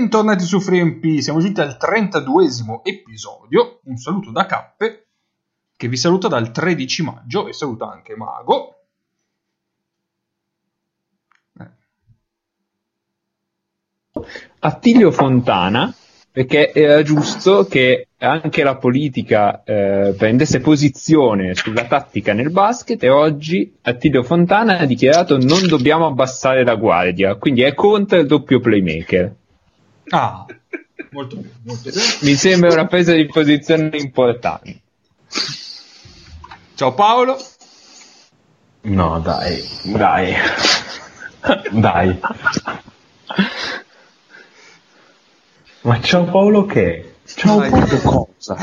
Bentornati su FreeMP, siamo giunti al 32esimo episodio. Un saluto da Cappe, che vi saluta dal 13 maggio e saluta anche Mago. Attilio Fontana, perché era giusto che anche la politica prendesse posizione sulla tattica nel basket, e oggi Attilio Fontana ha dichiarato non dobbiamo abbassare la guardia, quindi è contro il doppio playmaker. Ah, molto bene, molto bene. Mi sembra una presa di posizione importante. Ciao Paolo. No, dai. Ma ciao Paolo che? Ciao Paolo cosa?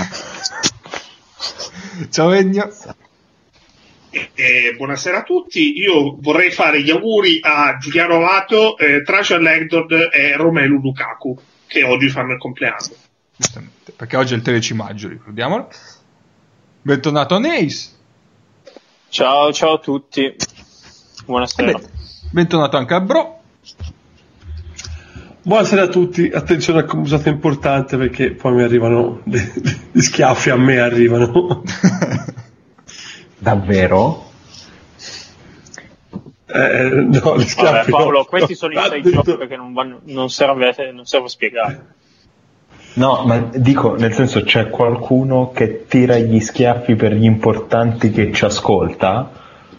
Ciao Ennio. Buonasera a tutti, io vorrei fare gli auguri a Giuliano Amato, Trajan Langdon e Romelu Lukaku, che oggi fanno il compleanno. Giustamente, perché oggi è il 13 maggio, ricordiamolo. Bentornato a Neis. Ciao a tutti, buonasera. Bentornato anche a Bro. Buonasera a tutti, attenzione a cosa importante, perché poi mi arrivano gli schiaffi, a me arrivano. Davvero? No, gli schiaffi. Vabbè, Paolo, no. questi sono i sei giochi che non serve spiegare. No, ma dico, nel senso, c'è qualcuno che tira gli schiaffi per gli importanti che ci ascolta?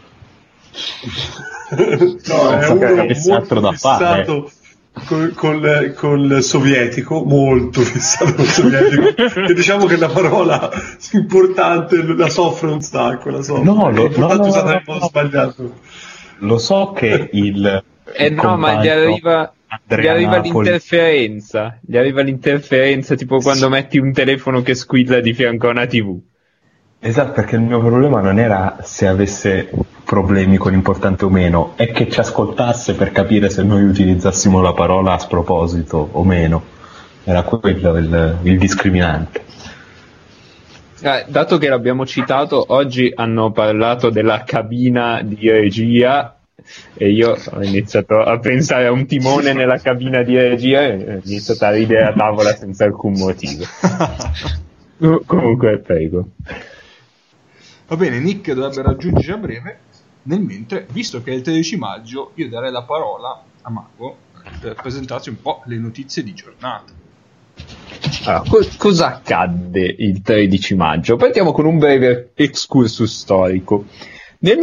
No, è uno molto da fare. fissato col sovietico, molto fissato col sovietico, che diciamo che la parola importante la soffre un sacco, la soffre. No, usata nel modo sbagliato. Lo so che il No, ma gli arriva l'interferenza. Gli arriva l'interferenza, tipo quando metti un telefono che squilla di fianco a una TV. Esatto, perché il mio problema non era se avesse problemi con importante o meno, è che ci ascoltasse per capire se noi utilizzassimo la parola a sproposito o meno. Era quello il discriminante. Dato che l'abbiamo citato, oggi hanno parlato della cabina di regia e io ho iniziato a pensare a un timone nella cabina di regia e ho iniziato a ridere a tavola senza alcun motivo. Comunque, prego. Va bene, Nick dovrebbe raggiungerci a breve. Nel mentre, visto che è il 13 maggio, io darei la parola a Mago per presentarci un po' le notizie di giornata. Allora, cosa accadde il 13 maggio? Partiamo con un breve excursus storico. Nel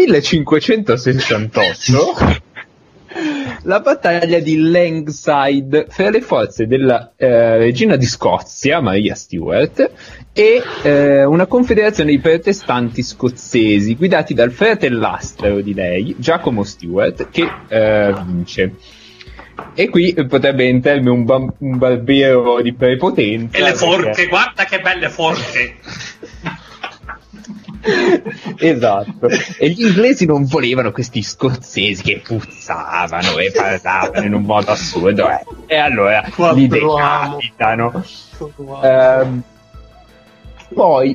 1568 la battaglia di Langside fra le forze della regina di Scozia, Maria Stuart, e una confederazione di protestanti scozzesi guidati dal fratellastro di lei, Giacomo Stuart, che vince. E qui potrebbe entrarmi un barbiero di prepotenza. E le forche, guarda che belle forche! Esatto, e gli inglesi non volevano questi scozzesi che puzzavano e parlavano in un modo assurdo, e allora li decapitano. Poi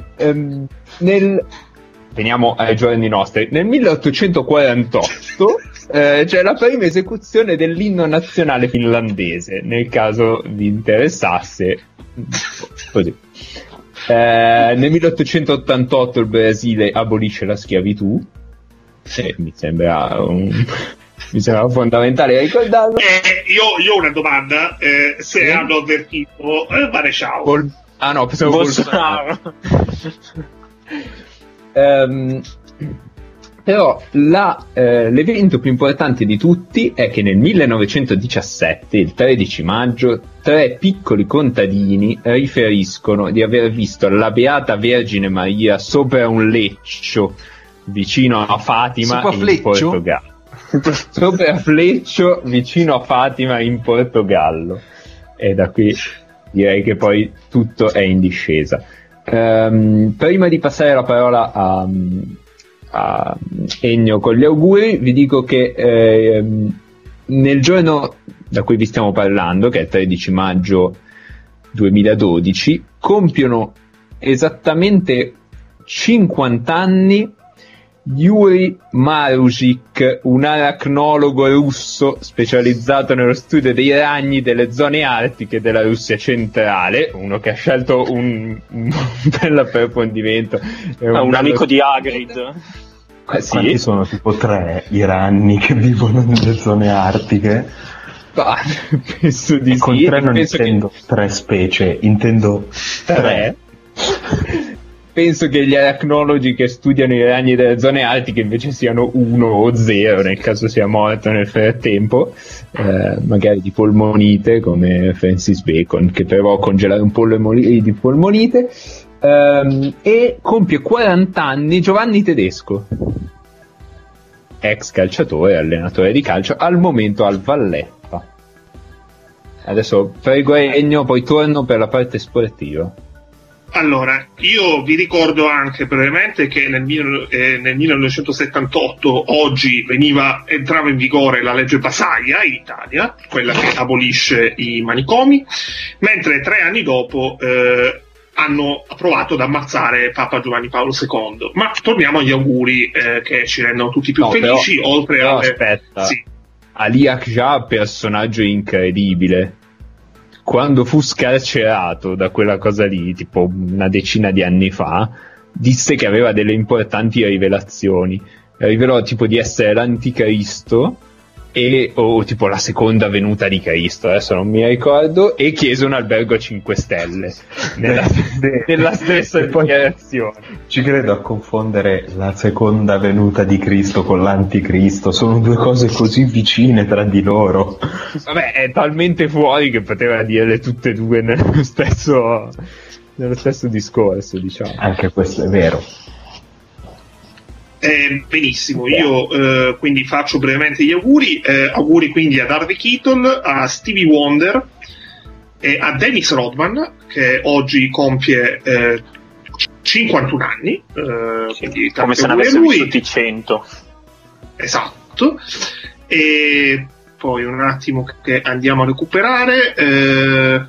veniamo ai giorni nostri. Nel 1848 c'è la prima esecuzione dell'inno nazionale finlandese, nel caso vi interessasse. Così. Nel 1888 il Brasile abolisce la schiavitù, mi sembra fondamentale ricordarlo. Io ho una domanda, se hanno avvertito Maresciao. No, pensavo Bolsonaro. Però l'evento più importante di tutti è che nel 1917, il 13 maggio, 3 piccoli contadini riferiscono di aver visto la Beata Vergine Maria sopra un leccio vicino a Fatima in Portogallo. Sopra Fleccio vicino a Fatima in Portogallo. E da qui direi che poi tutto è in discesa. Prima di passare la parola a Ennio con gli auguri, vi dico che nel giorno da cui vi stiamo parlando, che è il 13 maggio 2012, compiono esattamente 50 anni Yuri Marusic, un aracnologo russo specializzato nello studio dei ragni delle zone artiche della Russia centrale, uno che ha scelto un bel approfondimento. Un amico di Hagrid. Sì. Quanti sono? Tipo 3 i ranni che vivono nelle zone artiche? Ah, penso di Con sì. 3 non Penso intendo 3 specie, intendo 3. Penso che gli aracnologi che studiano i ragni delle zone artiche invece siano 1 o 0 nel caso sia morto nel frattempo, magari di polmonite come Francis Bacon, che però congelare un pollo di polmonite. E compie 40 anni Giovanni Tedesco, ex calciatore e allenatore di calcio, al momento al Valletta. Adesso prego Ennio, poi torno per la parte sportiva. Allora, io vi ricordo anche brevemente che nel 1978 oggi entrava in vigore la legge Basaglia in Italia, quella che abolisce i manicomi, mentre 3 anni dopo hanno provato ad ammazzare Papa Giovanni Paolo II. Ma torniamo agli auguri che ci rendono tutti più felici, oltre a... Aspetta, sì. Ali Akja, personaggio incredibile. Quando fu scarcerato da quella cosa lì, tipo una decina di anni fa, disse che aveva delle importanti rivelazioni. Rivelò tipo di essere l'anticristo o tipo la seconda venuta di Cristo, adesso non mi ricordo, e chiese un albergo a 5 stelle nella stessa dichiarazione. Ci credo a confondere la seconda venuta di Cristo con l'anticristo, sono 2 cose così vicine tra di loro. Vabbè, è talmente fuori che poteva dirle tutte e due nello stesso discorso, diciamo. Anche questo è vero. Benissimo, io quindi faccio brevemente gli auguri. Auguri quindi ad Harvey Keitel, a Stevie Wonder e a Dennis Rodman, che oggi compie 51 anni. Quindi come se ne avesse vissuti 100. Esatto. E poi un attimo che andiamo a recuperare.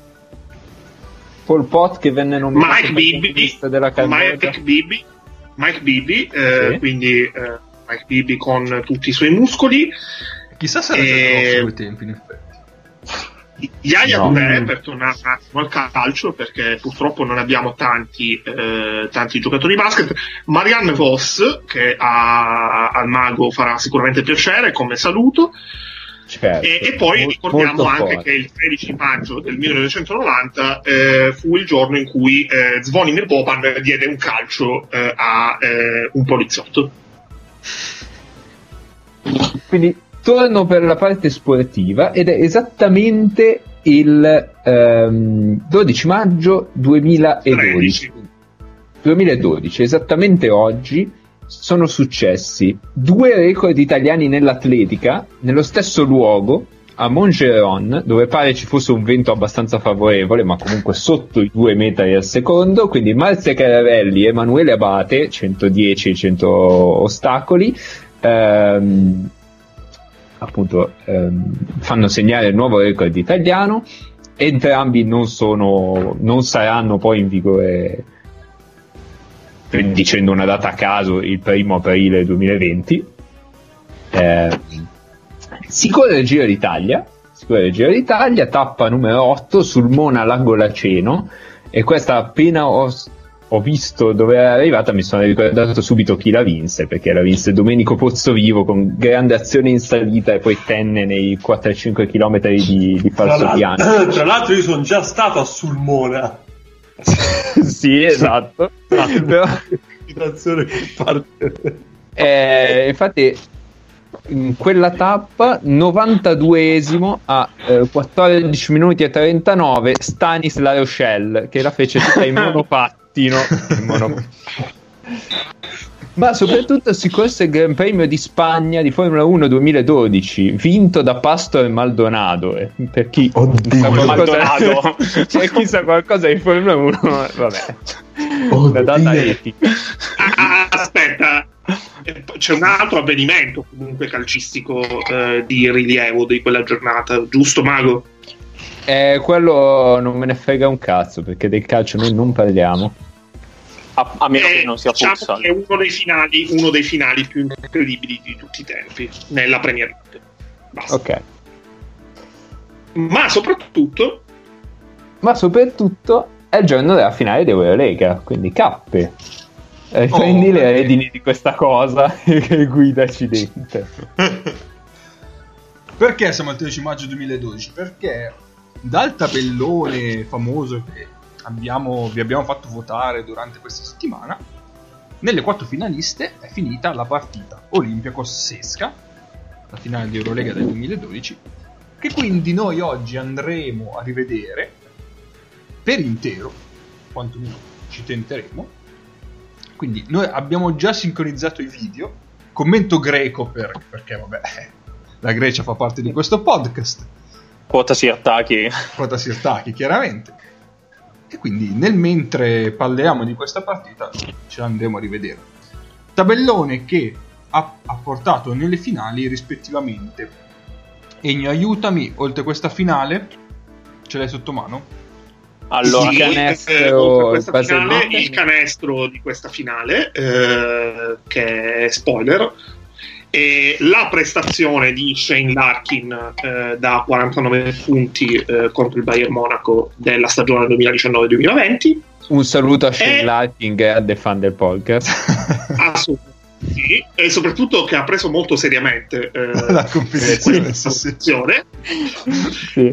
Pol Pot che venne nominato Mike Bibby, sì. Quindi Mike Bibby con tutti i suoi muscoli. Chissà se era già grosso a quei tempi, in effetti. Yaya Touré, per tornare un attimo al calcio, perché purtroppo non abbiamo tanti giocatori di basket. Marianne Vos, che al Mago farà sicuramente piacere come saluto. Certo, e poi ricordiamo anche che il 13 maggio del 1990 fu il giorno in cui Zvonimir Boban diede un calcio a un poliziotto. Quindi torno per la parte sportiva ed è esattamente il 12 maggio 2012. 2012, esattamente oggi, sono successi 2 record italiani nell'atletica nello stesso luogo, a Montgeron, dove pare ci fosse un vento abbastanza favorevole, ma comunque sotto i 2 metri al secondo. Quindi Marzia Caravelli e Emanuele Abate, 110 e 100 ostacoli, fanno segnare il nuovo record italiano. Entrambi non saranno poi in vigore, dicendo una data a caso, il 1 aprile 2020. Si corre il Giro d'Italia, tappa numero 8 sul Mona Lago Laceno, e questa appena ho visto dove era arrivata mi sono ricordato subito chi la vinse, perché la vinse Domenico Pozzovivo con grande azione in salita e poi tenne nei 4-5 km di falso piano. Tra l'altro io sono già stato a Sulmona. Sì, esatto. Però, infatti in quella tappa 92esimo a 14 minuti e 39 Stanis La Rochelle, che la fece tutta in monopattino. Ma soprattutto si corse il Gran Premio di Spagna di Formula 1 2012, vinto da Pastor Maldonado. Per chi sa qualcosa di Formula 1, vabbè, la data epica. Aspetta, c'è un altro avvenimento comunque calcistico di rilievo di quella giornata, giusto Mago? Quello non me ne frega un cazzo, perché del calcio noi non parliamo. a meno che non sia diciamo futsal. che è uno dei finali più incredibili di tutti i tempi nella Premier League. Basta. Ok. Ma soprattutto è il giorno della finale di Eurolega, quindi Cappe. Prendi le redini di questa cosa e guidaci dentro. Perché siamo al 13 maggio 2012? Perché dal tabellone famoso che vi abbiamo fatto votare durante questa settimana, nelle 4 finaliste è finita la partita Olympiacos-Sesca, la finale di Eurolega del 2012, che quindi noi oggi andremo a rivedere per intero, quantomeno ci tenteremo. Quindi noi abbiamo già sincronizzato i video, commento greco perché vabbè, la Grecia fa parte di questo podcast, Quota Sirtaki, chiaramente. E quindi nel mentre parliamo di questa partita ce la andremo a rivedere. Tabellone che ha portato nelle finali rispettivamente. Egno, aiutami, oltre questa finale, ce l'hai sotto mano? allora, Sì, canestro, questa base finale, note. il canestro di questa finale, che è spoiler, e la prestazione di Shane Larkin da 49 punti contro il Bayern Monaco della stagione 2019-2020. Un saluto a Shane Larkin e a The Fan del podcast. Assolutamente sì, e soprattutto che ha preso molto seriamente La competizione, questa sì. competizione. Sì.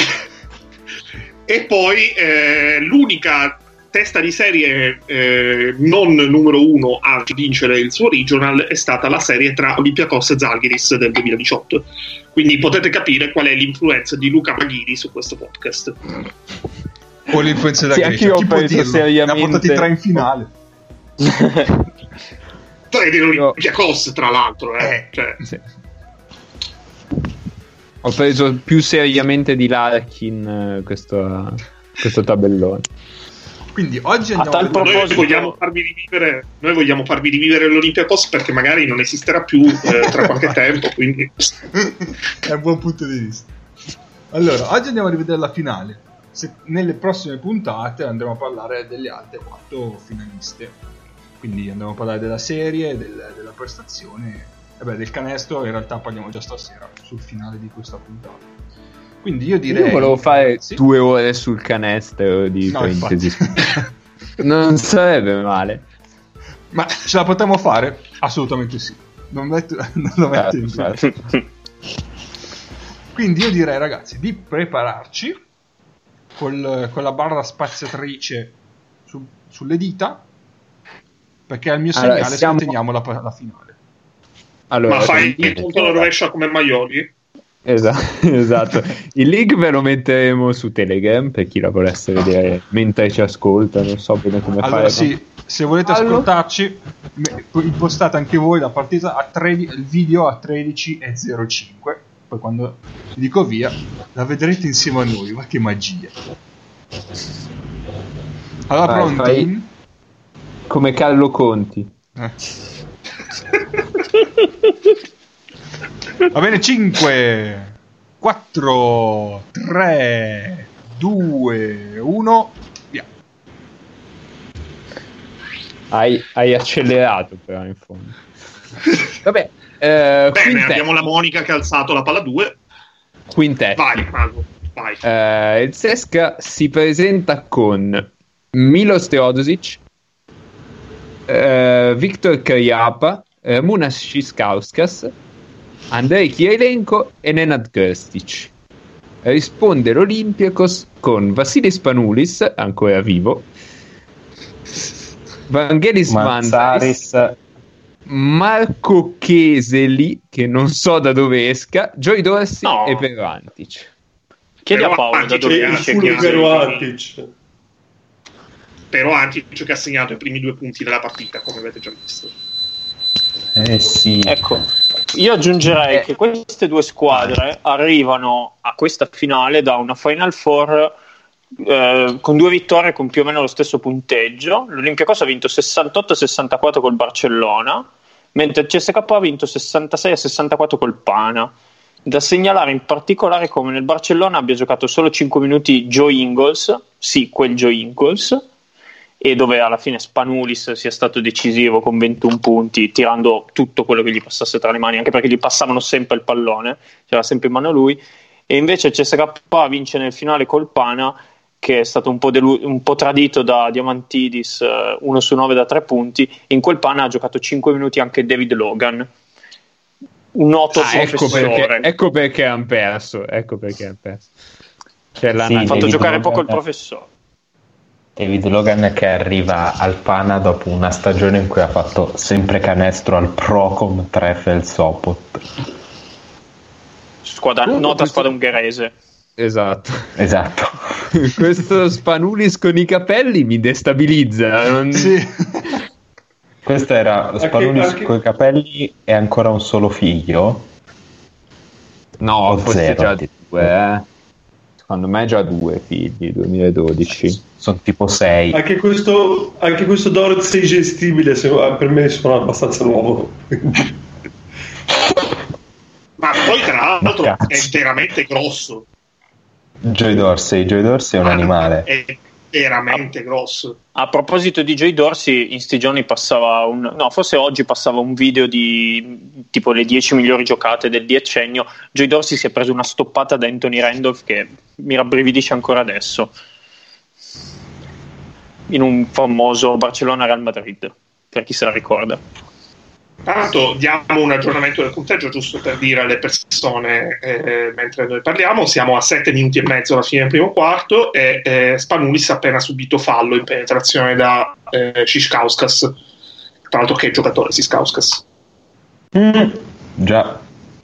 E poi l'unica testa di serie non numero 1 a vincere il suo regional è stata la serie tra Olympiacos e Zalgiris del 2018. Quindi potete capire qual è l'influenza di Luca Maghini su questo podcast. O l'influenza della Sì, Grecia, anch'io chi ho può preso dirlo? seriamente. Ne ha portati 3 in finale. 3 dell'Olympiacos, tra l'altro. Cioè. Sì. Ho preso più seriamente di Larkin questo tabellone. Quindi oggi A andiamo tal a vedere... Noi vogliamo farvi rivivere l'Olympiacos perché magari non esisterà più tra qualche tempo, quindi È un buon punto di vista. Allora, oggi andiamo a rivedere la finale. Nelle prossime puntate andremo a parlare delle altre 4 finaliste. Quindi andremo a parlare della serie, della prestazione, del canestro. In realtà parliamo già stasera sul finale di questa puntata. Quindi io direi... Io volevo fare Sì? 2 ore sul canestro di No, parentesi. Non sarebbe male. Ma ce la potremmo fare? Assolutamente sì. Non lo metto in dubbio. Quindi io direi, ragazzi, di prepararci con la barra spaziatrice sulle dita, perché al mio Allora, segnale teniamo la finale. Allora, ma fai il il punto alla rovescia come Maioli? Esatto. Il link ve lo metteremo su Telegram per chi la volesse vedere mentre ci ascolta. Non so bene come Allora fare. sì, se volete ascoltarci, impostate anche voi la partita il video a 13:05. Poi quando vi dico via, la vedrete insieme a noi. Ma che magia! Allora, Vai, pronti? fai come Carlo Conti. Va bene, 5, 4, 3, 2, 1, via. Hai accelerato però in fondo. Vabbè, Bene, abbiamo la Monica che ha alzato la palla 2. quintetto. Vai, Mago, vai. Il Cesca si presenta con Milos Teodosic, Viktor Kryapa, Munas Šiškauskas, Andrei Kirilenko e Nenad Krstic. Risponde l'Olympiacos con Vasilis Panoulis, ancora vivo, Vangelis Manzaris, Marco Chieseli, che non so da dove esca, Joy Dorsey No. e Perantic. Chiedi a Però Paolo da Antic dove è esce Fulvero Chiesa. Antic. Però Antic che ha segnato i primi 2 punti della partita, come avete già visto. Sì. Ecco, io aggiungerei che queste 2 squadre arrivano a questa finale da una Final Four con 2 vittorie con più o meno lo stesso punteggio. L'Olympiacos ha vinto 68-64 col Barcellona, mentre il CSKA ha vinto 66-64 col Pana. Da segnalare in particolare come nel Barcellona abbia giocato solo 5 minuti Joe Ingles, sì, quel Joe Ingles, e dove alla fine Spanulis sia stato decisivo con 21 punti, tirando tutto quello che gli passasse tra le mani, anche perché gli passavano sempre il pallone, c'era sempre in mano lui. E invece CSKA vince nel finale col Pana, che è stato un po' tradito da Diamantidis, 1 su 9 da 3 punti. In quel Pana ha giocato 5 minuti anche David Logan, un noto professore. Ecco perché hanno perso. Cioè, ha fatto giocare poco il professore. David Logan che arriva al Pana dopo una stagione in cui ha fatto sempre canestro al Procom Trefel Sopot. Nota squadra ungherese. Esatto. Questo Spanulis con i capelli mi destabilizza. Sì. Questo era Spanulis con i capelli e ancora un solo figlio. No, forse già 2. Secondo me già 2 figli, 2012. Sono tipo 6. Anche questo Dorothy gestibile per me suona abbastanza nuovo. Ma poi tra l'altro è veramente grosso. Joy Dorsey è un animale. È veramente grosso. A proposito di Joy Dorsey, in sti giorni forse oggi passava un video di tipo le 10 migliori giocate del decennio. Joy Dorsey si è preso una stoppata da Anthony Randolph che mi rabbrividisce ancora adesso, in un famoso Barcellona-Real Madrid, per chi se la ricorda. Tanto diamo un aggiornamento del punteggio giusto per dire alle persone mentre noi parliamo. Siamo a 7 minuti e mezzo alla fine del primo quarto e Spanulis ha appena subito fallo in penetrazione da Ciskauskas. Tra l'altro che giocatore Ciskauskas? Già.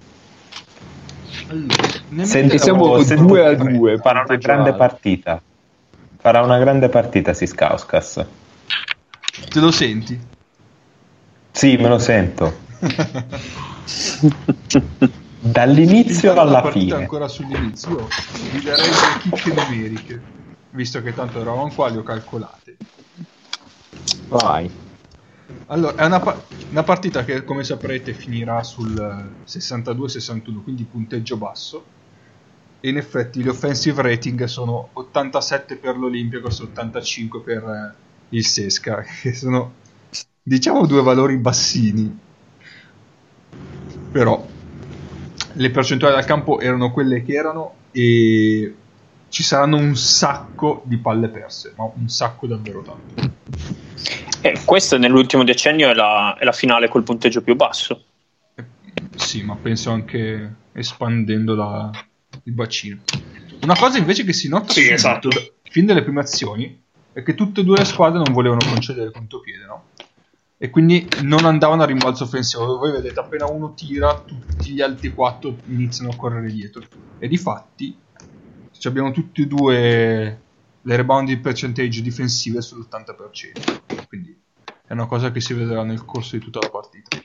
Siamo 2-2. Farà una grande partita. Farà una grande partita Ciskauskas. Te lo senti? Sì, me lo sento. Dall'inizio alla fine. Ancora sull'inizio vi darei le chicche numeriche, visto che tanto eravamo qua, le ho calcolate. Vai. Allora, è una partita che, come saprete, finirà sul 62-61, quindi punteggio basso. E in effetti gli offensive rating sono 87 per l'Olympiacos e 85 per il Sesca, che sono, diciamo, due valori bassini. Però le percentuali dal campo erano quelle che erano e ci saranno un sacco di palle perse, ma un sacco davvero tanto. Questa nell'ultimo decennio è la finale col punteggio più basso. Sì, ma penso anche espandendo il bacino. Una cosa invece che si nota esatto, fin dalle prime azioni è che tutte e due le squadre non volevano concedere contropiede, no? E quindi non andavano a rimbalzo offensivo. Voi vedete, appena uno tira, tutti gli altri 4 iniziano a correre dietro. E difatti abbiamo tutti e due le rebounding percentage difensive sull'80%. Quindi è una cosa che si vedrà nel corso di tutta la partita.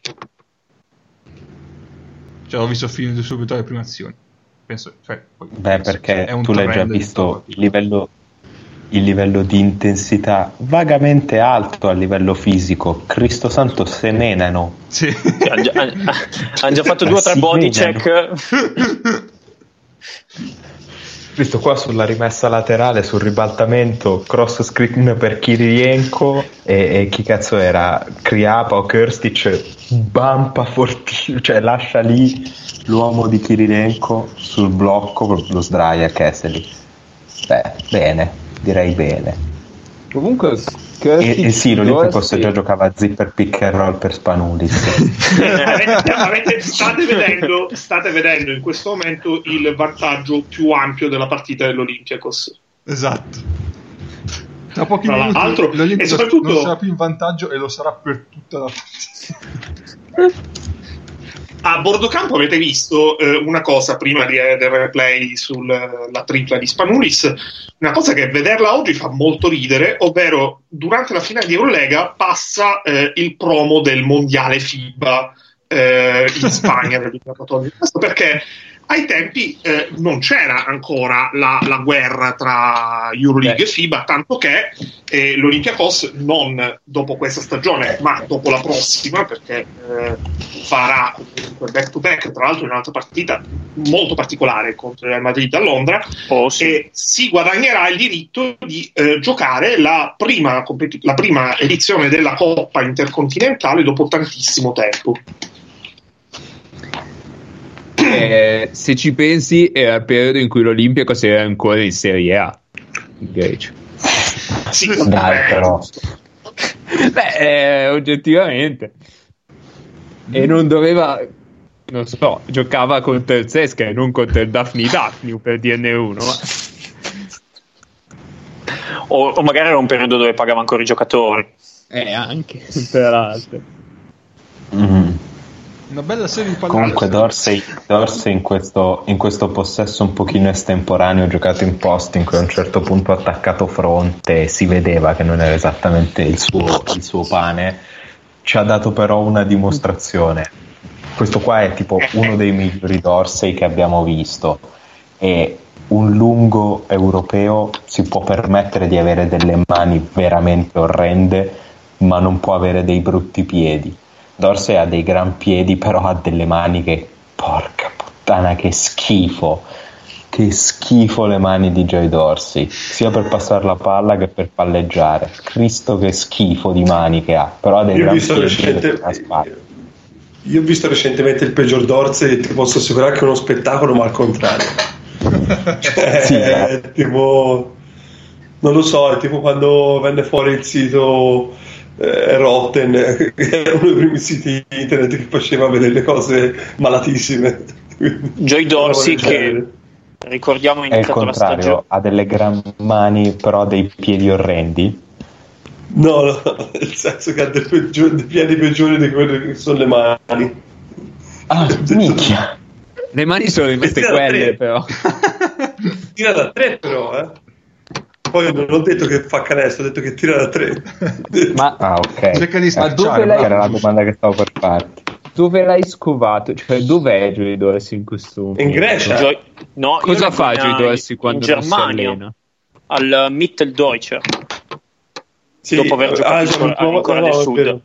Cioè, ho visto finire subito le prime azioni. Penso, perché tu l'hai già visto il livello di intensità vagamente alto a livello fisico. Cristo santo, se menano. Sì. Hanno già fatto 2 o 3 body check. Visto qua sulla rimessa laterale, sul ribaltamento, cross screen per Kirilenko e chi cazzo era? Kriapa o Kirstic, bampa fortissimo, cioè lascia lì l'uomo di Kirilenko sul blocco, lo sdraia Kessel. Bene, direi bene. Comunque e sì, l'Olympiacos già giocava a zipper pick and roll per Spanulis. State vedendo in questo momento il vantaggio più ampio della partita dell'Olympiacos. Esatto. Tra pochi minuti l'Olympiacos non sarà più in vantaggio e lo sarà per tutta la partita. A bordo campo avete visto una cosa prima del replay sulla tripla di Spanulis, una cosa che vederla oggi fa molto ridere, ovvero durante la finale di Eurolega passa il promo del mondiale FIBA in Spagna. Questo perché ai tempi non c'era ancora la guerra tra Euroleague e FIBA, tanto che l'Olympiakos non dopo questa stagione, ma dopo la prossima, perché farà comunque back to back, tra l'altro in un'altra partita molto particolare contro il Real Madrid a Londra, e si guadagnerà il diritto di giocare la prima edizione della Coppa Intercontinentale dopo tantissimo tempo. Se ci pensi, era il periodo in cui l'Olympiakos era ancora in Serie A in Grecia. Sì, dai, però oggettivamente, e non doveva, non so, giocava contro il Cesca e non contro il Daphne per dirne uno, ma... o magari era un periodo dove pagava ancora i giocatori, anche tra l'altro. Una bella serie di comunque Dorsey in questo possesso un pochino estemporaneo, giocato in post in cui a un certo punto ha attaccato fronte, si vedeva che non era esattamente il suo pane, ci ha dato però una dimostrazione. Questo qua è tipo uno dei migliori Dorsey che abbiamo visto, e un lungo europeo si può permettere di avere delle mani veramente orrende, ma non può avere dei brutti piedi. Dorsey ha dei gran piedi, però ha delle mani che, porca puttana, che schifo le mani di Joey Dorsey, sia per passare la palla che per palleggiare. Cristo, che schifo di mani che ha, però ha dei gran piedi a spalla. Io ho visto recentemente il peggior Dorsey e ti posso assicurare che è uno spettacolo, ma al contrario. Sì, è tipo, non lo so, è tipo quando venne fuori il sito Rotten, che era uno dei primi siti internet che faceva vedere le cose malatissime. Joey Dorsey, che ricordiamo è il contrario, ha delle gran mani però dei piedi orrendi. No, nel senso che ha dei piedi peggiori di quelli che sono le mani. Minchia, le mani sono rimaste quelle, però tira da 3 però, poi non ho detto che fa canestro, ho detto che tira da 3. Ma ok, cerca di dove era la domanda che stavo per farti. Dove l'hai scovato? Cioè, dov'è Joey Dorsey in questo momento? In Grecia? No, cosa fa Joey Dorsey quando in Germania, non si allena? Al Mitteldeutscher. Sì, dopo aver giocato in Corea del Sud.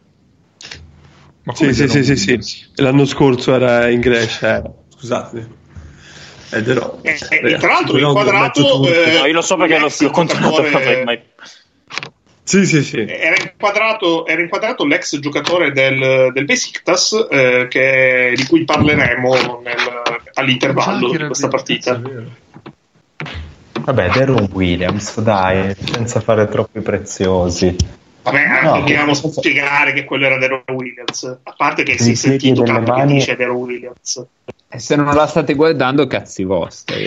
Sì. L'anno scorso era in Grecia, scusate. Tra l'altro inquadrato io lo so perché l'ho controllato mai. Sì. Era inquadrato l'ex giocatore del Besiktas, di cui parleremo all'intervallo di questa partita. Vabbè, Deron Williams, dai, senza fare troppi preziosi. Vabbè, dobbiamo spiegare che quello era Deron Williams, a parte che si è sentito tanto che dice Deron Williams. E se non la state guardando, cazzi vostri.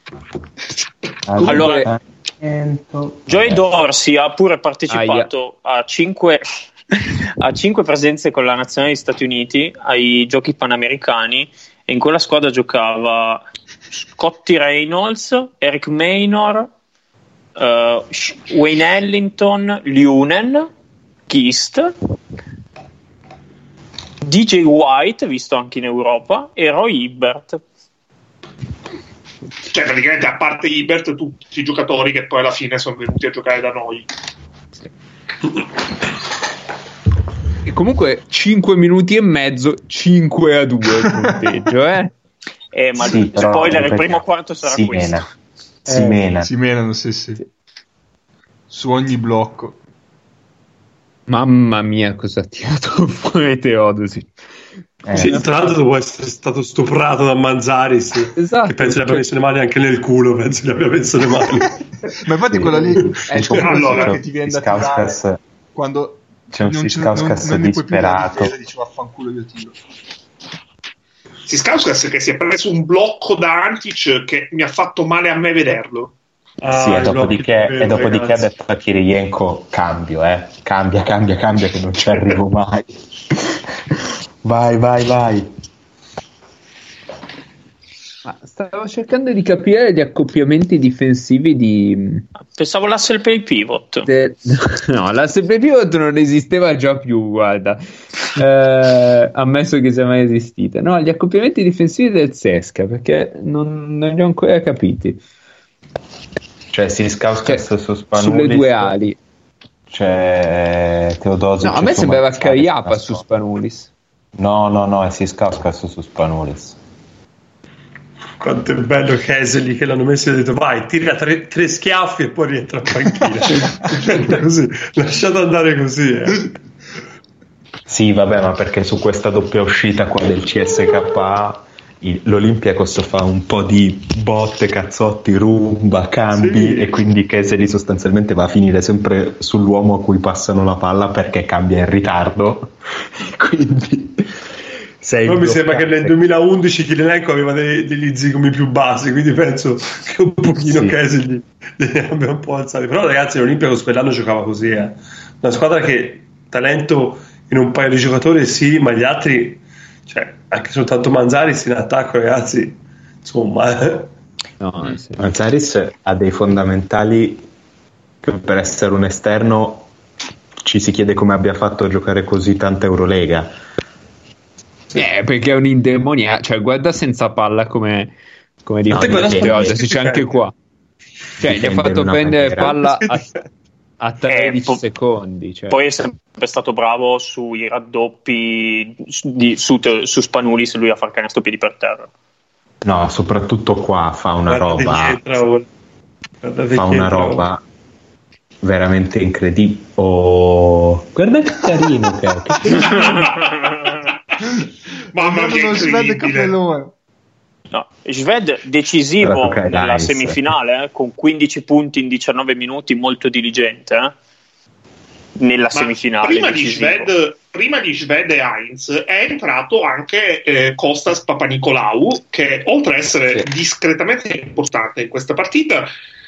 Allora, Joey Dorsey ha pure partecipato a 5 presenze con la nazionale degli Stati Uniti ai giochi panamericani, e in quella squadra giocava Scotty Reynolds, Eric Maynor, Wayne Ellington, Lunen, Kist, DJ White, visto anche in Europa, e Roy Hibbert. Cioè, praticamente, a parte Hibbert, tutti i giocatori che poi alla fine sono venuti a giocare da noi. E comunque 5 minuti e mezzo, 5-2 il punteggio, ma sì, spoiler, il primo quarto sarà questo. Si menano, sì. Su ogni blocco. Mamma mia, cosa ha tirato fuori Teodosi. Sì, tra l'altro dopo essere stato stuprato da Manzaris, esatto, che penso gli abbia messo le mani anche nel culo, penso gli abbia messo le mani. Ma infatti quello lì è allora che ti viene da tirare quando c'è un Siskauskas disperato. Dice vaffanculo, io tiro. Siskauskas che si è preso un blocco da Antic che mi ha fatto male a me vederlo. Sì, e dopodiché ha detto a Kirilenko cambia che non ci arrivo mai. vai. Stavo cercando di capire gli accoppiamenti difensivi di... Pensavo l'asse per il pivot. No, l'asse per il pivot non esisteva già più, guarda. Ammesso che sia mai esistita. No, gli accoppiamenti difensivi del Cesca, perché non li ho ancora capiti. Cioè Siskauskas su Spanulis. Sulle due ali. C'è Teodosic. No, a me sembrava Cariapa su Spanulis. No, è Siskauskas su Spanulis. Quanto è bello Kesely che l'hanno messo e ha detto vai, tira tre schiaffi e poi rientra in panchina. Così, lasciate andare così. Sì, vabbè, ma perché su questa doppia uscita qua del CSKA l'Olympiakos fa un po' di botte, cazzotti, rumba, cambi, e quindi Kesely sostanzialmente va a finire sempre sull'uomo a cui passano la palla perché cambia in ritardo. Quindi poi mi sembra che nel 2011 Kirilenko aveva degli zigomi più bassi, quindi penso che un pochino Kesely li abbia un po' alzati. Però ragazzi, l'Olympiakos quell'anno giocava così, una squadra che talento in un paio di giocatori sì, ma gli altri, cioè anche soltanto Manzaris in attacco, ragazzi, insomma. No, sì. Manzaris ha dei fondamentali che per essere un esterno ci si chiede come abbia fatto a giocare così tanta Eurolega. Perché è un indemoniato, cioè guarda senza palla come dice c'è anche qua, cioè gli ha fatto prendere palla a 13 secondi, cioè. Poi è sempre stato bravo sui raddoppi su Spanulis, lui a far canestro piedi per terra. No, soprattutto qua fa una roba veramente incredibile. Guarda che carino che Mamma mia, incredibile. No, Shved decisivo nella semifinale, con 15 punti in 19 minuti, molto diligente nella semifinale. Prima di Shved e Heinz è entrato anche Kostas Papanikolaou, che oltre a essere discretamente importante in questa partita,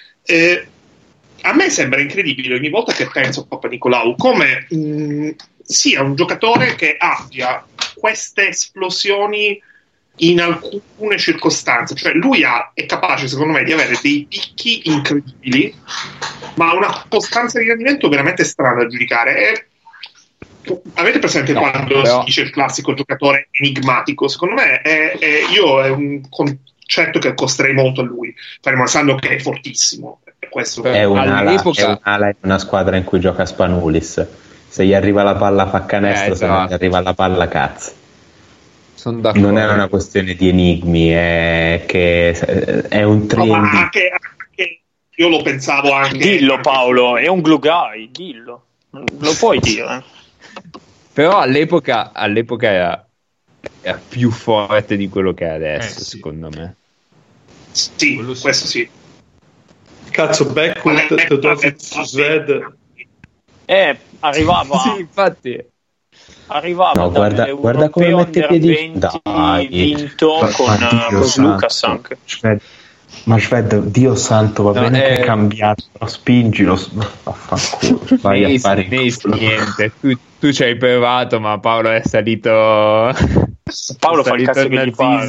a me sembra incredibile ogni volta che penso a Papanikolaou come sia un giocatore che abbia queste esplosioni in alcune circostanze, cioè lui è capace secondo me di avere dei picchi incredibili, ma una costanza di rendimento veramente strana da giudicare. Avete presente quando si dice il classico giocatore enigmatico? Secondo me è un concetto che costerei molto a lui, fermo restando che è fortissimo. Questo è un'ala in una squadra in cui gioca Spanulis. Se gli arriva la palla fa canestro, se non gli arriva la palla cazzo. Non è una questione di enigmi, è un trend. No, ma anche io lo pensavo anche. Dillo Paolo, è un glue guy, dillo. Lo puoi dire. Però all'epoca era più forte di quello che è adesso, secondo me. Sì, questo sì. Cazzo, Beckwood, Teodosic, Sved. Arrivava. Sì, infatti. Arrivava no, guarda come mette i piedi. Dai, vinto con Lucas anche. Ma Sved, Dio santo, va bene che è cambiato, però spingilo, vaffanculo, vai a fare niente. Tu ci hai provato, ma Paolo è salito. Paolo fa il cazzo che gli pare.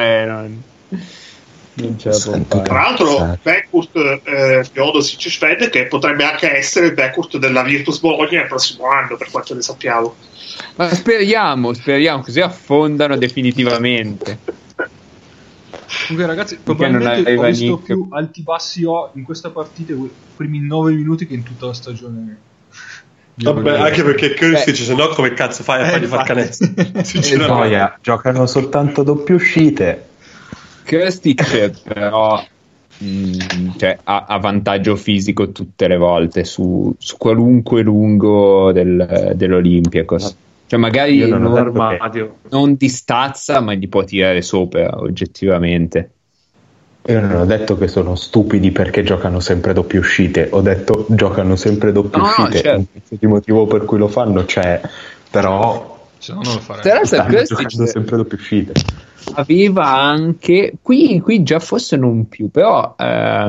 Non ce la può fare. Tra l'altro Beckwood, Teodosic e Sved, che potrebbe anche essere il Beckwood della Virtus Bologna il prossimo anno, per quanto ne sappiamo. Ma speriamo, così affondano definitivamente. Comunque ragazzi, probabilmente ho visto più alti bassi in questa partita i primi 9 minuti che in tutta la stagione. Vabbè, anche perché Kirstić, se no come cazzo fai a fargli far canestro? Giocano soltanto doppie uscite. Kirstić però ha vantaggio fisico tutte le volte su qualunque lungo dell'Olympiakos. Cioè magari non di stazza, ma gli può tirare sopra oggettivamente. Io non ho detto che sono stupidi perché giocano sempre doppie uscite, ho detto giocano sempre doppie uscite. Certo. Il motivo per cui lo fanno c'è, però se no non lo farebbe. Stanno giocando sempre doppie uscite. Aveva anche qui già forse non più, però a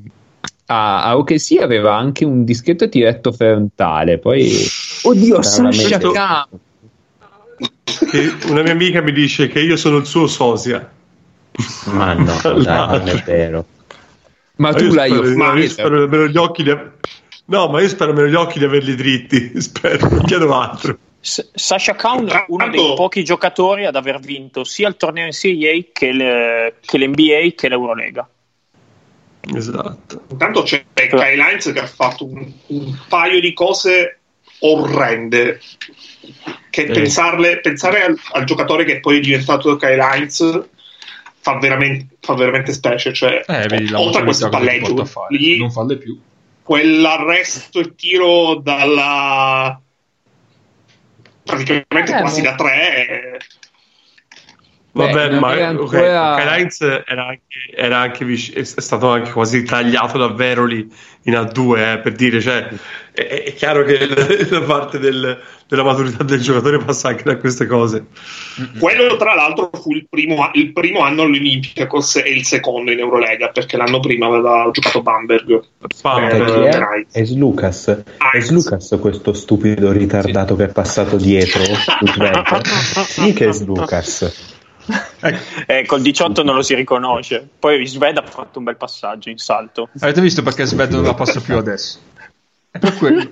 OKC aveva anche un dischetto tiretto frontale. Poi oddio, Sasha Cam, una mia amica mi dice che io sono il suo sosia. Ma no, dai, non è vero. Ma tu l'hai offeso. Io spero nemmeno gli occhi No, ma io spero nemmeno gli occhi di averli dritti. Spero, non chiedo altro. Sasha Kaun è uno dei pochi giocatori ad aver vinto sia il torneo in Serie A che l'NBA che l'Eurolega. Esatto. Intanto c'è Kyle Hines che ha fatto un paio di cose orrende, che pensare al giocatore che poi è diventato Kyle Hines fa veramente specie, cioè oltre a questo palleggio lì, non falle più, quell'arresto e tiro dalla praticamente quasi da 3 vabbè, ma Kyle Hines è stato anche quasi tagliato davvero lì in A2, per dire, cioè è chiaro che la parte della maturità del giocatore passa anche da queste cose. Quello tra l'altro fu il primo anno all'Olympiakos e il secondo in Eurolega, perché l'anno prima aveva giocato Bamberg. È Lucas questo stupido ritardato che è passato dietro. Sì che è Lucas. Col 18 non lo si riconosce. Poi Sved ha fatto un bel passaggio in salto. Avete visto perché Sved non la passa più adesso? È per quello.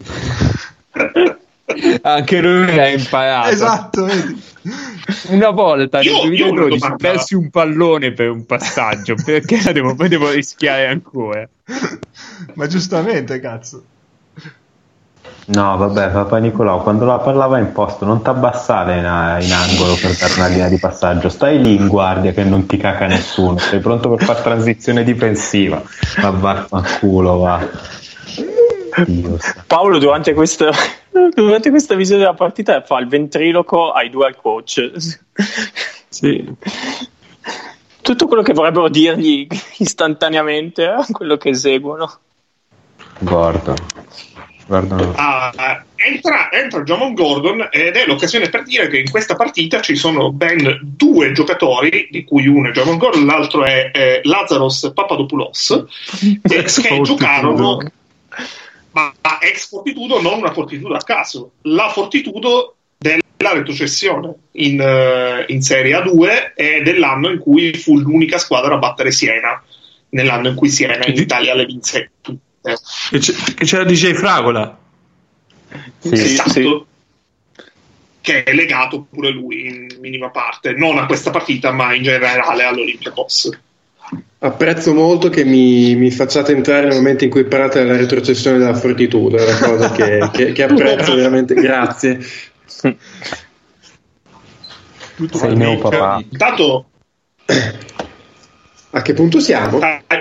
Anche lui l'ha imparato. Esatto, vedi. Una volta nel 2012 persi un pallone per un passaggio, perché poi devo rischiare ancora. Ma giustamente, cazzo. No, vabbè, Papa Nicolau, quando la palla va in posto non t'abbassare in angolo per dare una linea di passaggio, stai lì in guardia che non ti caca nessuno, sei pronto per fare transizione difensiva, ma vaffanculo, va. Paolo durante questa visione della partita fa il ventriloquo ai dual coach. Sì. Tutto quello che vorrebbero dirgli istantaneamente a quello che eseguono. Guarda. Entra Jamon Gordon ed è l'occasione per dire che in questa partita ci sono ben 2 giocatori, di cui uno è Jamon Gordon, l'altro è Lazaros Papadopoulos, che giocarono, ma ex Fortitudo, non una Fortitudo a caso, la Fortitudo della retrocessione in Serie A2 e dell'anno in cui fu l'unica squadra a battere Siena, nell'anno in cui Siena in Italia le vinse tutte. E c'era DJ Fragola, esatto, che è legato pure lui in minima parte, non a questa partita ma in generale all'Olympiakos. Apprezzo molto che mi facciate entrare nel momento in cui parlate della retrocessione della Fortitudo, è una cosa che apprezzo veramente, grazie. Sei neopapà. Intanto a che punto siamo?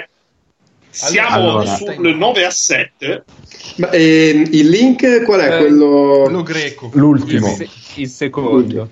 Siamo sul 9-7. Ma, il link qual è? Quello greco. L'ultimo. Il secondo.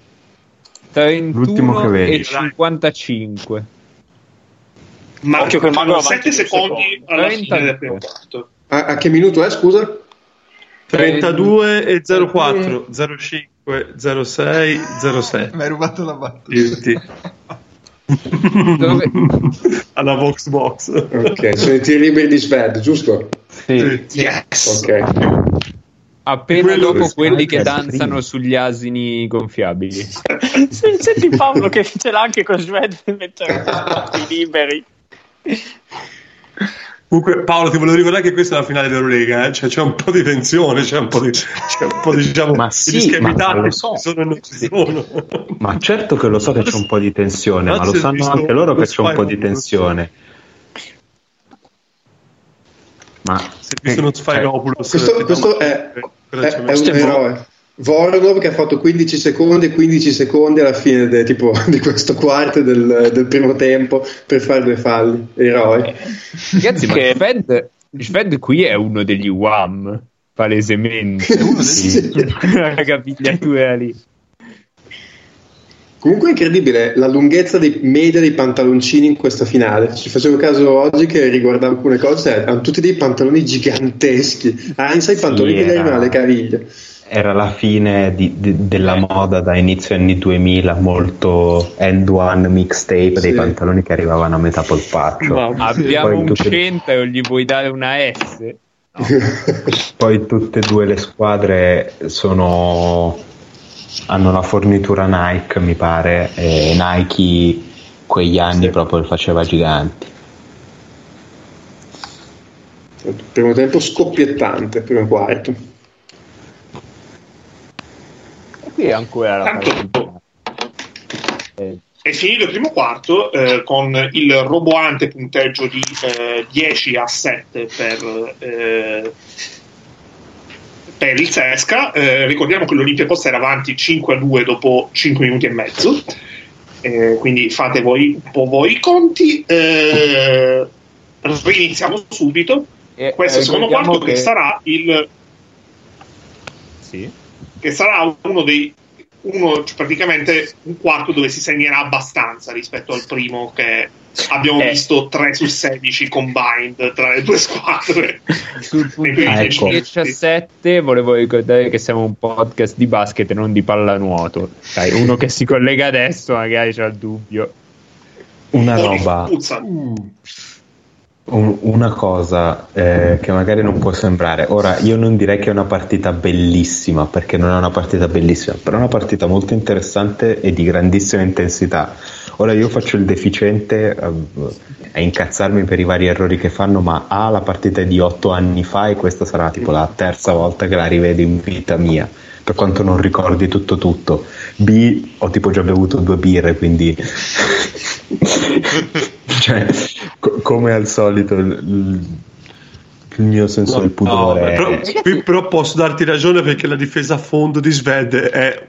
31 e 55. Ma occhio che il mago 7 secondi alla fine del primo quarto. A che minuto è, scusa? 32 e 04 05 06 07. Mi hai rubato la battuta. Dove? Alla Vox Box. Ok, sono i tiri liberi di Sved, giusto? Sì. Yes. Ok. Appena dopo quelli che danzano sugli asini gonfiabili. Senti Paolo che ce l'ha anche con Sved mentre i liberi. Comunque Paolo, ti volevo ricordare che questa è la finale dell'Eurolega, cioè c'è un po' di tensione, c'è un po' di diciamo, ma sì, di schermità, lo so. Non ci sono. Ma certo che lo so che c'è un po' di tensione, ma lo sanno anche loro che c'è un po' di tensione. Ma se vi sono Sfairopoulos, questo è un eroe. Voronov che ha fatto 15 secondi alla fine di questo quarto del primo tempo per fare 2 falli. Eroe. Ragazzi, ma Sved qui è uno degli UAM, palesemente. Una capigliatura lì. Comunque è incredibile la lunghezza media dei pantaloncini in questa finale. Ci facevo caso oggi che riguardavo alcune cose, hanno tutti dei pantaloni giganteschi. Heinz ha i pantaloni che gli arrivano alle caviglie. Era la fine della moda da inizio anni 2000, molto end one mixtape, dei pantaloni che arrivavano a metà polpaccio. Abbiamo un centro, gli vuoi dare una S? No. Poi tutte e 2 le squadre hanno la fornitura Nike, mi pare, e Nike quegli anni proprio li faceva giganti. Primo tempo scoppiettante, primo quarto. E qui ancora la partita. È finito il primo quarto con il roboante punteggio di 10-7 per il Sesca. Ricordiamo che l'Olympiacos era avanti 5-2 dopo 5 minuti e mezzo, quindi fate voi un po' voi i conti. Riniziamo subito. Questo è il secondo quarto che sarà che sarà praticamente un quarto dove si segnerà abbastanza rispetto al primo, che abbiamo visto 3-16 combined tra le due squadre. Sul punto 17 volevo ricordare che siamo un podcast di basket e non di pallanuoto. Dai, uno che si collega adesso magari c'ha il dubbio. Una roba, una cosa che magari non può sembrare, ora io non direi che è una partita bellissima, perché non è una partita bellissima, però è una partita molto interessante e di grandissima intensità. Ora io faccio il deficiente a incazzarmi per i vari errori che fanno, ma A, la partita è di 8 anni fa e questa sarà tipo la terza volta che la rivedo in vita mia, per quanto non ricordi tutto. B, ho tipo già bevuto 2 birre, quindi cioè come al solito il mio senso del pudore però posso darti ragione, perché la difesa a fondo di Sved è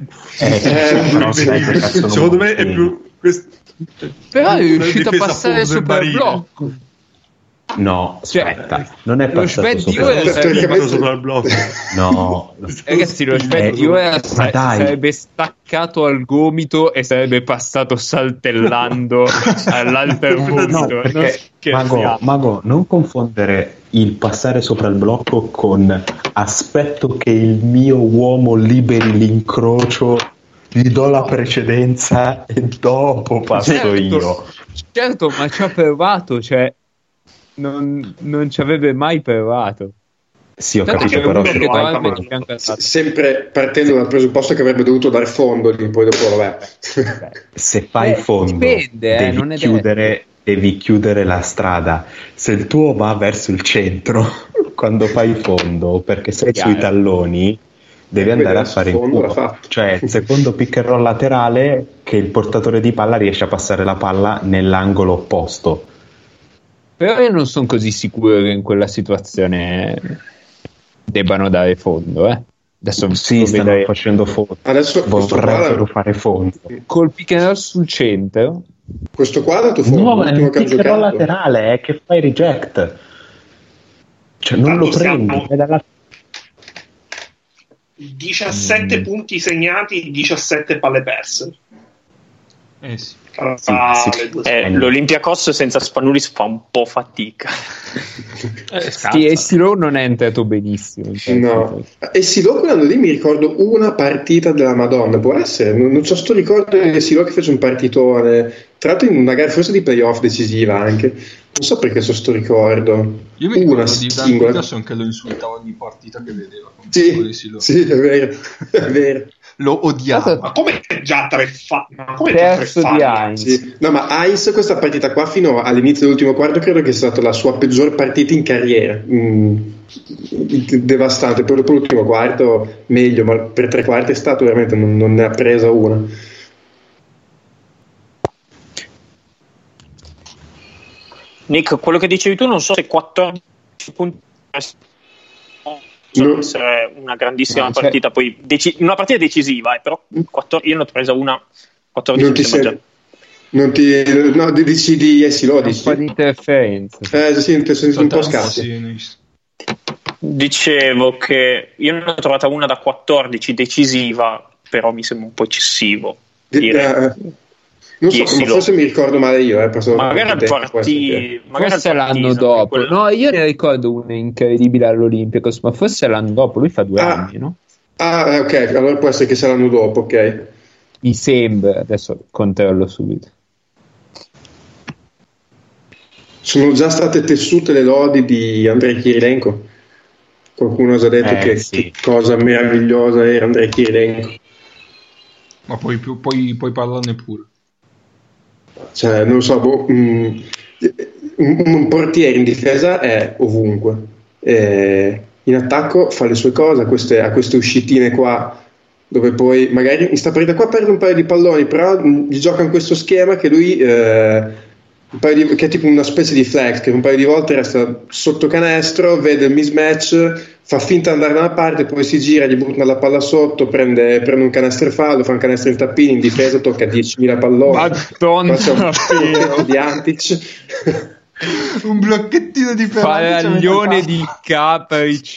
secondo me è più però è riuscito a passare sopra il blocco. No, aspetta, non è passato sopra il blocco. No, ragazzi, lo Sved di ora sarebbe staccato al gomito e sarebbe passato saltellando all'altro gomito. No, perché, Mago, non confondere il passare sopra il blocco con aspetto che il mio uomo liberi l'incrocio, gli do la precedenza e dopo passo io. Certo, ma ci ha provato, cioè non ci avrebbe mai provato. Sì, ho capito, però sempre partendo dal presupposto che avrebbe dovuto dare fondo lì, poi dopo vabbè. Se fai fondo dipende, devi chiudere la strada. Se il tuo va verso il centro quando fai fondo, perché sei sui talloni, devi andare a fare il culo. Cioè il secondo pick and roll laterale, che il portatore di palla riesce a passare la palla nell'angolo opposto. Però io non sono così sicuro che in quella situazione debbano dare fondo, Adesso stanno facendo fondo. Adesso vorrebbero fare fondo. Col pick and roll sul centro. Questo qua è dato fondo. No, è il pick and roll laterale, è che fai reject. Cioè non lo prendi, è dalla 17 punti segnati, 17 palle perse. Sì. L'Olympiacos senza Spanulis fa un po' fatica. E Silo non è entrato benissimo. No. E Silo quell'anno lì mi ricordo una partita della Madonna, può essere, non c'ho sto ricordo di Silo che fece un partitone, tra l'altro in una gara forse di playoff decisiva anche, non so perché c'ho sto ricordo. Io mi ricordo di Dan Peterson che lo insultava ogni partita che vedeva. Sì, è vero. Lo odiava. Ma come già terzo di Heinz? Sì. No, ma Heinz questa partita qua fino all'inizio dell'ultimo quarto credo che sia stata la sua peggior partita in carriera. Devastante. Per l'ultimo quarto meglio, ma per 3 quarti è stato veramente non ne ha presa una. Nick, quello che dicevi tu, non so se 14 punti essere una grandissima partita, poi una partita decisiva, però io ne ho presa una 14. Dici di Silo, un po' di interferenza. Un po' scarsi. Dicevo che io ne ho trovata una da 14 decisiva, però mi sembra un po' eccessivo non so, forse mi ricordo male io, magari forse l'anno dopo. No, io ne ricordo una incredibile all'Olympiacos, ma forse l'anno dopo, lui fa 2 anni, no? Ok, allora può essere che sia l'anno dopo, ok. Mi sembra, adesso controllo subito. Sono già state tessute le lodi di Andrei Kirilenko. Qualcuno ha già detto che cosa meravigliosa era Andrei Kirilenko. Ma puoi parlarne pure. cioè, non so, un portiere in difesa è ovunque, in attacco fa le sue cose, ha queste uscitine qua, dove poi magari in sta partita qua perde un paio di palloni, però gli gioca in questo schema che lui che è tipo una specie di flex, che un paio di volte resta sotto canestro, vede il mismatch, fa finta di andare da una parte, poi si gira, gli butta la palla sotto, prende un canestro fallo, fa un canestro in tappini, in difesa tocca 10.000 palloni. Madonna, di Antic. Un blocchettino di faraglione di Capric.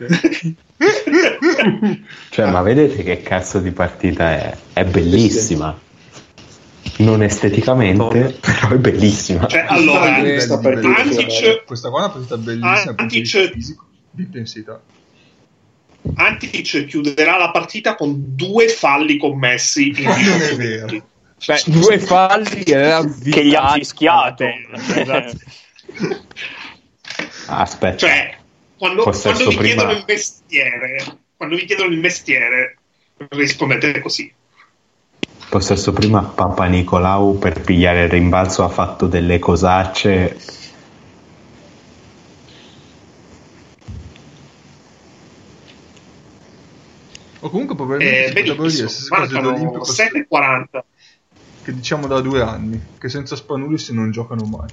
Cioè, ma vedete che cazzo di partita è bellissima. Non esteticamente, però è bellissima. Cioè, allora, Antic, questa qua è una partita bellissima, Antic, fisico, di intensità. Antic chiuderà la partita con 2 falli commessi in 18 minuti. Cioè, 2 falli che gli ha fischiato. Aspetta. Cioè, quando vi chiedono il mestiere, rispondete così. Possesso prima Papa Nicolau per pigliare il rimbalzo ha fatto delle cosacce. O comunque probabilmente potrebbero dire stesse cose dell'Olimpio 7,40 che diciamo da 2 anni, che senza Spanulis non giocano mai.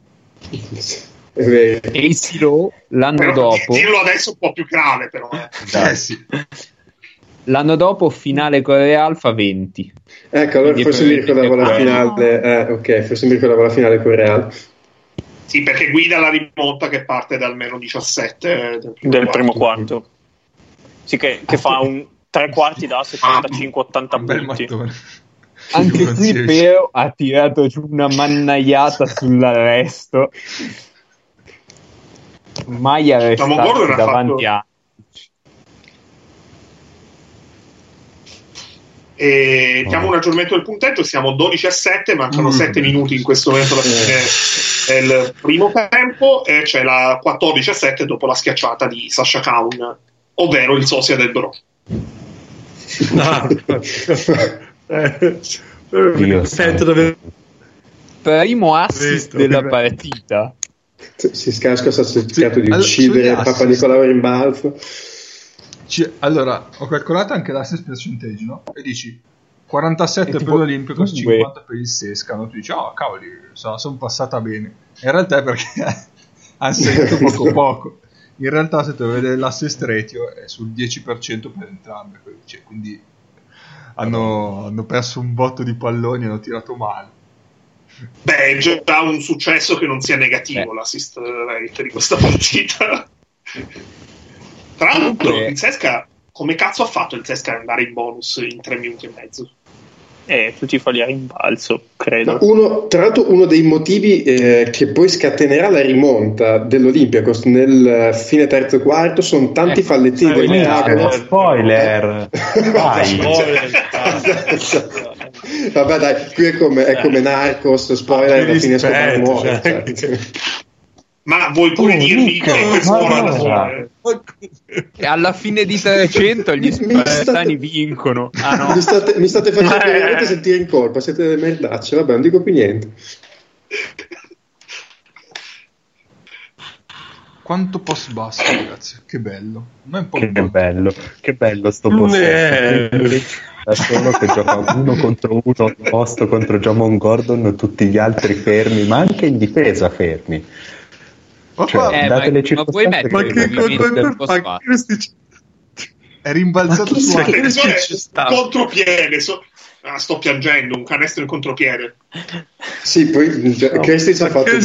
È vero. E il Silo l'anno dopo, dirlo adesso è un po' più grave, però Sì. l'anno dopo finale con Real fa 20. Ecco, allora forse mi ricordavo la finale. Ok, forse mi ricordavo la finale con Real. Sì, perché guida la rimonta che parte dal meno 17 del primo quarto. Sì, che fa un 3 quarti da 75-80 punti. Anche qui Peo ha tirato giù una mannaiata sull'arresto. Mai arrestato davanti a... E diamo un aggiornamento del punteggio, siamo 12-7, mancano 7 minuti in questo momento alla fine del primo tempo, e c'è la 14-7 dopo la schiacciata di Sasha Kaun, ovvero il sosia del Bro. Io sento davvero primo assist della partita. Si scasca, ha cercato di uccidere Papa Nicolau Rimbalzo. Allora, ho calcolato anche l'assist percentage, no? E dici 47 per l'Olimpico, 50 per il Sesca, no? Tu dici, oh cavoli, sono passata bene. In realtà è perché hanno segnato poco. In realtà se tu vedi l'assist ratio è sul 10% per entrambe, quindi hanno perso un botto di palloni, hanno tirato male. Beh, è già un successo che non sia negativo l'assist rate di questa partita. Tra l'altro, il Sesca, come cazzo ha fatto il Sesca ad andare in bonus in 3 minuti e mezzo? Tutti falli a rimbalzo, credo. Tra l'altro uno dei motivi che poi scatenerà la rimonta dell'Olympiacos nel fine terzo quarto sono tanti fallettini. Spoiler! Vabbè dai, qui è come Narcos, spoiler, alla fine Escobar muore. Ma vuoi pure dirmi che questo e alla fine di 300 gli spartani vincono. No. mi state facendo veramente sentire in colpa, siete delle merdacce. Vabbè, non dico più niente. Quanto post basso, ragazzi, che bello. Ma è un po' che bello sto possesso. Da solo che gioca 1 contro 1 posto contro Jamon Gordon, tutti gli altri fermi, ma anche in difesa fermi. Cioè, date le circostanze, ma che è rimbalzato su contropiede. Sto piangendo, un canestro in contropiede. Sì, poi Krstic ha fatto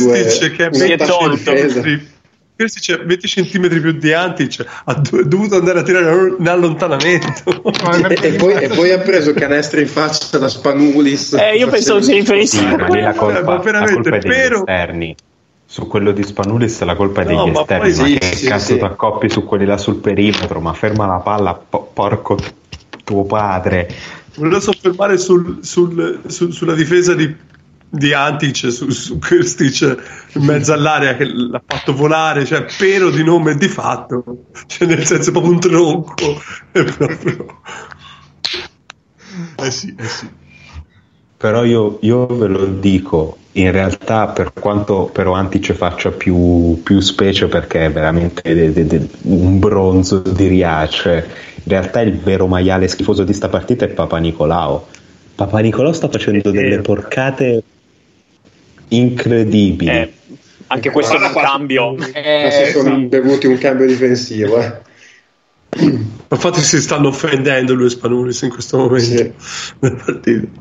Krstic a 20 centimetri più di Antic, ha dovuto andare a tirare in allontanamento. e poi ha preso canestri in faccia da Spanulis. Io pensavo si riferisse la colpa è degli esterni. Su quello di Spanulis la colpa è degli esterni, che cazzo t'accoppi su quelli là sul perimetro, ma ferma la palla, porco tuo padre. Volevo soffermare sulla difesa di Antic, su Krstic in mezzo all'area che l'ha fatto volare, cioè pero di nome e di fatto, cioè nel senso proprio un tronco, è proprio... sì. Però io ve lo dico, in realtà, per quanto però Antic faccia più specie, perché è veramente un bronzo di Riace, in realtà il vero maiale schifoso di sta partita è Papanicolau. Papanicolau sta facendo delle porcate incredibili. Anche questo è un cambio. Si sono bevuti un cambio difensivo. Infatti si stanno offendendo lui e Spanulis in questo momento nel partito.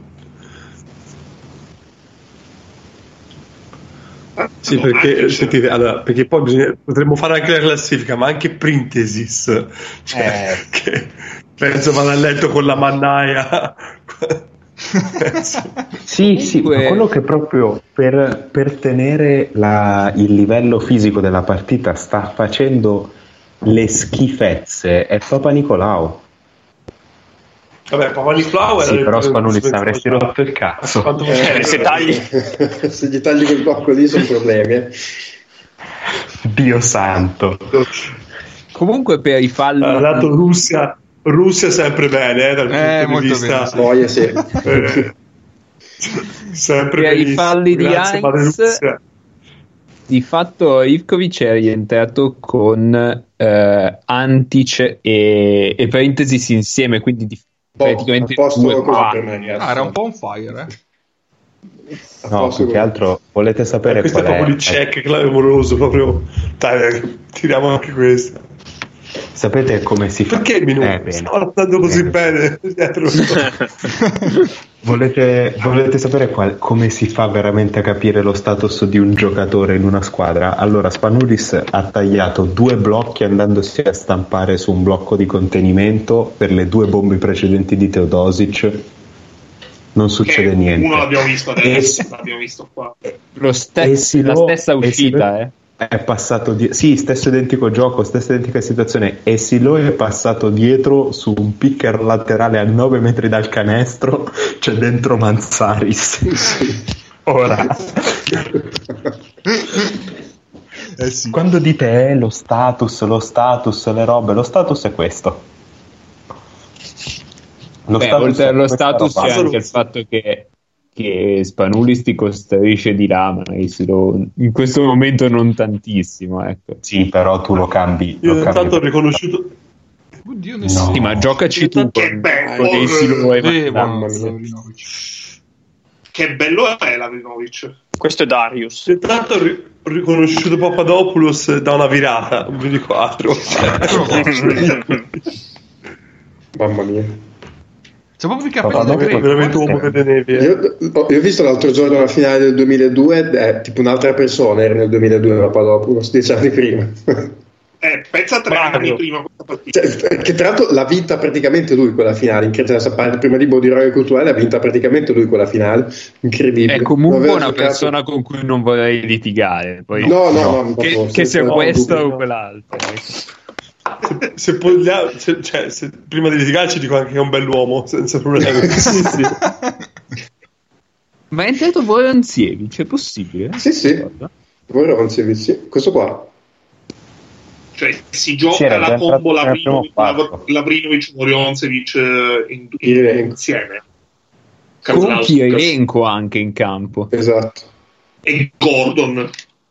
Sì, perché sentite, allora, perché poi potremmo fare anche la classifica, ma anche Printesis, che penso vada a letto con la mannaia. Sì, quello che proprio per tenere il livello fisico della partita sta facendo le schifezze è Papanicolau. Vabbè, Papanicolau sì, però Spanulis avresti rotto il cazzo. Se gli tagli quel blocco lì sono problemi. Dio santo. Comunque per i falli dato Russia sempre bene dal punto di vista Boia, sì. Sempre per i falli di Heinz. Di fatto Ivkovic è rientrato con Antic e Parenthesis insieme, quindi praticamente era un po' on fire, No, più che altro volete sapere questo qual è proprio il check clamoroso, proprio dai, tiriamo anche questo. Sapete come si fa? Perché mi sto andando così bene dietro? Volete sapere come si fa veramente a capire lo status di un giocatore in una squadra? Allora, Spanulis ha tagliato 2 blocchi andandosi a stampare su un blocco di contenimento per le 2 bombe precedenti di Teodosic. Non succede niente. Uno l'abbiamo visto adesso, l'abbiamo visto qua. La stessa uscita, È passato stesso identico gioco, stessa identica situazione, e Silo è passato dietro su un picker laterale a 9 metri dal canestro, c'è dentro Manzaris. Ora quando dite lo status, le robe, lo status è questo. Oltre allo status c'è anche il fatto che Spanulis ti costruisce di là, ma in questo momento non tantissimo, ecco. Sì, però tu lo cambi. Io intanto ho riconosciuto. Oddio, no. Sì, ma giocaci tu con dei Silo e che bello è Lavrinovic. Questo è Darius. Intanto ho riconosciuto Papadopoulos da una virata, un V4. Mamma mia. C'è proprio i capelli veramente uomo che tenevi. Io ho visto l'altro giorno la finale del 2002, tipo un'altra persona era nel 2002 Papadopoulos, 10 anni prima. Pensa 3 anni prima questa partita. Che tra l'altro l'ha vinta praticamente lui quella finale, prima di Bodiroga e Courtois l'ha vinta praticamente lui quella finale, incredibile. È comunque una persona con cui non vorrei litigare, poi no, che sia questo o quell'altro. Se prima di litigarci dico anche che è un bell'uomo senza problemi. sì. Ma è entrato Voronzievic, è possibile? Sì. Voronzievic, sì. Questo qua. Cioè si gioca la combo Lavrinovic Voronzievic insieme. Con Kirilenko anche in campo. Esatto. E Gordon.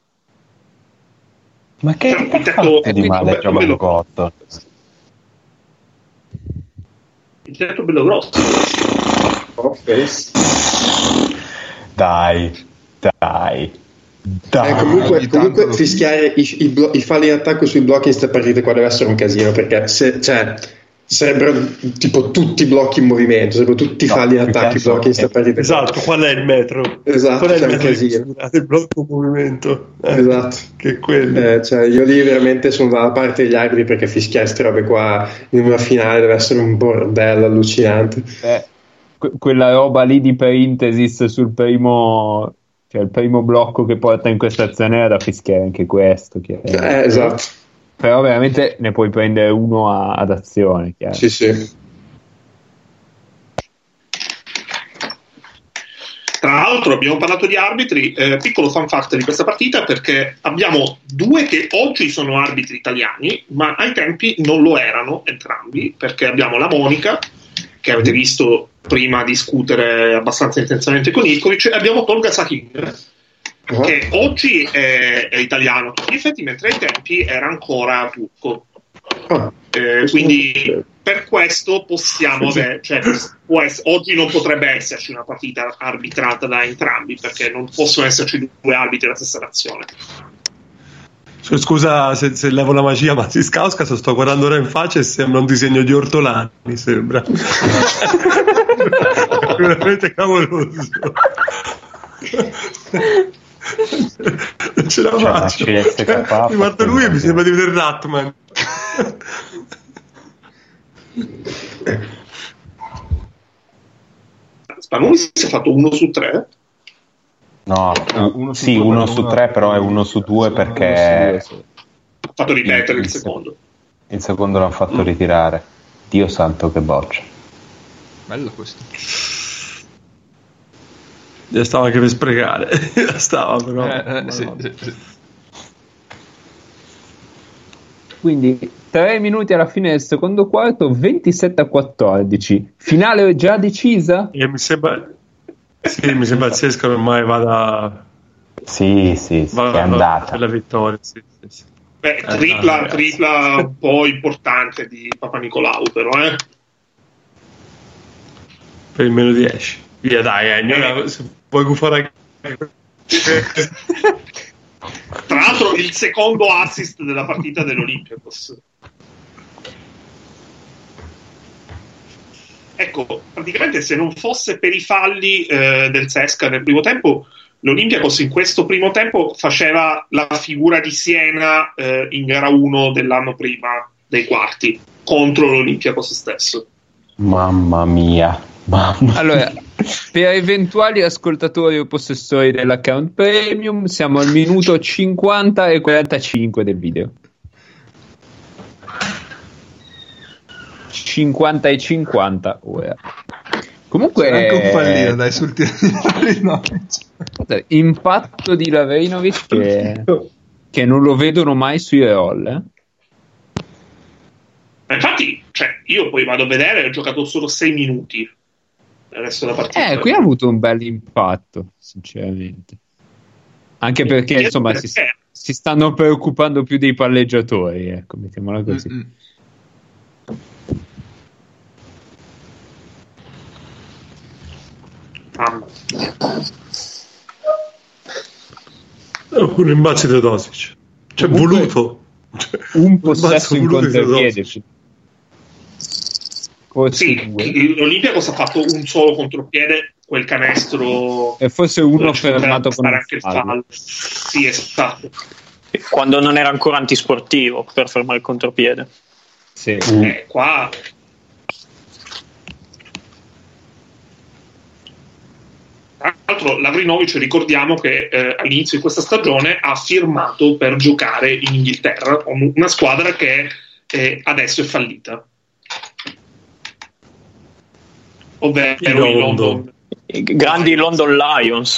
Ma che di male Giovanni Cotto? Il teatro bello grosso. Dai. Comunque fischiare i falli in attacco sui blocchi in queste partite qua deve essere un casino, perché sarebbero tipo tutti blocchi in movimento, sarebbero tutti falli in attacco, blocchi in queste partite. Esatto, qual è il metro? Esatto, qual è il casino. Il blocco in movimento. Esatto. Che è quello. Io lì veramente sono dalla parte degli arbitri, perché fischiare queste robe qua in una finale deve essere un bordello allucinante. Quella roba lì di Parenthesis sul primo, cioè il primo blocco che porta in questa azione era da fischiare anche questo. Esatto. Però veramente ne puoi prendere uno ad azione, chiaro. Sì. Tra l'altro abbiamo parlato di arbitri, piccolo fan fact di questa partita, perché abbiamo 2 che oggi sono arbitri italiani, ma ai tempi non lo erano entrambi, perché abbiamo la Monica, che avete visto prima discutere abbastanza intensamente con Ivkovic, e abbiamo Tolga Sahin, che oggi è italiano a tutti gli effetti, mentre ai tempi era ancora turco. Quindi per questo possiamo avere, cioè, oggi non potrebbe esserci una partita arbitrata da entrambi, perché non possono esserci due arbitri della stessa nazione. Scusa se levo la magia, ma si scasca, sto guardando ora in faccia e sembra un disegno di Ortolani, mi sembra. Veramente cavoloso. Non ce la faccio. Mi guardo lui e mi sembra di vedere Ratman. Spanoni si è fatto 1 su 3. No, uno su 3, però è 1 su 2 perché ha fatto ripetere il secondo. Il secondo l'hanno fatto ritirare. Dio santo, che boccia. Bello questo. Ya stava anche per sprecare. Ya stava però. Sì. Quindi 3 minuti alla fine del secondo quarto, 27-14. Finale già decisa? E mi sembra pazzesco, ormai vada. Sì, è andata per la vittoria. Sì. Beh, tripla un po' importante di Papanicolaou, però per il meno 10. Via, dai, se puoi gufare anche. Tra l'altro il secondo assist della partita dell'Olympiakos. Ecco, praticamente se non fosse per i falli del CSKA nel primo tempo, l'Olympiakos in questo primo tempo faceva la figura di Siena in gara 1 dell'anno prima dei quarti contro l'Olympiakos stesso. Mamma mia. Allora, per eventuali ascoltatori o possessori dell'account premium, siamo al minuto 50 e 45 del video. 50 e 50 ora. Comunque c'è anche un pallino, dai, sul tiro di Lavrinovic. Impatto di Lavrinovic che non lo vedono mai sui roll. Infatti, io poi vado a vedere, ho giocato solo 6 minuti nel resto della partita. Qui ha avuto un bel impatto, sinceramente. Anche perché, insomma, si stanno preoccupando più dei palleggiatori, ecco, mettiamola così. Un rimbalzo di Teodosic, voluto un possesso in contropiede. Sì, l'Olympiakos ha fatto un solo contropiede, quel canestro, e forse uno fermato con anche il fallo. Sì, esatto. Quando non era ancora antisportivo per fermare il contropiede. Sì. Qua tra l'altro Lavrinovic, ricordiamo che all'inizio di questa stagione ha firmato per giocare in Inghilterra, una squadra che adesso è fallita, ovvero i London. I grandi London Lions.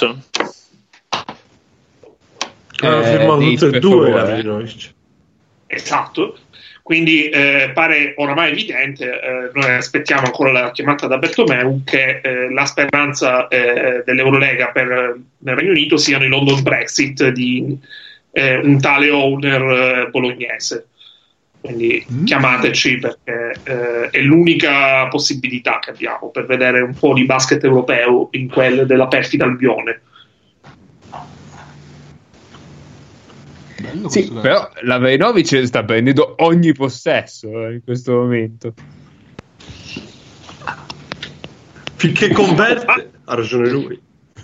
Ha firmato tutte e due Lavrinovic. Esatto. Quindi pare oramai evidente, noi aspettiamo ancora la chiamata da Bertomeu, che la speranza dell'Eurolega nel Regno Unito siano i London Brexit di un tale owner bolognese. Quindi chiamateci, perché è l'unica possibilità che abbiamo per vedere un po' di basket europeo in quel della perfida Albione. Sì, però Lavrinovic sta prendendo ogni possesso in questo momento. Finché converte, ha ragione lui.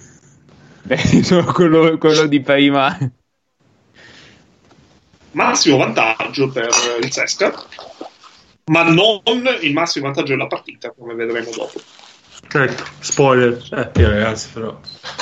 Quello di prima. Massimo vantaggio per il CSKA, ma non il massimo vantaggio della partita, come vedremo dopo. Ecco, spoiler. Ragazzi, però.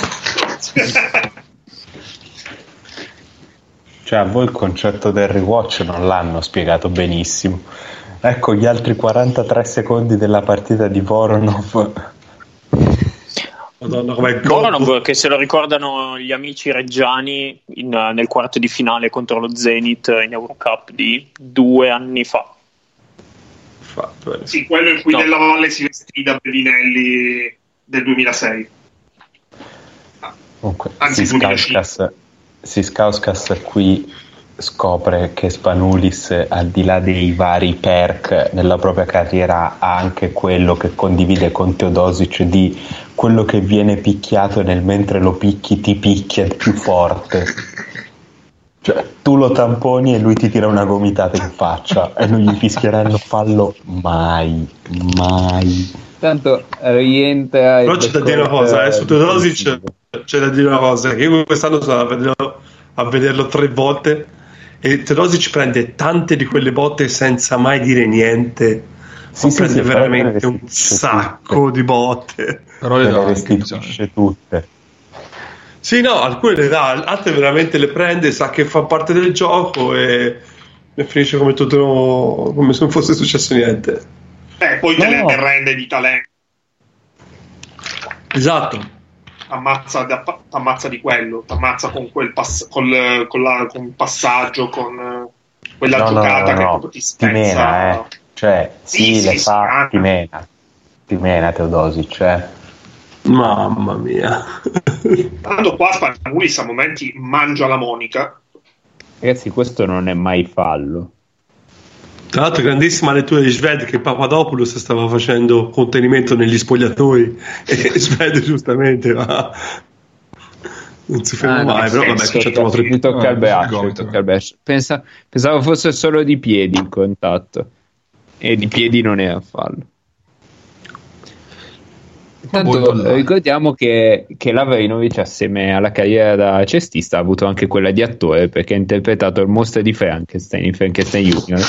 Cioè, a voi il concetto del rewatch non l'hanno spiegato benissimo. Ecco gli altri 43 secondi della partita di Voronov. Madonna, come Voronov, che se lo ricordano gli amici reggiani nel quarto di finale contro lo Zenit in Eurocup di 2 anni fa. fatto. Sì, quello in cui Della Valle si vestì da Bellinelli del 2006. Comunque, Anzi, Siskauskas qui scopre che Spanulis, al di là dei vari perk nella propria carriera, ha anche quello che condivide con Teodosic, di quello che viene picchiato nel mentre lo picchi ti picchia più forte. Cioè, tu lo tamponi e lui ti tira una gomitata in faccia e non gli fischieranno fallo mai. Tanto rientra. Però c'è da dire una cosa, su Teodosic c'è da dire una cosa, che io quest'anno sono a vederlo 3 volte e Teodosic prende tante di quelle botte senza mai dire niente. Prende veramente un sacco di botte. Però le restituisce tutte. Sì, no, alcune le dà, altre veramente le prende, sa che fa parte del gioco e finisce come tutto, come se non fosse successo niente. Poi te le rende di talento. Esatto. T'ammazza di quello, t'ammazza con quel con passaggio, con quella giocata che proprio ti spezza. Cioè, ti mena Teodosic, Mamma mia. Tanto qua Spanulis a momenti mangia la Monica. Ragazzi, questo non è mai fallo. Tra l'altro, grandissima lettura di Sved, che Papadopoulos stava facendo contenimento negli spogliatoi e Sved giustamente non si ferma mai, però vabbè, che c'è trovato mi tocca il braccio. Pensavo fosse solo di piedi il contatto, e di piedi non era fallo. Intanto ricordiamo che Lavrinovic, assieme alla carriera da cestista, ha avuto anche quella di attore, perché ha interpretato il mostro di Frankenstein in Frankenstein Junior.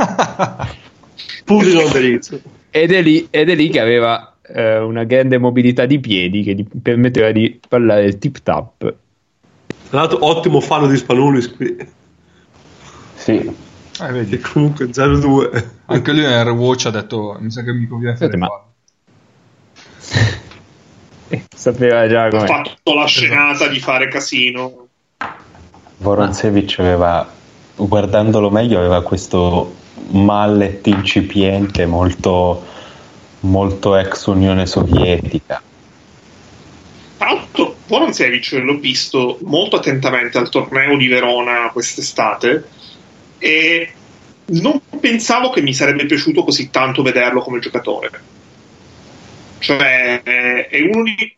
Ed è lì che aveva una grande mobilità di piedi che gli permetteva di ballare il tip tap. Tra l'altro, ottimo fallo di Spanulis qui. Sì. Vedi. E comunque 0-2. Anche lui nel rewatch ha detto: mi sa che mi conviene fare fallo. Sapeva già come. Ha fatto la scenata di fare casino. Vorontsevich aveva, guardandolo meglio, aveva questo mallet incipiente molto, molto ex Unione Sovietica. Tra l'altro Vorontsevich l'ho visto molto attentamente al torneo di Verona quest'estate e non pensavo che mi sarebbe piaciuto così tanto vederlo come giocatore. Cioè è uno di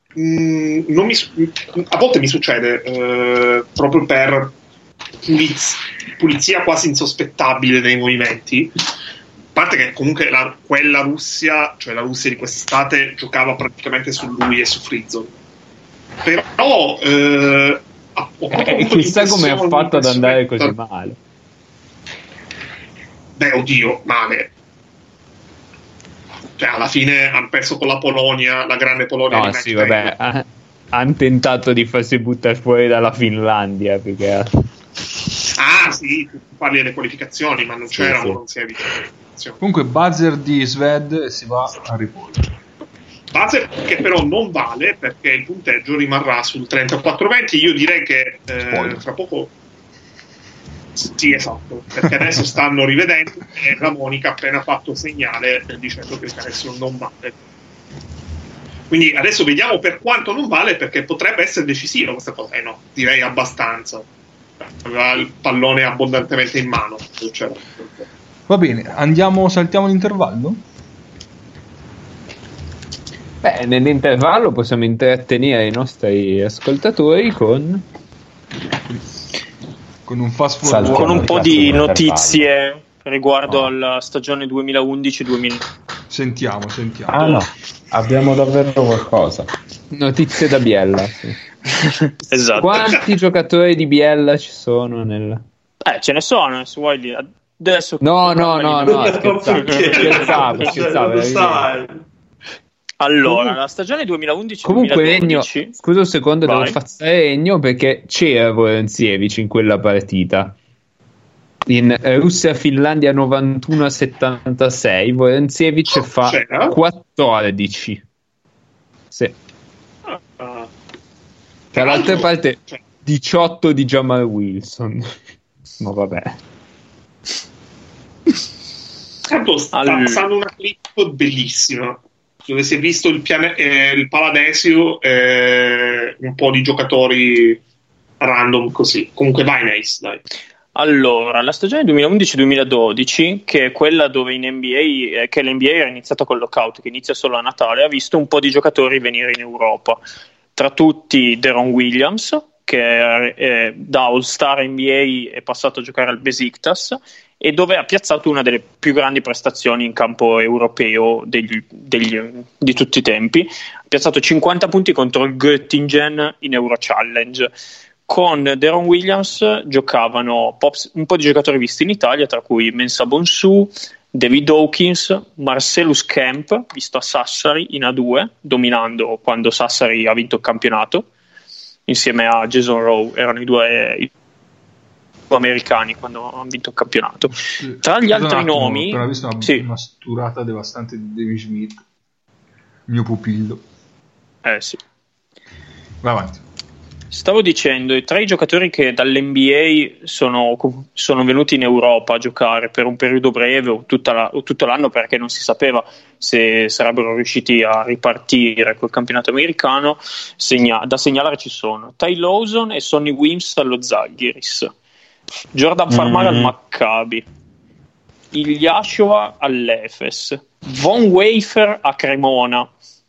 a volte mi succede proprio per pulizia quasi insospettabile dei movimenti, a parte che comunque quella Russia, cioè la Russia di quest'estate, giocava praticamente su lui e su Frizzon, però chissà come ha fatto ad andare così male. Beh, oddio, male. Cioè, alla fine hanno perso con la Polonia, la grande Polonia. No, sì, vabbè, hanno tentato di farsi buttare fuori dalla Finlandia, perché... Ah, sì, tu parli delle qualificazioni, ma non c'era un Comunque, buzzer di Sved, si va a riposo. Buzzer che però non vale, perché il punteggio rimarrà sul 34-20. Io direi che tra poco... Sì, esatto, perché adesso stanno rivedendo e la Monica ha appena fatto segnale dicendo che adesso non vale. Quindi adesso vediamo per quanto non vale, perché potrebbe essere decisiva questa cosa. No, direi abbastanza. Aveva il pallone abbondantemente in mano. Va bene, saltiamo l'intervallo? Beh, nell'intervallo possiamo intrattenere i nostri ascoltatori con un fast forward, con un po' di notizie riguardo alla stagione 2011-2012. Sentiamo. Ah no, abbiamo davvero qualcosa. Notizie da Biella, sì. Esatto. Quanti giocatori di Biella ci sono ce ne sono, se vuoi lì. Adesso no, scherzavo. Allora, la stagione 2011-2012. Comunque, Regno, scusa un secondo, devo fazzare Regno perché c'era Vorontsevich in quella partita. In Russia-Finlandia 91-76, Vorontsevich fa 14. Sì. Tra l'altra parte, 18 di Jamal Wilson. Ma vabbè. Tanto sta passando una clip bellissima dove si è visto il Paladesio, un po' di giocatori random così. Comunque vai Nace, dai. Allora, la stagione 2011-2012, che è quella dove in NBA, che l'NBA era iniziata col lockout, che inizia solo a Natale, ha visto un po' di giocatori venire in Europa. Tra tutti Deron Williams, che da All-Star NBA è passato a giocare al Besiktas, e dove ha piazzato una delle più grandi prestazioni in campo europeo di tutti i tempi. Ha piazzato 50 punti contro il Göttingen in Euro Challenge. Con Deron Williams giocavano un po' di giocatori visti in Italia, tra cui Mensah Bonsu, David Hawkins, Marcellus Kemp, visto a Sassari in A2, dominando quando Sassari ha vinto il campionato, insieme a Jason Rowe, erano i due americani quando hanno vinto il campionato. Tra gli altri nomi, ho visto una sturata devastante di David Smith, il mio pupillo. Sì. Vai avanti. Stavo dicendo, tra i giocatori che dall'NBA sono venuti in Europa a giocare per un periodo breve o tutto l'anno, perché non si sapeva se sarebbero riusciti a ripartire col campionato americano, da segnalare ci sono Ty Lawson e Sonny Wims allo Zalgiris, Jordan Farmar al Maccabi, Ilyashova all'Efes, Von Wafer a Cremona.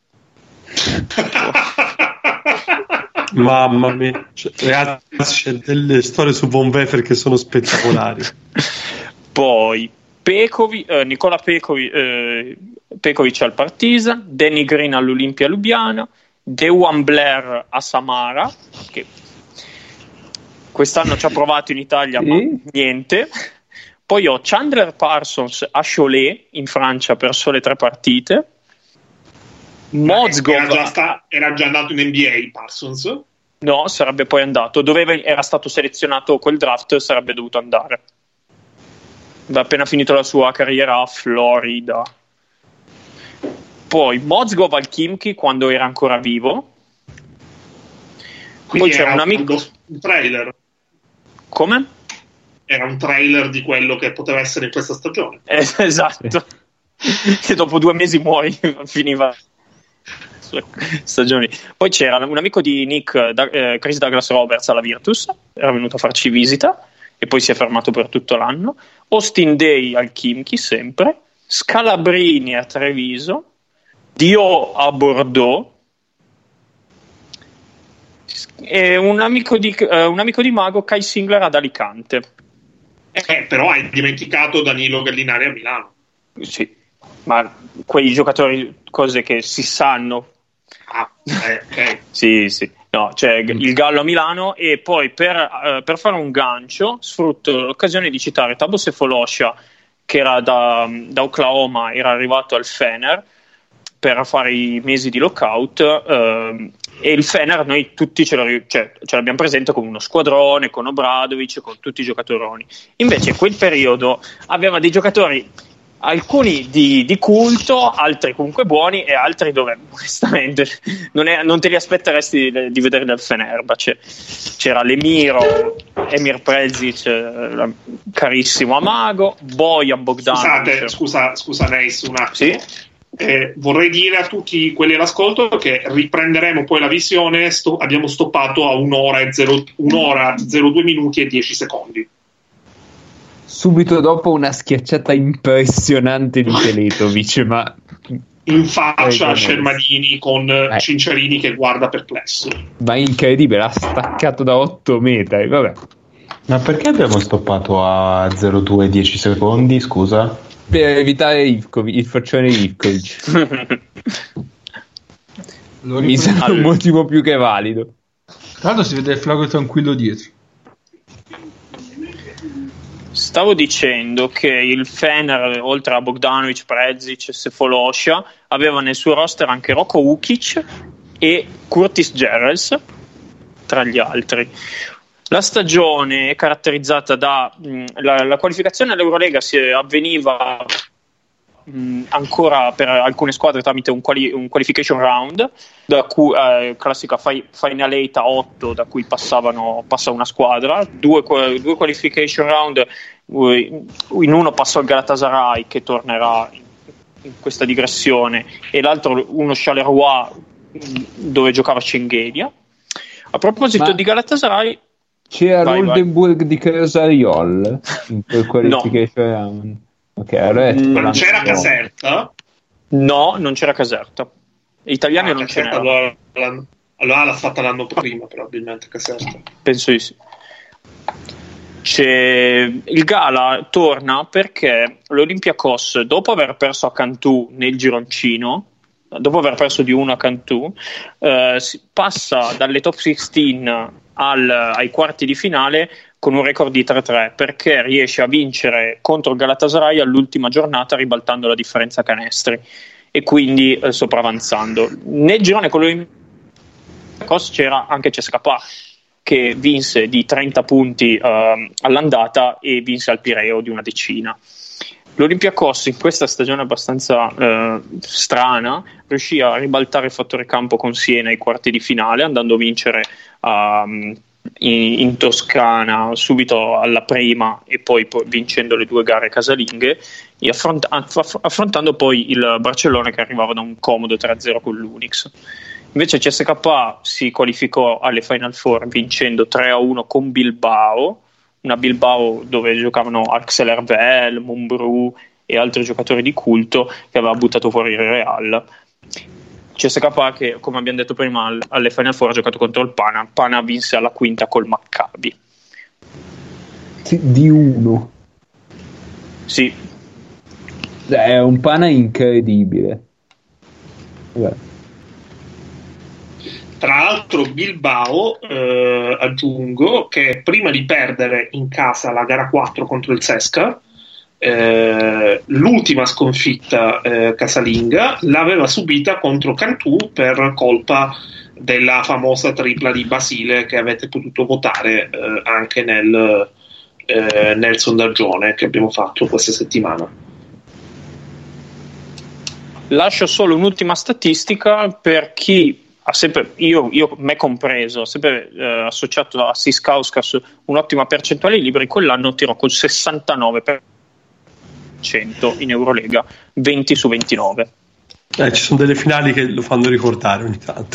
Mamma mia, ragazzi, c'è delle storie su Von Wefer che sono spettacolari. Poi Nicola Pekovic al Partizan, Danny Green all'Olimpia Lubiana, Dewan Blair a Samara, che quest'anno ci ha provato in Italia ma niente. Poi ho Chandler Parsons a Cholet in Francia per sole 3 partite. Mozgov era già andato in NBA Parsons? No, sarebbe poi andato. Era stato selezionato quel draft, sarebbe dovuto andare. Aveva appena finito la sua carriera a Florida. Poi Mozgov al Khimki quando era ancora vivo. Quindi poi c'era un amico. Un trailer. Come? Era un trailer di quello che poteva essere in questa stagione. Esatto. Che dopo 2 mesi muori, finiva stagioni. Poi c'era un amico di Nick, Chris Douglas Roberts alla Virtus, era venuto a farci visita e poi si è fermato per tutto l'anno. Austin Day al Khimki sempre, Scalabrini a Treviso, Dio a Bordeaux e un amico di Mago, Kai Singler ad Alicante. Però hai dimenticato Danilo Gallinari a Milano. Sì, ma quei giocatori, cose che si sanno. Okay. Sì. No, c'è il Gallo a Milano. E poi per fare un gancio sfrutto l'occasione di citare Thabo Sefolosha, che era da Oklahoma, era arrivato al Fener per fare i mesi di lockout, e il Fener noi tutti ce l'abbiamo presente come uno squadrone con Obradovic, con tutti i giocatoroni. Invece quel periodo aveva dei giocatori, alcuni di culto, altri comunque buoni e altri dove onestamente non te li aspetteresti di vedere nel Fenerbahce. C'era l'Emiro, Emir Prezic, carissimo Amago, Bojan Bogdanovic. Scusa Neis, un attimo. Sì? Vorrei dire a tutti quelli all'ascolto che riprenderemo poi la visione. Abbiamo stoppato a 1 ora 02 minuti e 10 secondi. Subito dopo una schiacciata impressionante di Teletovic, ma in faccia a Scermanini con Cincerini che guarda perplesso. Ma incredibile, ha staccato da 8 metri, vabbè. Ma perché abbiamo stoppato a 02 10 secondi, scusa? Per evitare il faccione Ivkovic. Mi sembra un motivo più che valido. Tra l'altro si vede il flago tranquillo dietro. Stavo dicendo che il Fener, oltre a Bogdanovic, Prezic e Sefolosha, aveva nel suo roster anche Roko Ukic e Curtis Jerels, tra gli altri. La stagione è caratterizzata da la qualificazione all'Eurolega si avveniva ancora per alcune squadre tramite un qualification round, da cui classica Final 8 a 8, da cui passa una squadra, due qualification round, in uno passò il Galatasaray, che tornerà in questa digressione, e l'altro uno Charleroi, dove giocava Schengelia. A proposito di Galatasaray, c'era l'Oldenburg di Casariol in quel qualification round. Okay, non c'era Caserta? No, non c'era Caserta. Italiani non Caserta, c'era. Allora l'ha fatta l'anno prima, probabilmente Caserta. Penso di sì. Il Gala torna perché l'Olympiakos, dopo aver perso a Cantù nel gironcino, dopo aver perso di 1 a Cantù, passa dalle top 16 ai quarti di finale con un record di 3-3, perché riesce a vincere contro il Galatasaray all'ultima giornata, ribaltando la differenza canestri e quindi sopravanzando. Nel girone con l'Olympiakos c'era anche CSKA, che vinse di 30 punti all'andata e vinse al Pireo di una decina. L'Olympiakos in questa stagione abbastanza strana riuscì a ribaltare il fattore campo con Siena ai quarti di finale, andando a vincere in Toscana subito alla prima e poi vincendo le 2 gare casalinghe, e affrontando poi il Barcellona, che arrivava da un comodo 3-0 con l'Unix. Invece CSKA si qualificò alle Final Four vincendo 3-1 con Bilbao, una Bilbao dove giocavano Axel Hervel, Mumbrú e altri giocatori di culto, che aveva buttato fuori il Real. CSKA, che come abbiamo detto prima alle Final Four ha giocato contro il Pana vinse alla quinta col Maccabi. Di 1. Sì. È un Pana incredibile. Tra l'altro Bilbao, aggiungo, che prima di perdere in casa la gara 4 contro il Cesca, l'ultima sconfitta casalinga l'aveva subita contro Cantù per colpa della famosa tripla di Basile, che avete potuto votare anche nel sondaggione che abbiamo fatto questa settimana. Lascio solo un'ultima statistica per chi ha sempre, io me compreso, ha sempre associato a Siskauskas un'ottima percentuale di liberi. Quell'anno tirò col 69% in Eurolega, 20 su 29. Ci sono delle finali che lo fanno ricordare ogni tanto.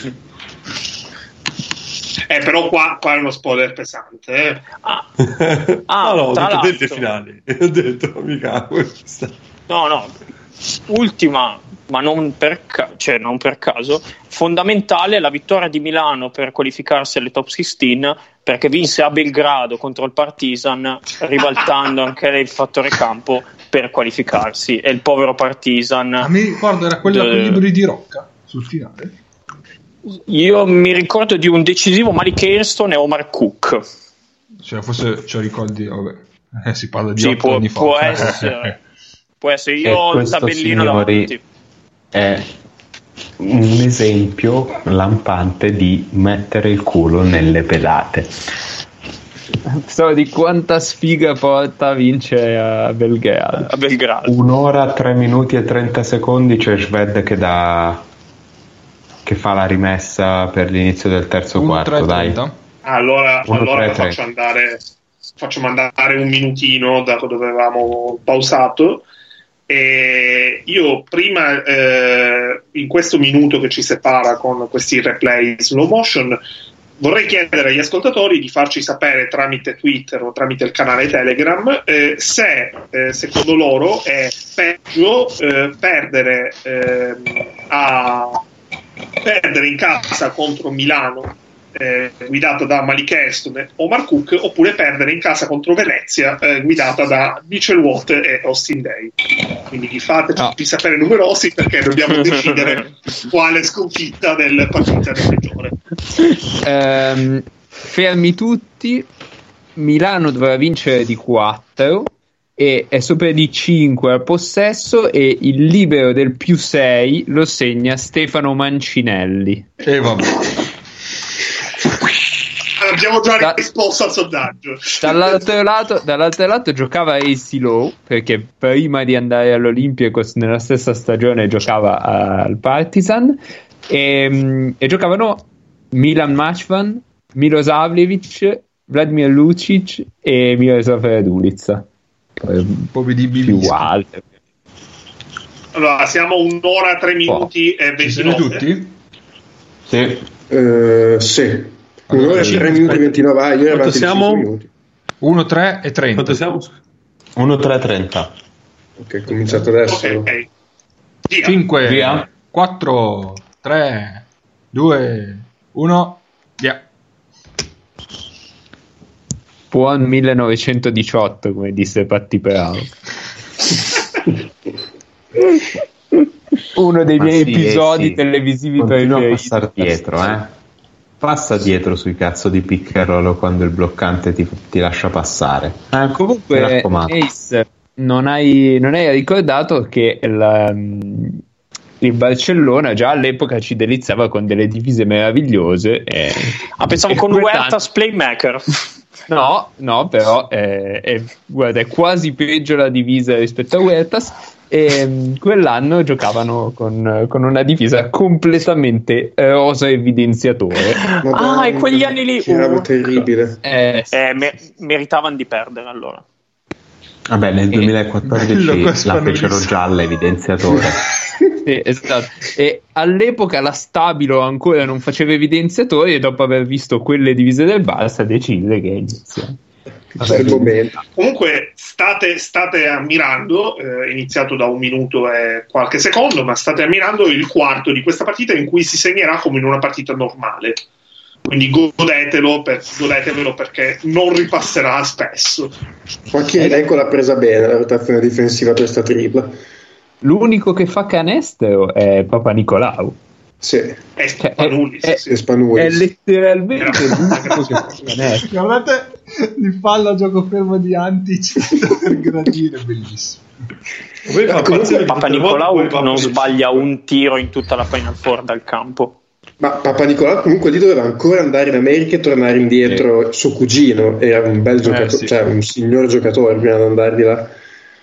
Però qua è uno spoiler pesante. No, ho detto delle finali. Ho detto, mica questa. No, ultima, ma non per caso, fondamentale la vittoria di Milano per qualificarsi alle top 16, perché vinse a Belgrado contro il Partizan, ribaltando anche il fattore campo per qualificarsi, e il povero Partizan. A me ricordo era quella con i libri di Rocca sul finale. Io mi ricordo di un decisivo Malik Hairston e Omar Cook. Cioè, forse ce ricordi, vabbè, si parla di 8 anni fa. Può essere, io ho il tabellino davanti. È un esempio lampante di mettere il culo nelle pedate. So di quanta sfiga porta a vincere a Belgrado. 1 ora, 3 minuti e 30 secondi c'è Shved che fa la rimessa per l'inizio del terzo quarto, dai. Allora facciamo andare un minutino da dove avevamo pausato. E io prima, in questo minuto che ci separa con questi replay slow motion, vorrei chiedere agli ascoltatori di farci sapere tramite Twitter o tramite il canale Telegram se secondo loro è peggio perdere in casa contro Milano guidata da Malik Hairston e Omar Cook, oppure perdere in casa contro Venezia guidata da Mitchell Watt e Austin Day. Quindi fateci sapere numerosi, perché dobbiamo decidere quale sconfitta del partita del peggiore. Fermi tutti, Milano dovrà vincere di 4 e è sopra di 5 al possesso, e il libero del più 6 lo segna Stefano Mancinelli. E vabbè. Abbiamo già risposto al sondaggio. Dall'altro lato giocava AC Lowe, perché prima di andare all'Olympiacos nella stessa stagione giocava al Partizan, e giocavano Milan Mačvan, Milosavljević, Vladimir Lucic e Miroslav Radulica. Un po' più alte. Allora, siamo 1 ora 3 minuti e 29. Tutti? Sì. Sì. 1 ora 3 minuti e 29. Io Quanto siamo? 1, 3 e 30. Quanto siamo? 1, 3, 30. Ok, cominciato adesso. Ok. 5, Via. 4, 3, 2, 1, via. Buon 1918, come disse Patti Bravo. Uno dei miei episodi televisivi Continua a preferiti. passare dietro, Passa dietro sui cazzo di pick and roll quando il bloccante ti lascia passare. Mi Comunque, raccomando. Ace, non hai ricordato che il Barcellona già all'epoca ci deliziava con delle divise meravigliose. Pensavo e con quell'anno- Huertas playmaker. No, però guarda, è quasi peggio la divisa rispetto a Huertas. E quell'anno giocavano con una divisa completamente rosa evidenziatore. Madonna, E quegli anni lì che roba terribile. meritavano di perdere allora. Vabbè, nel 2014 la fecero gialla evidenziatore. Sì, esatto. E all'epoca la Stabilo ancora non faceva evidenziatori, e dopo aver visto quelle divise del Barça decise che inizia. Comunque state ammirando, è iniziato da 1 minuto e qualche secondo, ma state ammirando il quarto di questa partita in cui si segnerà come in una partita normale. Quindi godetevelo perché non ripasserà spesso. Joaquin Lenko l'ha presa bene la rotazione difensiva per sta tripla. L'unico che fa canestro è Papanicolaou. Sì, È Spanulis. è Spanulis. È letteralmente l'unico che fa canestro. Guardate il fallo a gioco fermo di Antic per gradire, bellissimo. Papanicolaou non sbaglia un tiro in tutta la Final Four dal campo. Ma Papanicolaou comunque lì doveva ancora andare in America e tornare indietro. Suo cugino era un bel giocatore, sì. cioè un signor giocatore prima di andare di là.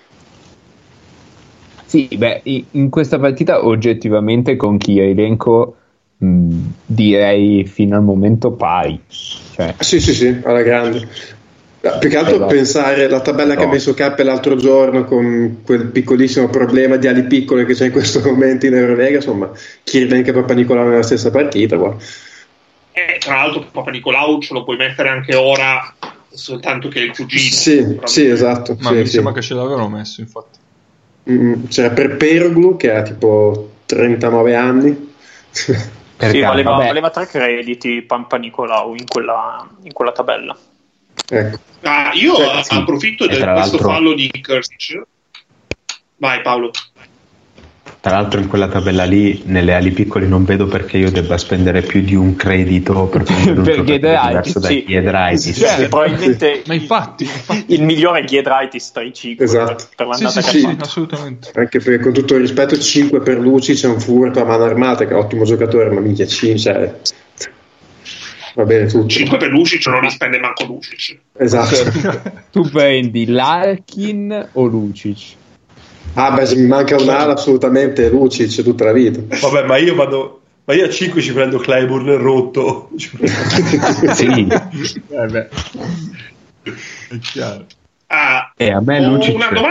Sì, beh, in questa partita oggettivamente con Kirilenko direi fino al momento pari. Cioè, Sì, alla grande. Più che altro pensare la tabella che ha messo K l'altro giorno con quel piccolissimo problema di ali piccole che c'è in questo momento in Eurolega, insomma, Kirilenko e Papanicolaou nella stessa partita. Tra l'altro Papanicolaou ce lo puoi mettere anche ora, soltanto che è il cugino. Sì, esatto. Ma mi sembra che ce l'avevano messo, infatti. C'era Peroglu che ha tipo 39 anni. Valeva 3 crediti Papanicolaou in quella tabella. Ecco. Io approfitto di questo fallo di Krstić. Vai Paolo. Tra l'altro in quella tabella lì, nelle ali piccole, non vedo perché io debba spendere più di un credito per diverso da Giedraitis. Probabilmente Ma infatti il migliore è Giedraitis tra i 5. Esatto. Per l'andata sì, assolutamente. Anche perché con tutto il rispetto 5 per Lucic è un furto a mano armata, che è un ottimo giocatore, ma minchia 5 va bene tutto. 5 per Lucic non li spende manco Lucic. Esatto. tu prendi Larkin o Lucic? Se mi manca un'ala assolutamente Lucic tutta la vita. Vabbè, ma io a 5 ci prendo Clyburn rotto. Sì. Beh. È chiaro. A me Lucic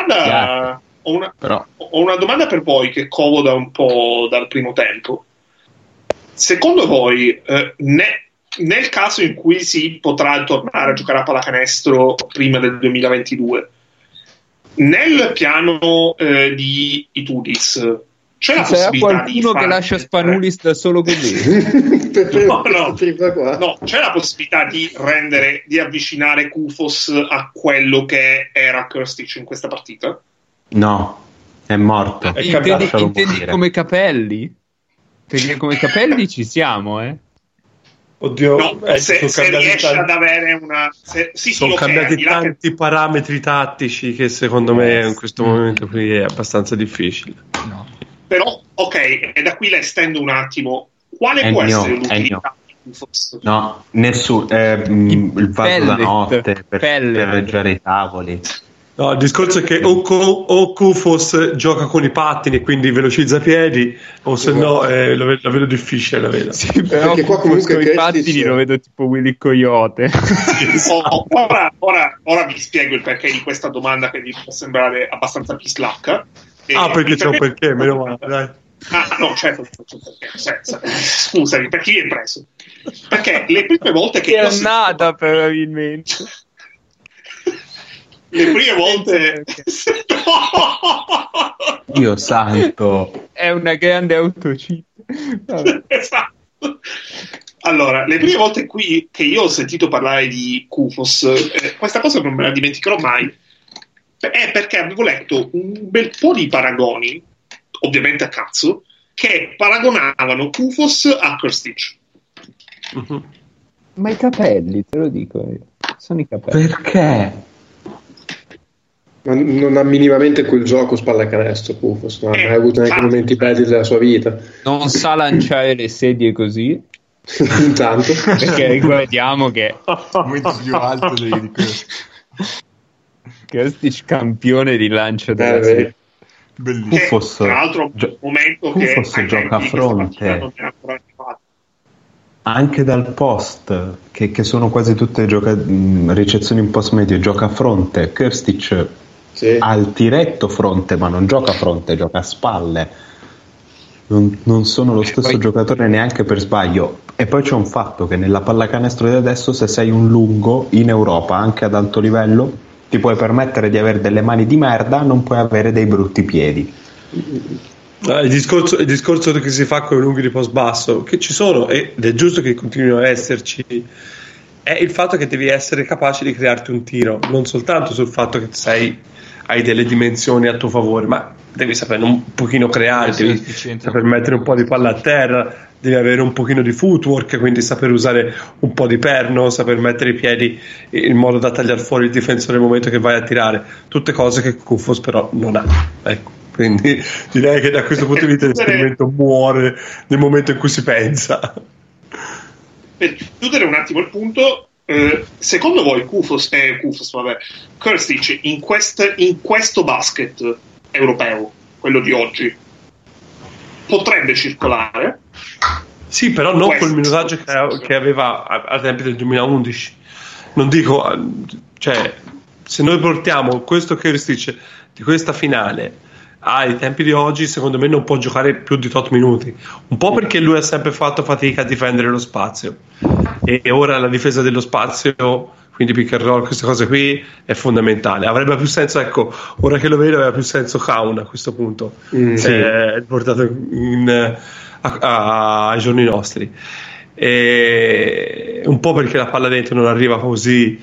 Ho una domanda per voi che comoda un po' dal primo tempo. Secondo voi, nel caso in cui si potrà tornare a giocare a pallacanestro prima del 2022, nel piano di Itudis c'è la possibilità qualcuno che lascia Spanulis da solo così? No, c'è la possibilità di avvicinare Kufos a quello che era Krstić in questa partita? No, è morto. Intendi come Capelli? Perché come Capelli ci siamo, Oddio, no, se riesce ad avere una sono cambiati tanti parametri tattici che secondo me in questo momento qui è abbastanza difficile. Però ok, e da qui la estendo un attimo. Quale può essere l'utilità No, nessuno. Il vaso da notte per reggiare i tavoli. No, il discorso è che o Kufos gioca con i pattini e quindi velocizza i piedi, o se no la vedo difficile, la vedo. Sì, però perché qua comunque con i pattini lo vedo tipo Willy Coyote. Ora vi spiego il perché di questa domanda che vi può sembrare abbastanza pislacca. Perché c'è un perché, meno male, dai. No, certo, scusami, per chi è preso? Perché le prime volte che è nata probabilmente. Le prime volte Dio santo, è una grande autocita. Esatto. Allora, le prime volte qui che io ho sentito parlare di Kufos, questa cosa non me la dimenticherò mai, è perché avevo letto un bel po' di paragoni, ovviamente a cazzo, che paragonavano Kufos a Kirstich. Uh-huh. Ma i capelli, te lo dico io, sono i capelli. Perché? Ma non ha minimamente quel gioco spallacanestro Kufos, non ha mai avuto neanche momenti belli della sua vita. Non sa lanciare le sedie così. Intanto. Perché ricordiamo che il momento più alto di Kirstich campione di lancio della serie. Bellissimo. Tra l'altro momento Kufos che gioca a fronte anche dal post, che sono quasi tutte ricezioni in post medio, gioca a fronte. Kirstich ha il diretto fronte, ma non gioca a fronte, gioca a spalle. Non sono lo stesso giocatore neanche per sbaglio. E poi c'è un fatto che nella pallacanestro di adesso, se sei un lungo in Europa anche ad alto livello, ti puoi permettere di avere delle mani di merda, non puoi avere dei brutti piedi. Il discorso che si fa con i lunghi di post basso, che ci sono ed è giusto che continuino a esserci, è il fatto che devi essere capace di crearti un tiro, non soltanto sul fatto che hai delle dimensioni a tuo favore, ma devi sapere un pochino creare, devi saper mettere un po' di palla a terra, devi avere un pochino di footwork, quindi saper usare un po' di perno, saper mettere i piedi in modo da tagliare fuori il difensore nel momento che vai a tirare, tutte cose che Kufos però non ha, ecco. Quindi direi che da questo punto di vista l'esperimento muore nel momento in cui si pensa. Per chiudere un attimo il punto, secondo voi Kirstich in questo basket europeo, quello di oggi, potrebbe circolare? Sì, però non col minutaggio che aveva ai tempi del 2011. Non dico, cioè, se noi portiamo questo Kirstich di questa finale ai tempi di oggi, secondo me non può giocare più di 8 minuti, un po' perché lui ha sempre fatto fatica a difendere lo spazio e ora la difesa dello spazio, quindi pick and roll, queste cose qui è fondamentale. Avrebbe più senso, ecco, ora che lo vedo aveva più senso Kaun a questo punto, portato ai giorni nostri, e un po' perché la palla dentro non arriva così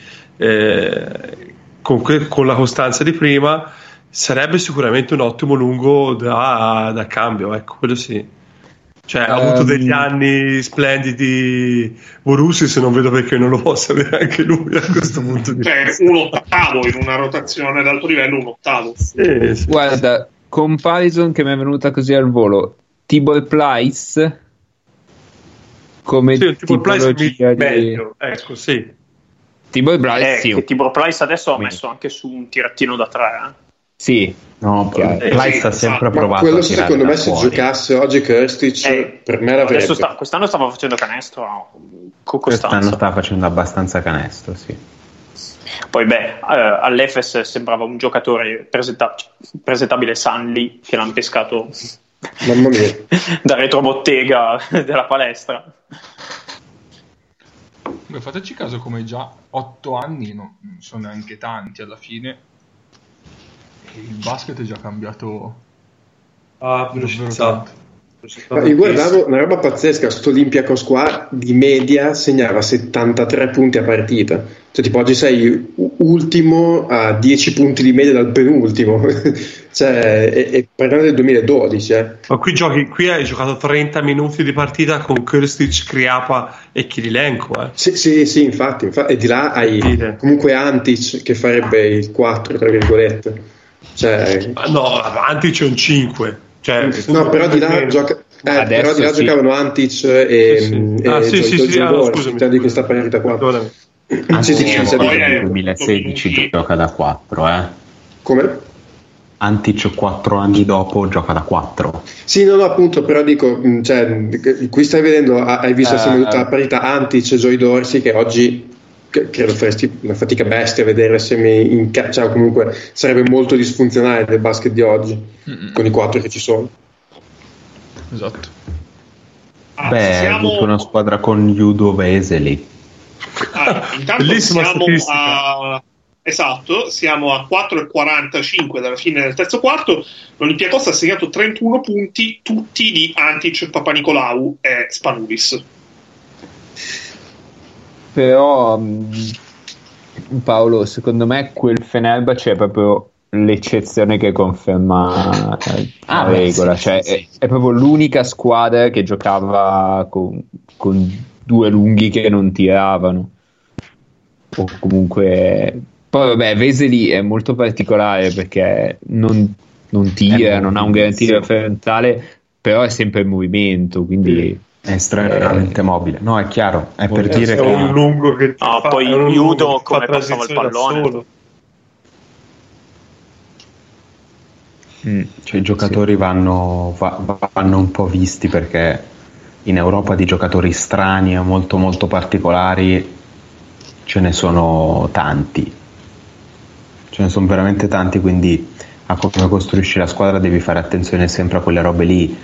con la costanza di prima. Sarebbe sicuramente un ottimo lungo da cambio, ecco, quello sì. Cioè, ha avuto degli anni splendidi Borussia, se non vedo perché non lo possa avere anche lui a questo punto di vista. Un ottavo in una rotazione ad alto livello, un ottavo. Sì. Guarda, comparison che mi è venuta così al volo. Tibor Plyce come tipologia di... meglio, ecco, sì. Tibor Plyce, Tibor Plyce adesso ha messo anche su un tirattino da 3, Sì, no, Plyce ha sempre provato. Quello secondo me, se giocasse oggi Kirstich, per me l'avrebbe. Quest'anno stava facendo canestro con costanza. Quest'anno stava facendo abbastanza canestro, sì. Poi all'Efes sembrava un giocatore presentabile Sanli che l'hanno pescato, mamma mia, da retrobottega della palestra. Beh, fateci caso come già 8 anni non sono neanche tanti alla fine. Il basket è già cambiato velocizzato. Io guardavo una roba pazzesca, sto Olympiacos qua di media segnava 73 punti a partita, cioè tipo oggi sei ultimo a 10 punti di media dal penultimo. Cioè, e parliamo del 2012 ma qui hai giocato 30 minuti di partita con Kirstich, Kriapa e Kirilenko sì, infatti, e di là hai comunque Antic che farebbe il 4 tra virgolette. Cioè, no, Antic è un 5. Cioè, no, però di là però di là giocavano Antic e scusami di questa partita qua. Nel 2016 gioca da 4, Come? Antic 4 anni dopo gioca da 4. Sì, no, appunto, però dico, cioè, qui stai vedendo, hai visto assieme tutta la partita Antic e Joy Dorsey, che oggi credo faresti una fatica bestia a vedere assieme cioè comunque sarebbe molto disfunzionale del basket di oggi con i 4 che ci sono. Esatto. Hai avuto una squadra con Udo Vesely. Intanto siamo a 4:45 dalla fine del terzo quarto. L'Olympiakos ha segnato 31 punti, tutti di Antic, Papanicolaou e Spanoulis. Però Paolo, secondo me quel Fenerbahce è proprio l'eccezione che conferma la regola, sì, cioè sì. è proprio l'unica squadra che giocava con due lunghi che non tiravano, o comunque poi vabbè Vesely è molto particolare perché non tira, non ha un garantito frontale, però è sempre in movimento, quindi è estremamente mobile. No, è chiaro, è per dire che è un lungo che poi Udo come passava il pallone. Cioè, i giocatori vanno un po' visti, perché in Europa di giocatori strani e molto molto particolari ce ne sono tanti, veramente tanti, quindi a come costruisci la squadra devi fare attenzione sempre a quelle robe lì.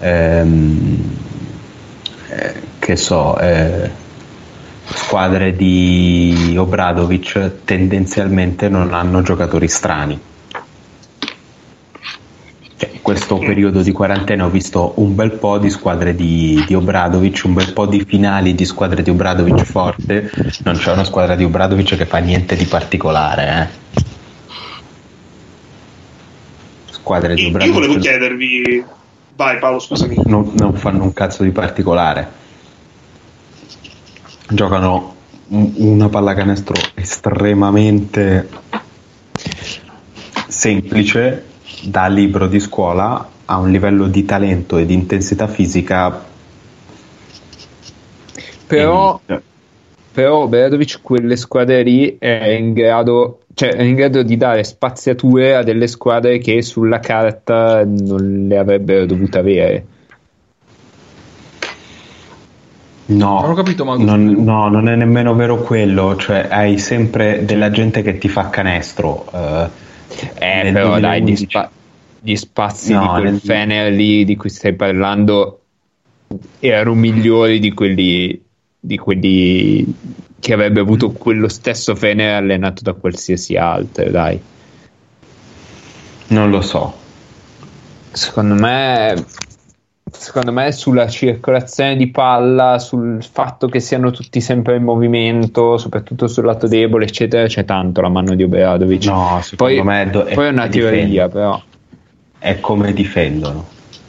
Che so, squadre di Obradovic tendenzialmente non hanno giocatori strani. Questo periodo di quarantena ho visto un bel po' di squadre di Obradovic, un bel po' di finali di squadre di Obradovic forte. Non c'è una squadra di Obradovic che fa niente di particolare, Squadre di Obradovic. Io volevo chiedervi, vai Paolo, scusami. Non fanno un cazzo di particolare. Giocano una pallacanestro estremamente semplice, da libro di scuola, a un livello di talento e di intensità fisica. Però Obradovic quelle squadre lì è in grado di dare spaziature a delle squadre che sulla carta non le avrebbero dovute avere. No, non ho capito, ma no, non è nemmeno vero quello, cioè hai sempre della gente che ti fa canestro. Però dai, gli spazi di quel Fener lì di cui stai parlando erano migliori di quelli che avrebbe avuto quello stesso Fener allenato da qualsiasi altro, dai. Non lo so. Secondo me sulla circolazione di palla, sul fatto che siano tutti sempre in movimento, soprattutto sul lato debole, eccetera, c'è tanto la mano di Obradovic. No, secondo me poi è una teoria, però. È come difendono.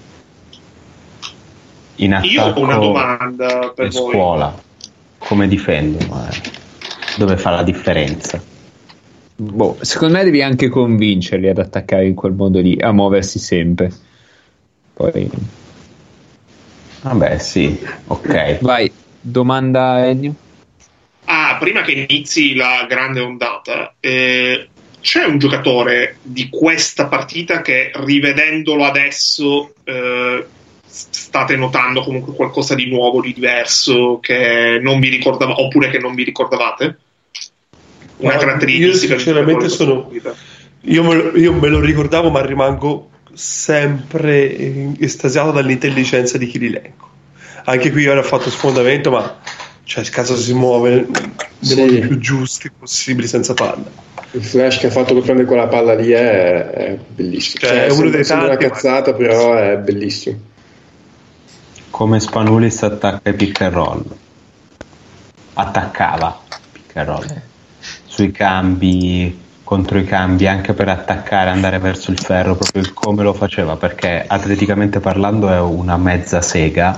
In attacco, io ho una domanda per voi. Scuola, come difendono? Dove fa la differenza? Secondo me devi anche convincerli ad attaccare in quel modo lì, a muoversi sempre. Poi vabbè, sì, ok. Vai, domanda Ennio. Prima che inizi la grande ondata, c'è un giocatore di questa partita che, rivedendolo adesso, state notando comunque qualcosa di nuovo, di diverso, che non vi ricordavate, oppure che non vi ricordavate? Una caratteristica. Io sinceramente io me lo ricordavo, ma rimango sempre estasiato dall'intelligenza di Kirilenko. Anche qui ora ha fatto sfondamento, ma il caso si muove nei modi più giusti possibili senza palla. Il flash che ha fatto per prendere quella palla lì è bellissimo. È uno dei tanti, una cazzata, però è bellissimo. Come Spanoulis attacca i pick and roll. Attaccava pick and roll. Sui cambi, contro i cambi, anche per attaccare, andare verso il ferro, proprio come lo faceva, perché atleticamente parlando è una mezza sega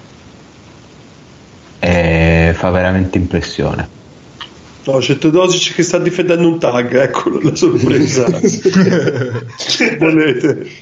e fa veramente impressione. No, c'è Teodosic che sta difendendo un tag, eccolo la sorpresa. Volete?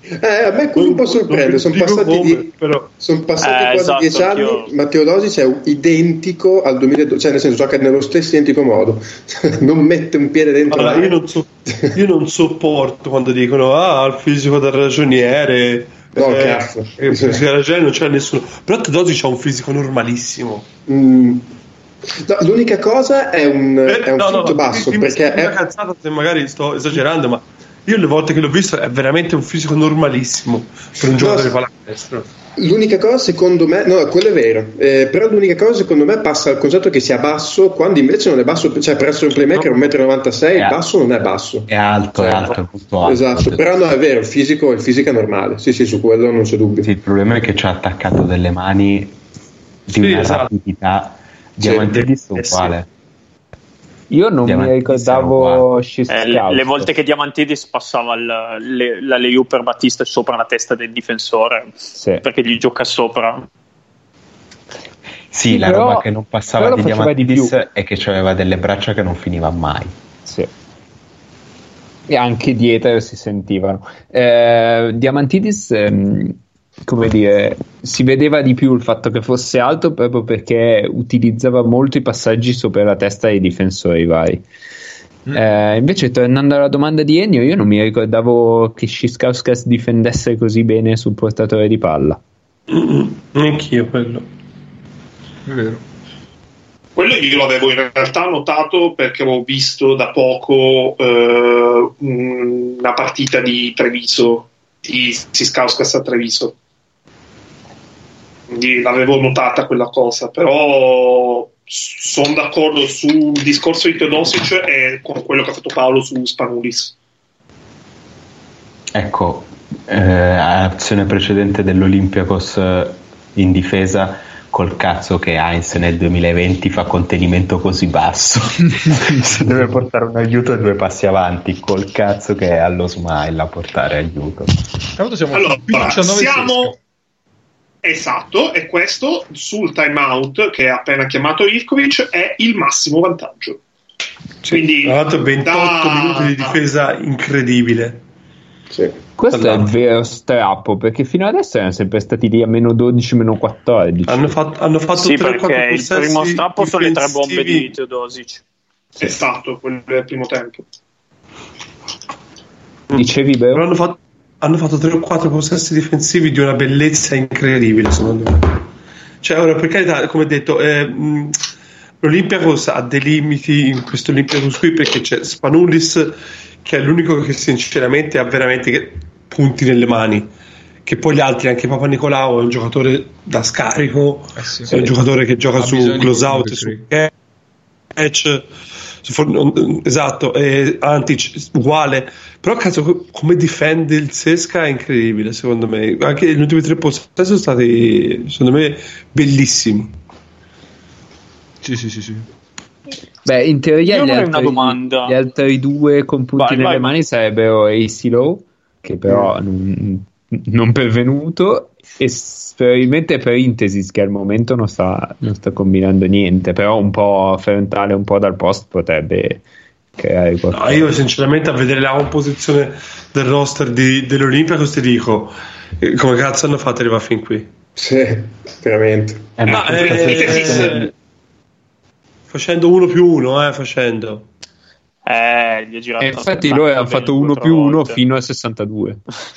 A me quello un po' sorprende, sono passati quasi esatto, 10 anni, anch'io. ma Teodosic è identico al 2012, cioè nel senso gioca nello stesso identico modo, non mette un piede dentro. Allora, io non sopporto quando dicono il fisico da ragioniere. No, cazzo. Il fisico da ragioniere non c'è nessuno. Però Teodosic ha un fisico normalissimo. No, l'unica cosa è un punto basso, perché è una cazzata, se magari sto esagerando, ma io le volte che l'ho visto è veramente un fisico normalissimo per un giocatore di pallacanestro. L'unica cosa secondo me, no, quello è vero, però l'unica cosa secondo me passa al concetto che sia basso, quando invece non è basso, cioè per essere un playmaker 1,96 m, il basso non è basso, è alto, è molto alto. Esatto, però no, è vero, il fisico è normale, sì, su quello non c'è dubbio. Sì, il problema è che ci ha attaccato delle mani di una rapidità. Diamantidis uguale. Io non mi ricordavo le volte che Diamantidis passava la layup per Battista sopra la testa del difensore, perché gli gioca sopra. Sì, la roba che non passava di Diamantidis è che aveva delle braccia che non finiva mai. Sì. E anche dietro si sentivano. Diamantidis, come dire, si vedeva di più il fatto che fosse alto proprio perché utilizzava molto i passaggi sopra la testa dei difensori vari. Invece, tornando alla domanda di Ennio, io non mi ricordavo che Szyskauskas difendesse così bene sul portatore di palla. Anch'io quello. È vero. Quello io l'avevo in realtà notato perché avevo visto da poco una partita di Treviso, di Szyskauskas a Treviso. Quindi l'avevo notata quella cosa, però sono d'accordo sul discorso di Teodosic e con quello che ha fatto Paolo su Spanoulis. Ecco, azione precedente dell'Olympiakos in difesa, col cazzo che Heinz nel 2020 fa contenimento così basso. Se deve portare un aiuto e 2 passi avanti, col cazzo che è allo smile a portare aiuto. Allora, siamo... Esatto, e questo sul timeout che ha appena chiamato Ivkovic è il massimo vantaggio. Quindi ha fatto 28 minuti di difesa incredibile. Sì. Questo è il vero strappo, perché fino adesso erano sempre stati lì a meno 12, meno 14. Hanno fatto sì, perché il primo strappo sono le 3 bombe di Teodosic. Esatto, quello del primo tempo. Dicevi, Beo? Però hanno fatto 3 o 4 possessi difensivi di una bellezza incredibile, secondo me. Cioè, ora, per carità, come detto, l'Olympiakos ha dei limiti in questo Olympiakos qui, perché c'è Spanoulis, che è l'unico che sinceramente ha veramente punti nelle mani, che poi gli altri, anche Papa Nicolau è un giocatore da scarico, è un giocatore che gioca su close out, su catch, esatto, Antic uguale, però cazzo, come difende il Cesca è incredibile, secondo me. Anche gli ultimi 3 possessi sono stati, secondo me, bellissimi. Sì. Beh, in teoria gli altri 2 con punti nelle mani sarebbero AC Low, che però non pervenuto, e probabilmente Perintesis, che al momento non sta combinando niente, però un po' frontale, un po' dal post potrebbe creare qualcosa. No, io sinceramente a vedere la composizione del roster dell'Olympiakos ti dico, come cazzo hanno fatto arrivare fin qui? Sì, veramente. Facendo 1+1, facendo. Gli ho girato infatti loro hanno fatto 1+1 fino al 62.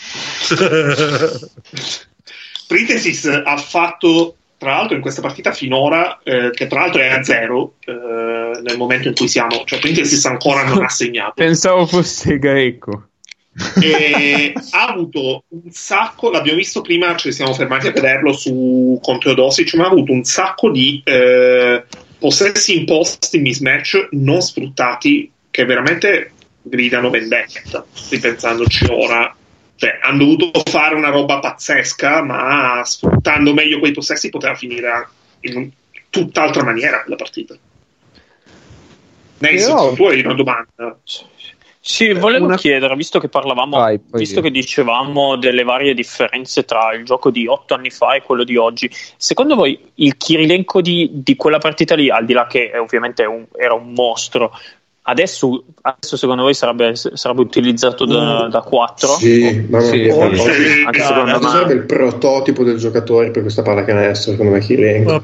Printesis ha fatto, tra l'altro, in questa partita finora, che tra l'altro è a 0 nel momento in cui siamo, cioè Printesis ancora non ha segnato. Pensavo fosse greco. Ha avuto un sacco, l'abbiamo visto prima, ci siamo fermati a vederlo con Teodosic, ma ha avuto un sacco di possessi imposti, mismatch non sfruttati, che veramente gridano vendetta, ripensandoci ora. Cioè, hanno dovuto fare una roba pazzesca, ma sfruttando meglio quei possessi poteva finire in tutt'altra maniera la partita. Nelson, tu hai una domanda? Sì, volevo chiedere, visto che parlavamo, che dicevamo delle varie differenze tra il gioco di 8 anni fa e quello di oggi, secondo voi il Kirilenko di quella partita lì, al di là che ovviamente era un mostro, Adesso secondo voi sarebbe utilizzato da 4? Sì, ma anche secondo me sarebbe il prototipo del giocatore per questa pallacanestro, secondo me Kirilenko.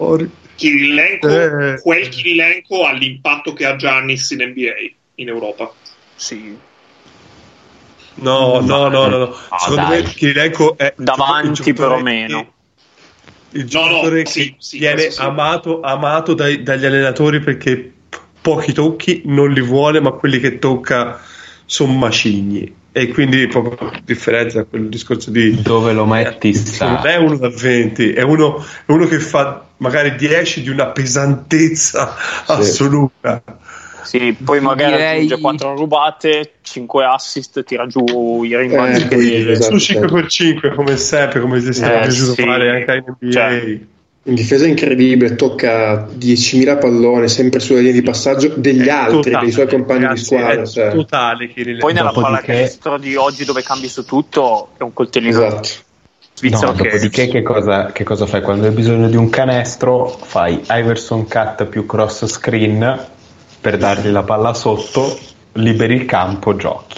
Quel Kirilenko ha l'impatto che ha Giannis in NBA, in Europa. Sì. No. Secondo me Kirilenko è davanti perlomeno. Il giocatore che viene amato dagli allenatori perché pochi tocchi non li vuole, ma quelli che tocca sono macigni, e quindi proprio differenza a quel discorso di dove lo metti non è uno da 20, è uno che fa magari 10 di una pesantezza assoluta. Sì, poi magari aggiunge 4 rubate, 5 assist, tira giù i rimbalzi che deve. Su 5x5 come sempre, come si è piaciuto fare anche in NBA. Cioè, in difesa incredibile, tocca 10.000 pallone sempre sulla linea di passaggio degli altri, dei suoi compagni di squadra. Totale. Poi nella pallacanestro di oggi, dove cambi su tutto, è un coltellino svizzero. Dopodiché che cosa fai? Quando hai bisogno di un canestro fai Iverson cut più cross screen per dargli la palla sotto, liberi il campo, giochi.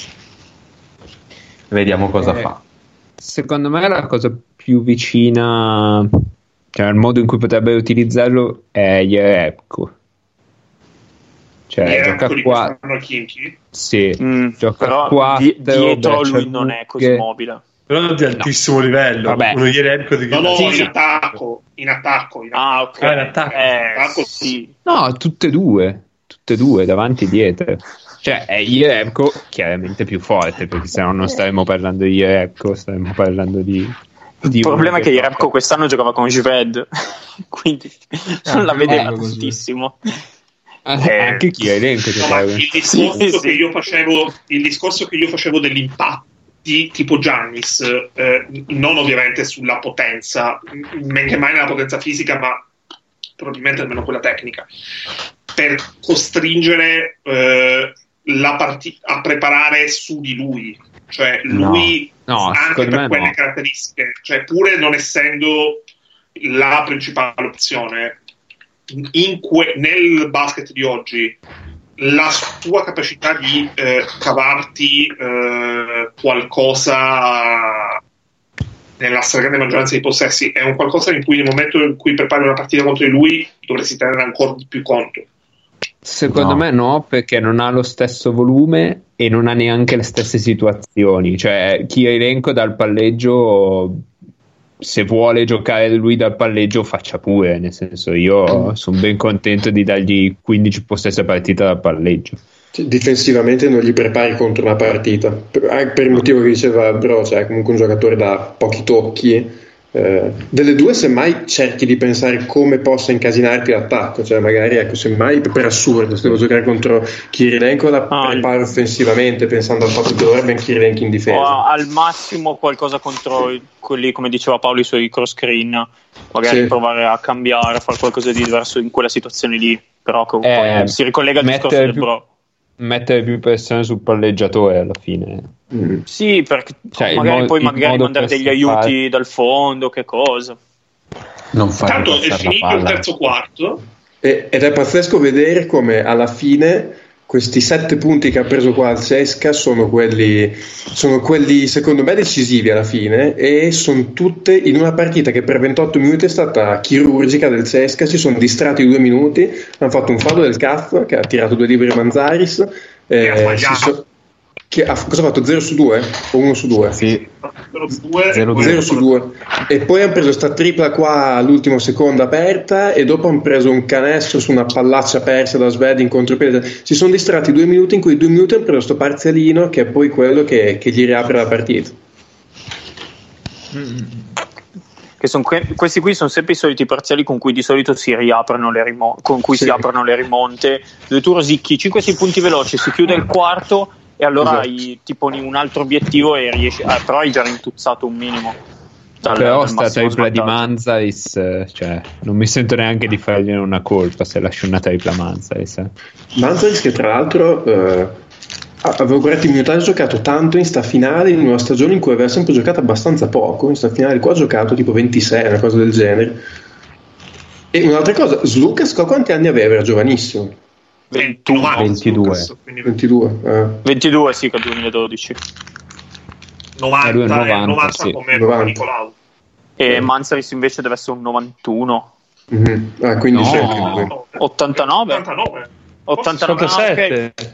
Vediamo cosa fa. Secondo me la cosa più vicina, cioè il modo in cui potrebbe utilizzarlo, è Jerebko. Cioè gioca qua. Sì, gioca qua. Dietro lui non è così mobile. Però di altissimo livello. Vabbè. Uno Jerebko di in attacco. Ah, ok. In attacco. Sì. No, tutte e due, davanti e dietro. Cioè è Jerebko chiaramente più forte, perché se no non staremmo parlando di Jerebko, staremmo parlando di il problema è che Jerebko quest'anno giocava con Jved, quindi non la vedeva tantissimo. Anche chi è elenco il discorso che io facevo degli impatti tipo Giannis, non ovviamente sulla potenza, men che mai nella potenza fisica, ma probabilmente almeno quella tecnica, per costringere la partita a preparare su di lui, cioè lui anche per quelle caratteristiche, cioè pure non essendo la principale opzione nel basket di oggi, la sua capacità di cavarti qualcosa nella stragrande maggioranza dei possessi è un qualcosa in cui nel momento in cui prepari una partita contro di lui dovresti tenere ancora di più conto. Secondo me no, perché non ha lo stesso volume e non ha neanche le stesse situazioni. Cioè Kirilenko dal palleggio, se vuole giocare lui dal palleggio faccia pure, nel senso io sono ben contento di dargli 15 possessi a partita dal palleggio. Difensivamente non gli prepari contro una partita per il motivo che diceva Bro, cioè comunque un giocatore da pochi tocchi. Delle due semmai cerchi di pensare come possa incasinarti l'attacco, cioè magari ecco, semmai per assurdo se devo giocare contro Kirilenko la preparo offensivamente pensando al fatto che dovrebbe Kirilenko in difesa, o al massimo qualcosa contro quelli, come diceva Paolo, i suoi cross screen, magari provare a cambiare, a fare qualcosa di diverso in quella situazione lì, però poi si ricollega al discorso del Bro, mettere più pressione sul palleggiatore alla fine. Sì, perché magari poi magari mandare degli aiuti dal fondo, che cosa. Non fare tanto è finito il terzo quarto ed è pazzesco vedere come alla fine questi 7 punti che ha preso qua al CSKA sono quelli secondo me decisivi alla fine, e sono tutte in una partita che per 28 minuti è stata chirurgica del CSKA. Si sono distratti 2 minuti, hanno fatto un fallo del CAF che ha tirato 2 liberi Manzaris, cosa ha fatto? 0 su 2 o 1 su 2? Sì, 0 su 2. E poi hanno preso sta tripla qua all'ultimo secondo aperta, e dopo hanno preso un canestro su una pallaccia persa da Sved in contropiede. Si sono distratti 2 minuti, in quei 2 minuti hanno preso sto parzialino che è poi quello che gli riapre la partita. Che questi qui sono sempre i soliti parziali con cui di solito si riaprono si aprono le rimonte, dove tu rosicchi 5-6 punti veloci, si chiude il quarto e allora ti poni un altro obiettivo e riesci, però hai già rintuzzato un minimo. Però sta tripla di Manzaris, cioè non mi sento neanche di fargliene una colpa se lascio una tripla Manzaris. Manzaris che tra l'altro avevo guardato i minutaggi, ha giocato tanto in sta finale in una stagione in cui aveva sempre giocato abbastanza poco. In sta finale qua ha giocato tipo 26, una cosa del genere. E un'altra cosa, Slukas quanti anni aveva? Era giovanissimo. 22 sì, che 2012. 90 sì. come Nicolau. E Manzaris invece deve essere un 91. Quindi no. 89 87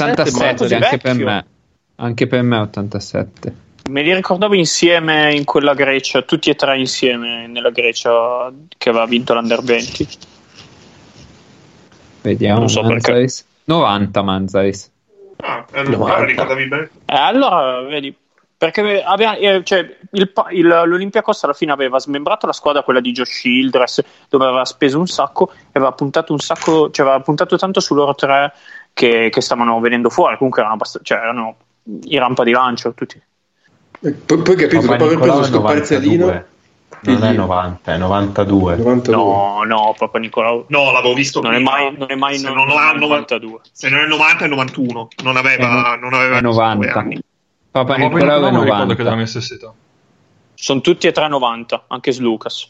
anche per me 87. Me li ricordavo insieme in quella Grecia, tutti e tre insieme nella Grecia che aveva vinto l'Under 20. Vediamo, non so Manzaris. 90 Manzaris. Allora ricordavi bene. Allora vedi, perché aveva, l'Olympiacos alla fine aveva smembrato la squadra, quella di Josh Childress, dove aveva speso un sacco e aveva puntato aveva puntato tanto su loro tre che stavano venendo fuori. Comunque erano in rampa di lancio tutti. Poi capito, dopo aver preso sto parzellino. Non è 90, è 92. No, Papa Nicolau. No, l'avevo visto. Non è mai 92. Se non è 90 è 91. Non aveva 90. Anni. Papa Nicolau è 90. Ricordo che della mia stessa età. Sono tutti e tre 90, anche Slucas.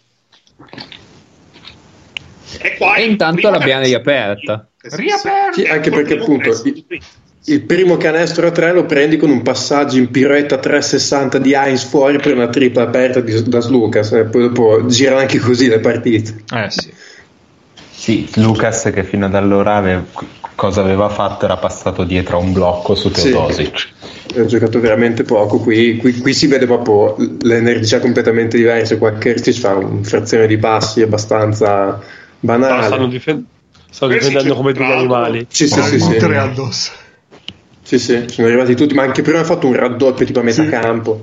E intanto l'abbiamo riaperta. Sì, anche perché appunto il primo canestro a 3 lo prendi con un passaggio in piroetta 360 di Heinz fuori per una tripla aperta da Slucas, e poi dopo girano anche così le partite. Sì, Lucas che fino ad allora cosa aveva fatto era passato dietro a un blocco su Teodosic. Ha giocato veramente poco. Qui si vede proprio l'energia completamente diversa. Qua Kerstić fa un frazione di passi abbastanza banale. Stanno difendendo come degli animali. Sì. addosso. Sì, sono arrivati tutti, ma anche prima ha fatto un raddoppio tipo a metà campo.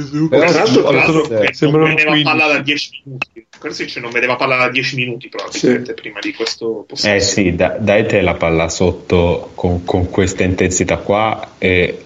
Non vedeva palla da 10 minuti. Kerstić non vedeva palla da 10 minuti probabilmente prima di questo possesso. Sì, dai te la palla sotto con questa intensità qua e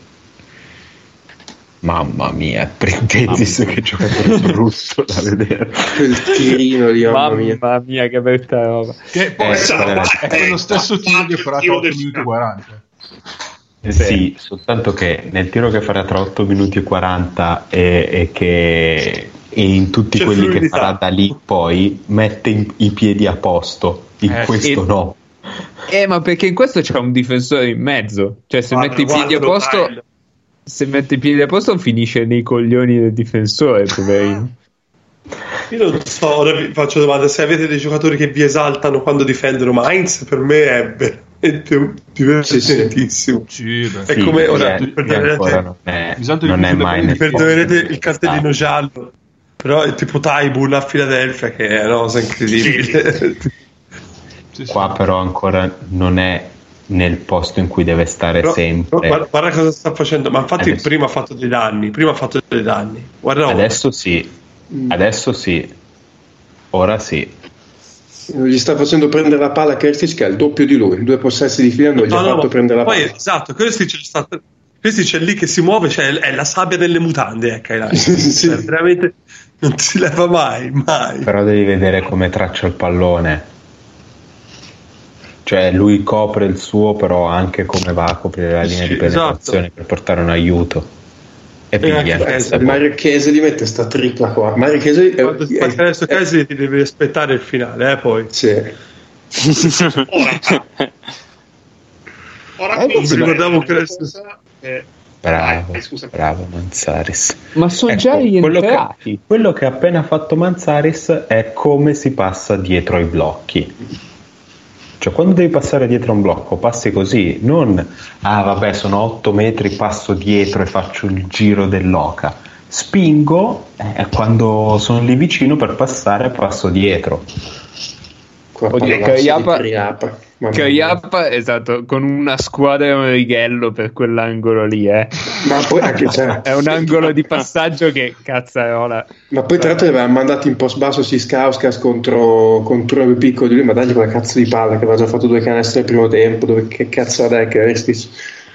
mamma mia, Printezis che giocatore brutto da vedere. Quel tirino lì, mamma mia che bella roba. Che poi è quello stesso tiro che farà 8 minuti e 40. Sì, soltanto che nel tiro che farà tra 8 minuti e 40 e in tutti quelli che farà da lì poi mette i piedi a posto, in questo no. Ma perché in questo c'è un difensore in mezzo, cioè se mette i piedi a posto, se mette i piedi a posto finisce nei coglioni del difensore, poverino. Io non so, ora vi faccio domanda: se avete dei giocatori che vi esaltano quando difendono, ma Heinz per me è veramente divertentissimo. È come ora non è mai perdonerete il cartellino giallo, però è tipo Taibull a Philadelphia, che è una cosa incredibile. Qua però ancora non è nel posto in cui deve stare sempre. Guarda cosa sta facendo, ma infatti prima ha fatto dei danni. Guarda adesso sì, ora sì. Gli sta facendo prendere la palla Kerstić, che ha il doppio di lui, 2 possessi di fila, non gli ha fatto prendere la palla. Poi esatto, Kerstić è lì che si muove, cioè è la sabbia delle mutande, sì. Veramente non si leva mai. Però devi vedere come traccia il pallone, cioè lui copre il suo, però anche come va a coprire la linea di penetrazione per portare un aiuto. E Mario Chiesa gli mette sta tripla qua. Mario Chiesa adesso ti devi aspettare il finale, poi ora mi ricordavo che bravo Manzaris. Ma sono già rientrati. Quello che ha appena fatto Manzaris è come si passa dietro ai blocchi. Cioè quando devi passare dietro un blocco passi così, non sono 8 metri, passo dietro e faccio il giro dell'oca. Spingo quando sono lì vicino per passare passo dietro. Kriapa, esatto, con una squadra e un righello per quell'angolo lì, Ma poi anche è un angolo di passaggio che cazzarola. Ma poi tra l'altro aveva mandato in post basso Siskauskas contro il piccolo di lui, ma dagli quella cazzo di palla che aveva già fatto 2 canestri nel primo tempo, dove che cazzo è Kerstić?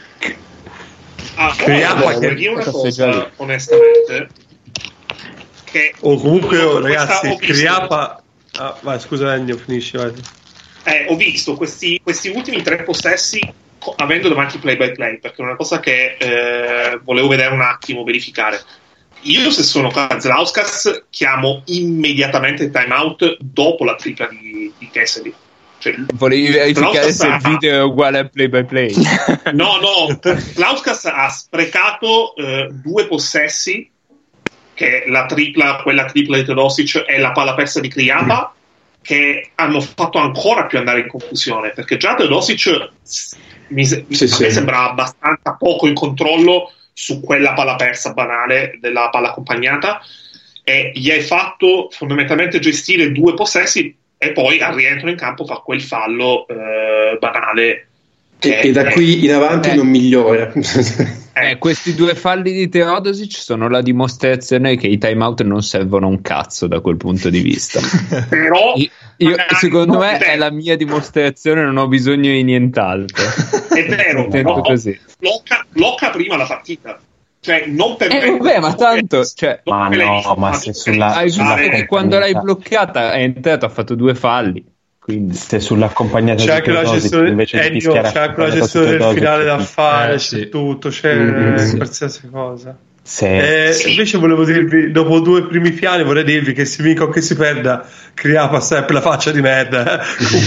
Kriapa per dire una cosa onestamente che comunque ragazzi, Kriapa vai, scusa Ennio, finisci, vai. Ho visto questi ultimi 3 possessi avendo davanti play by play, perché è una cosa che volevo vedere un attimo, verificare. Io se sono Kazlauskas chiamo immediatamente il time out dopo la tripla di Kessely, Cioè, volevi verificare se il video è uguale al play by play? No, Lauskas ha sprecato 2 possessi, che quella tripla di Teodosic e la palla persa di Kriapa, che hanno fatto ancora più andare in confusione, perché già Teodosic mi sembra abbastanza poco in controllo su quella palla persa banale della palla accompagnata, e gli hai fatto fondamentalmente gestire 2 possessi e poi al rientro in campo fa quel fallo banale e da qui in avanti non migliora. Questi 2 falli di Teodosic sono la dimostrazione che i timeout non servono un cazzo da quel punto di vista. Però secondo me è la mia dimostrazione, non ho bisogno di nient'altro. È vero, no, così. blocca prima la partita. Cioè, non per ma tanto, cioè, ma se sulla quando l'hai bloccata è entrato, ha fatto 2 falli. Quindi se sull'accompagnata c'è anche la gestione, c'è anche la gestione del finale da fare, c'è tutto, c'è qualsiasi cosa. Invece volevo dirvi, dopo 2 primi piani, vorrei dirvi che si vinca o che si perda, Kriapa sempre la faccia di merda.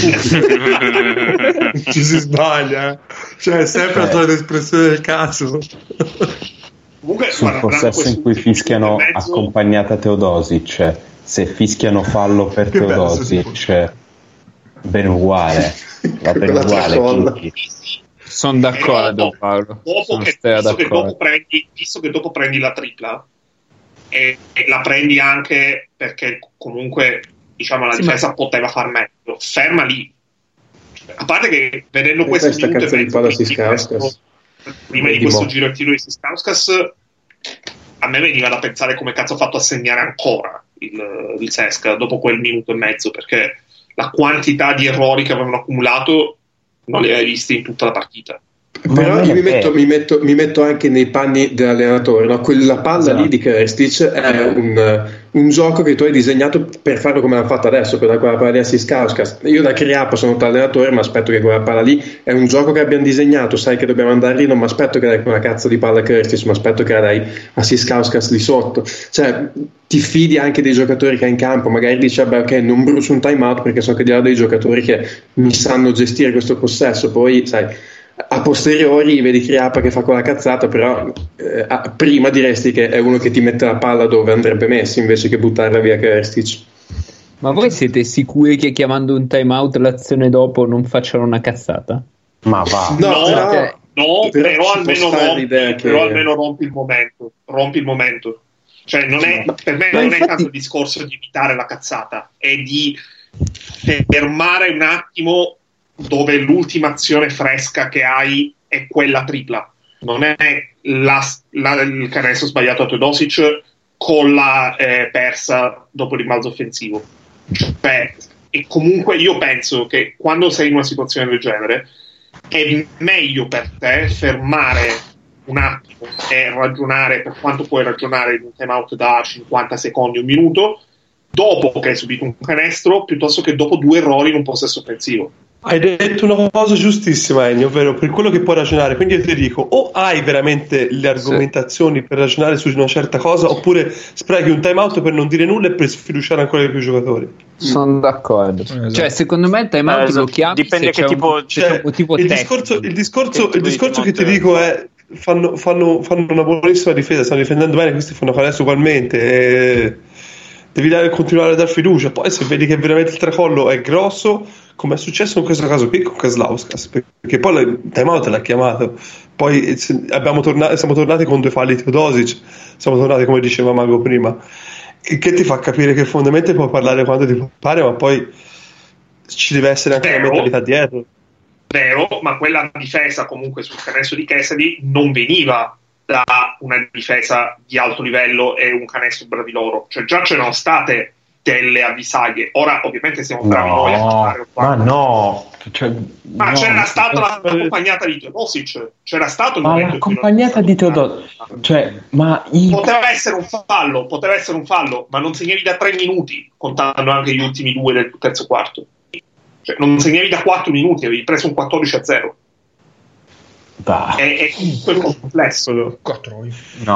Ci si sbaglia, cioè è sempre la solita espressione del cazzo. Comunque, sul possesso in cui fischiano accompagnata Teodosic, se fischiano fallo per Teodosic, ben uguale, va ben uguale. Sono d'accordo, Paolo. Visto che dopo prendi la tripla e la prendi anche perché comunque diciamo la difesa poteva far meglio, ferma lì. A parte che vedendo questo minuto prima di questo giro e tiro di Siskauskas, a me veniva da pensare come cazzo ha fatto a segnare ancora il Cesca dopo quel minuto e mezzo, perché la quantità di errori che avevano accumulato non li hai visti in tutta la partita. Però io mi metto anche nei panni dell'allenatore, no? Quella palla lì di Krstic è un gioco che tu hai disegnato per farlo come l'ha fatto adesso, quella palla di Siskauskas. Io da Kriapa sono un allenatore, ma aspetto che quella palla lì è un gioco che abbiamo disegnato, sai che dobbiamo andare lì, non mi aspetto che dai quella cazzo di palla a Krstic, ma aspetto che la dai a Siskauskas di sotto. Cioè ti fidi anche dei giocatori che hai in campo, magari dici vabbè ok, non brucio un time out perché so che di là dei giocatori che mi sanno gestire questo possesso, poi sai a posteriori vedi Kriapa che fa quella cazzata, però prima diresti che è uno che ti mette la palla dove andrebbe messa invece che buttarla via Krstic. Ma voi siete sicuri che chiamando un time out l'azione dopo non facciano una cazzata? Ma va, però almeno rompi il momento. Cioè per me non è tanto il discorso di evitare la cazzata, è di fermare un attimo dove l'ultima azione fresca che hai è quella tripla, non è il canestro sbagliato a Teodosic con la persa dopo il rimbalzo offensivo. Cioè, e comunque io penso che quando sei in una situazione del genere è meglio per te fermare un attimo e ragionare per quanto puoi ragionare in un timeout da 50 secondi, un minuto dopo che hai subito un canestro, piuttosto che dopo 2 errori in un possesso offensivo. Hai detto una cosa giustissima, Ennio, ovvero per quello che puoi ragionare. Quindi io ti dico, o hai veramente le argomentazioni per ragionare su una certa cosa, oppure sprechi un time out per non dire nulla e per sfiduciare ancora di più giocatori. Sono d'accordo. Esatto. Cioè, secondo me il time out lo chiami, dipende che tipo, il discorso che ti dico è fanno una buonissima difesa, stanno difendendo bene, questi fanno adesso ugualmente e devi continuare a dar fiducia. Poi se vedi che veramente il tracollo è grosso, come è successo in questo caso qui con Kazlauskas, perché poi il timeout l'ha chiamato, poi siamo tornati con 2 falli Teodosic, siamo tornati come diceva Mago prima, che ti fa capire che fondamentalmente puoi parlare quando ti pare, ma poi ci deve essere anche la mentalità dietro. Vero, ma quella difesa comunque sul canestro di Cassidy non veniva da una difesa di alto livello e un canestro bravi loro, cioè già c'erano state delle avvisaglie. Ora ovviamente siamo bravi noi a fare c'era stata l'accompagnata di Teodosic, c'era stato il momento l'accompagnata di Teodosic, poteva essere un fallo, ma non segnavi da 3 minuti contando anche gli ultimi 2 del terzo quarto, cioè non segnavi da 4 minuti, avevi preso un 14-0. È comunque complesso. 4. No,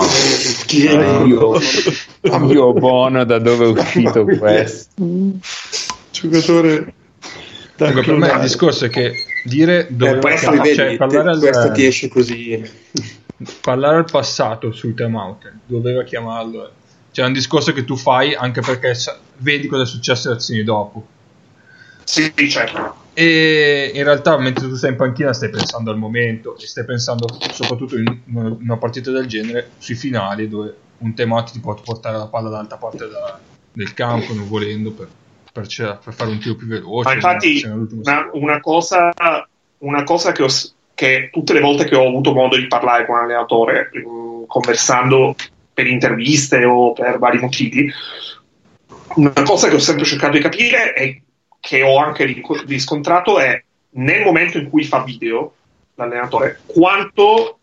io buono da dove è uscito questo giocatore Comunque, per me il discorso è che dire dove questa ti esce così. Parlare al passato sul timeout, doveva chiamarlo. C'è un discorso che tu fai anche perché vedi cosa è successo le azioni dopo. Sì, certo. E in realtà mentre tu stai in panchina stai pensando al momento e stai pensando soprattutto in una partita del genere sui finali, dove un timeout ti può portare la palla dall'altra parte del campo, non volendo, per fare un tiro più veloce. Ma infatti una cosa che tutte le volte che ho avuto modo di parlare con un allenatore, conversando per interviste o per vari motivi, una cosa che ho sempre cercato di capire e che ho anche riscontrato è, nel momento in cui fa video l'allenatore, quanto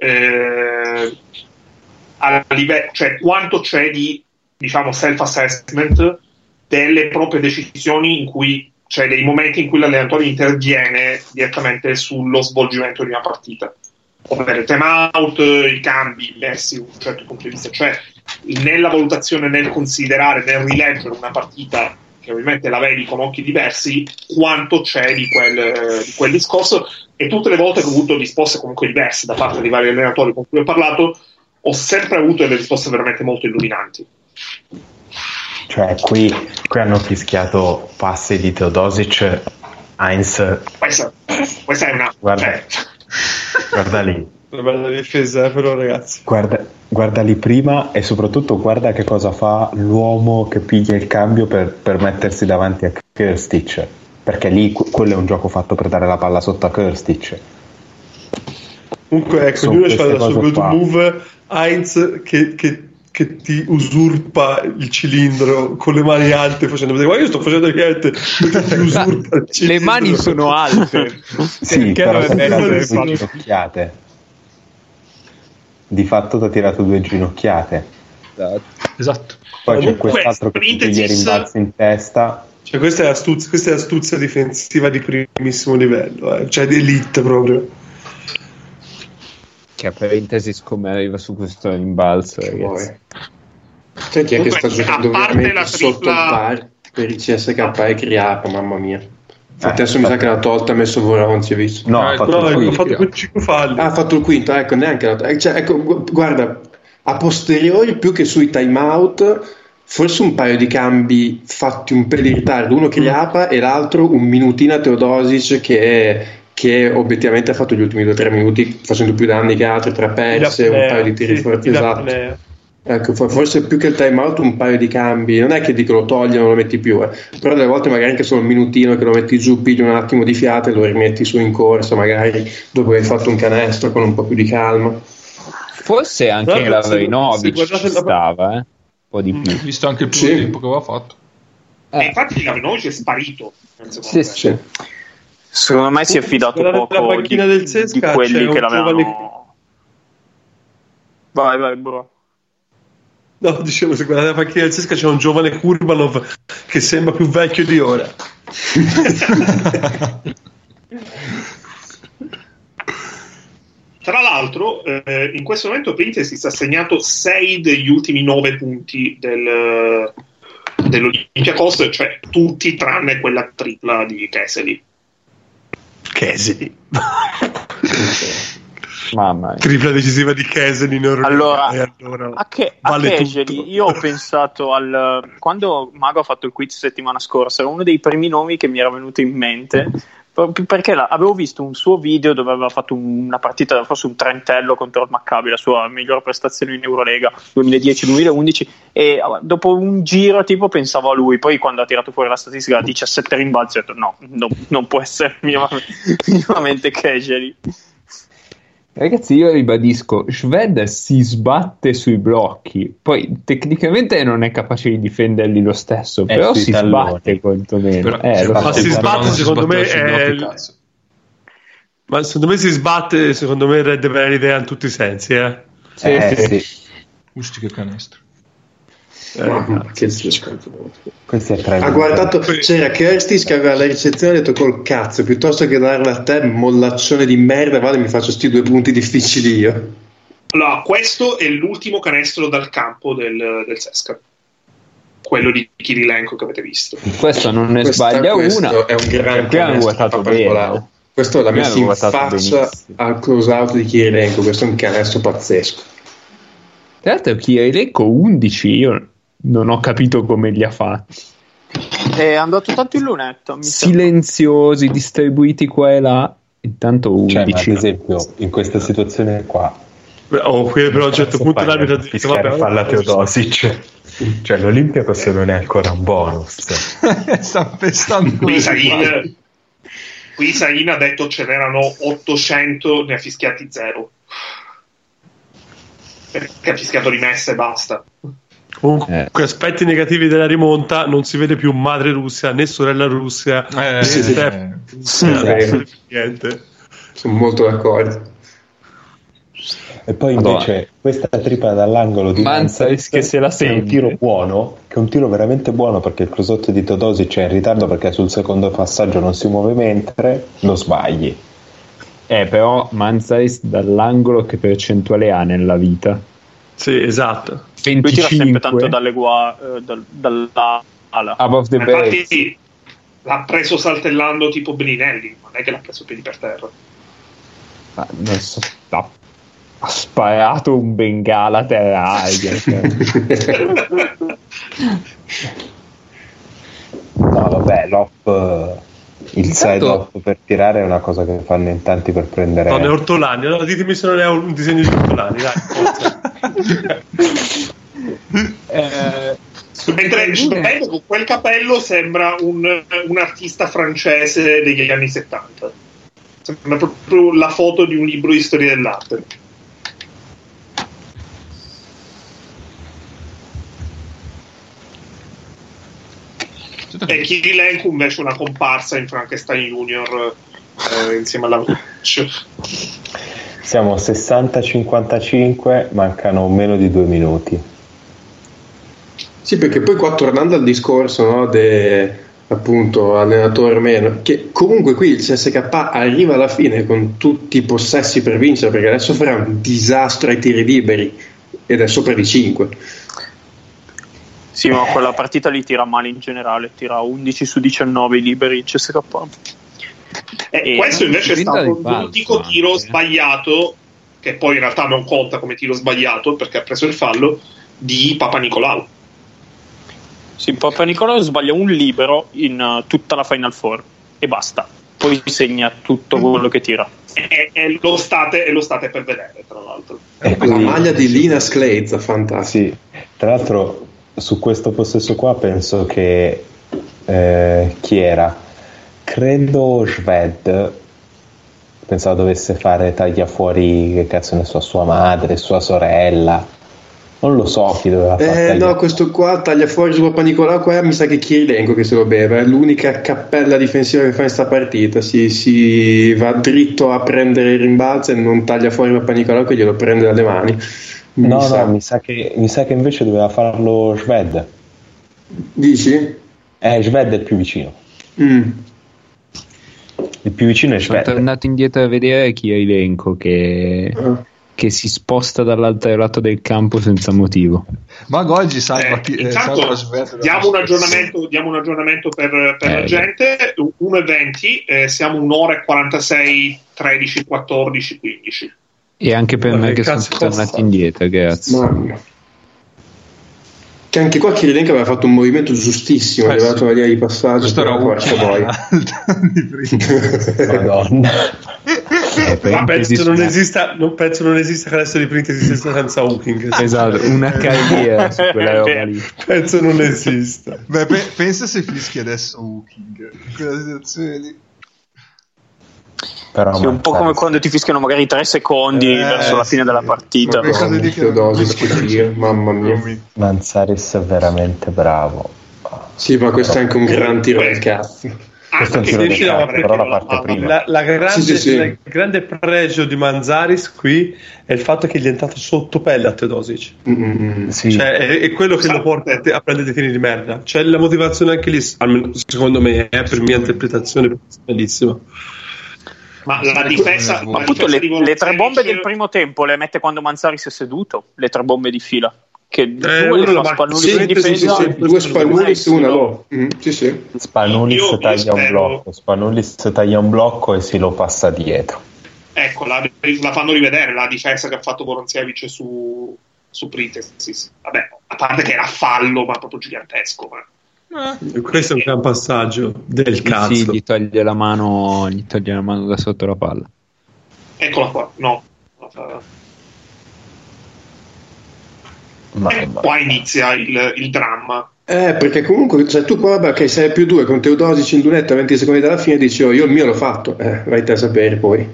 quanto c'è di, diciamo, self-assessment delle proprie decisioni, in cui c'è dei momenti in cui l'allenatore interviene direttamente sullo svolgimento di una partita, ovvero il time out, i cambi messi da un certo punto di vista, cioè nella valutazione, nel considerare, nel rileggere una partita che ovviamente la vedi con occhi diversi, quanto c'è di quel discorso. E tutte le volte che ho avuto risposte comunque diverse da parte di vari allenatori con cui ho parlato, ho sempre avuto delle risposte veramente molto illuminanti. Cioè qui hanno fischiato passi di Teodosic, Heinz. Questa è una... Guarda lì. Una bella difesa, però, ragazzi. Guarda lì prima, e soprattutto guarda che cosa fa l'uomo che piglia il cambio per mettersi davanti a Krstic, perché lì quello è un gioco fatto per dare la palla sotto a Krstic. Comunque ecco, ognuno fa il suo good move. Heinz che ti usurpa il cilindro con le mani alte, facendo vedere, ma io sto facendo niente, ti usurpa il cilindro. Le mani sono alte. Sì, però sono due ginocchiate. Di fatto ti ha tirato 2 ginocchiate. Esatto. Poi c'è quest'altro che ti piglia rimbalzi in testa. Cioè questa è astuzia difensiva di primissimo livello, cioè di elite proprio. Che a parentesi come arriva su questo rimbalzo, ragazzi. Cioè chi è che sta giocando veramente sotto il par per il CSK e Criapa, mamma mia. Adesso mi sa che l'ha tolta, ha messo Vorone, si è visto. No, ha fatto 5 falli. Ha fatto il quinto, ecco, neanche cioè, ecco, guarda, a posteriori più che sui time out, forse un paio di cambi fatti un po' di ritardo, uno Criapa e l'altro un minutino a Teodosic che obiettivamente ha fatto gli ultimi 2-3 minuti facendo più danni che altri, 3 perse, un paio di tiri forti, esatto. Ecco, forse più che il time out un paio di cambi, non è che dico lo togli non lo metti più, però delle volte magari anche solo un minutino che lo metti giù, pigli un attimo di fiato e lo rimetti su in corsa, magari dopo che hai fatto un canestro con un po' più di calma. Forse anche la Lavinovic ci stava, un po' di più. Visto anche il primo tempo che aveva fatto. Infatti Lavinovic è sparito. Sì. Secondo me si è fidato poco di quelli che l'avevano. Vai bro. No, dicevo, se guardate la panchina del Cesca c'è un giovane Kurbanov che sembra più vecchio di ora. Tra l'altro, in questo momento Printez si ha segnato 6 degli ultimi 9 punti dell'Olympiacos, cioè tutti tranne quella tripla di Kesely. Mamma mia. Tripla decisiva di Kesely in Euroliga. Allora a Kesely io ho pensato quando Mago ha fatto il quiz settimana scorsa, era uno dei primi nomi che mi era venuto in mente, perché avevo visto un suo video dove aveva fatto una partita, forse un trentello contro il Maccabi, la sua migliore prestazione in Eurolega 2010-2011, e dopo un giro tipo pensavo a lui, poi quando ha tirato fuori la statistica 17 rimbalzi ho detto no, non può essere minimamente Kesely. Ragazzi, io ribadisco, Shved si sbatte sui blocchi, poi tecnicamente non è capace di difenderli lo stesso, però si sbatte quantomeno. Ma si sbatte, secondo me ma secondo me si sbatte, secondo me deve avere l'idea in tutti i sensi, Sì. Usti che canestro. Questo è ha guardato, c'era Krstic che aveva la ricezione e ha detto col cazzo, piuttosto che darla a te, mollaccione di merda, vale, mi faccio sti 2 punti difficili io. Allora, questo è l'ultimo canestro dal campo del Cesca. quello di Kirilenko che avete visto. Questo non ne sbaglia una. È un gran qui hanno guardato bene. Questo l'ha messo in faccia benissimo al close out di Kirilenko. Questo è un canestro pazzesco. Tra l'altro Kirilenko 11 io non ho capito come li ha fatti. È andato tanto in lunetta, silenziosi, distribuiti qua e là. Intanto 11. Cioè, ad esempio in questa situazione qua qui però a un certo punto l'arbitro dice falla Teodosic. Cioè l'Olympiakos non è ancora un bonus. Sta pestando. Qui Sain ha detto ce n'erano 800, ne ha fischiati 0. Perché ha fischiato rimessa e basta. Comunque aspetti negativi della rimonta: non si vede più madre Russia né sorella Russia, niente. Sono molto d'accordo. E poi invece questa tripla dall'angolo di Mansaris che se la sente, è un tiro buono, che è un tiro veramente buono, perché il crosotto di Teodosic è in ritardo perché sul secondo passaggio non si muove mentre lo sbagli. Però Mansaris dall'angolo che percentuale ha nella vita? Sì, esatto. 25. Lui tira sempre tanto dall'ala. Above the base. Infatti l'ha preso saltellando tipo Beninelli, non è che l'ha preso piedi per terra. Adesso ha sparato un bengala terraria. No vabbè, l'op, il side off per tirare è una cosa che fanno in tanti per prendere. Non è Ortolani, allora ditemi se non è un disegno di Ortolani, dai. Mentre con quel capello sembra un artista francese degli anni 70. Sembra proprio la foto di un libro di storia dell'arte. E Kirilenko invece una comparsa in Frankenstein Junior insieme alla Siamo 60-55, mancano meno di 2 minuti. Sì, perché poi qua tornando al discorso, no, appunto allenatore meno, che comunque qui il CSK arriva alla fine con tutti i possessi per vincere, perché adesso farà un disastro ai tiri liberi ed è sopra di 5. Sì, ma quella partita li tira male in generale, tira 11 su 19 liberi il CSK. Questo invece è stato l'unico tiro sbagliato, che poi in realtà non conta come tiro sbagliato perché ha preso il fallo, di Papanicolaou. Sì, Papanicolaou sbaglia un libero in tutta la Final Four e basta, poi segna tutto quello che tira. E lo state per vedere, tra l'altro. La maglia di Linus Clates, fantastico. Sì, tra l'altro su questo possesso qua penso che chi era? Credo Shved, pensavo dovesse fare taglia fuori, che cazzo ne so, sua madre, sua sorella, non lo so chi doveva fare. No, questo qua taglia fuori su Papanicolaou, qua mi sa che Kirilenko che se lo beve, è l'unica cappella difensiva che fa in sta partita, si va dritto a prendere il rimbalzo e non taglia fuori Papanicolaou che glielo prende dalle mani. Mi sa che invece doveva farlo Shved. Dici? Shved è il più vicino. Il più vicino è Shved. Sono tornato indietro a vedere Kirilenko che si sposta dall'altro lato del campo senza motivo. Ma oggi salva intanto Shved. Diamo un aggiornamento per la gente. 1:20, siamo 1 ora e 46, 13, 14, 15. E anche per me che sono tornati indietro, grazie. Mamma. Che anche qua Kirilenko aveva fatto un movimento giustissimo, è arrivato alla linea di passaggio. Questo era poi. Madonna. Ma penso non esista canestro di print senza hooking. Esatto, una carriera su quella roba lì. Penso non esista. Beh, pensa se fischi adesso hooking in quella situazione lì. Però sì, un po' come quando ti fischiano magari 3 secondi verso la fine della partita. Mamma mia. Mansaris è veramente bravo. Sì, ma questo è anche un gran tiro del cazzo. Questo è un tiro del cazzo, però la parte prima. Il grande pregio di Mansaris qui è il fatto che gli è entrato sotto pelle a Teodosic. Sì. Cioè, è quello che lo porta a prendere dei tiri di merda. C'è la motivazione anche lì, almeno secondo me, per mia interpretazione bellissima. Ma la difesa, appunto le 3 bombe del primo tempo le mette quando Mansaris è seduto, le 3 bombe di fila. che due le fa Spanulis in difesa, sì, due Spanulis, una no. Sì. Spanulis taglia un blocco e si lo passa dietro. Ecco, la fanno rivedere la difesa che ha fatto Voronziewicz su Pritesis. Vabbè, a parte che era fallo, ma proprio gigantesco. Questo è un gran passaggio del cazzo. Sì, gli toglie la mano da sotto la palla. Eccola qua, no. Qua inizia il dramma. Perché comunque tu qua che sei più 2 con Teodosic in lunetta a 20 secondi dalla fine dici io il mio l'ho fatto, vai te a sapere poi.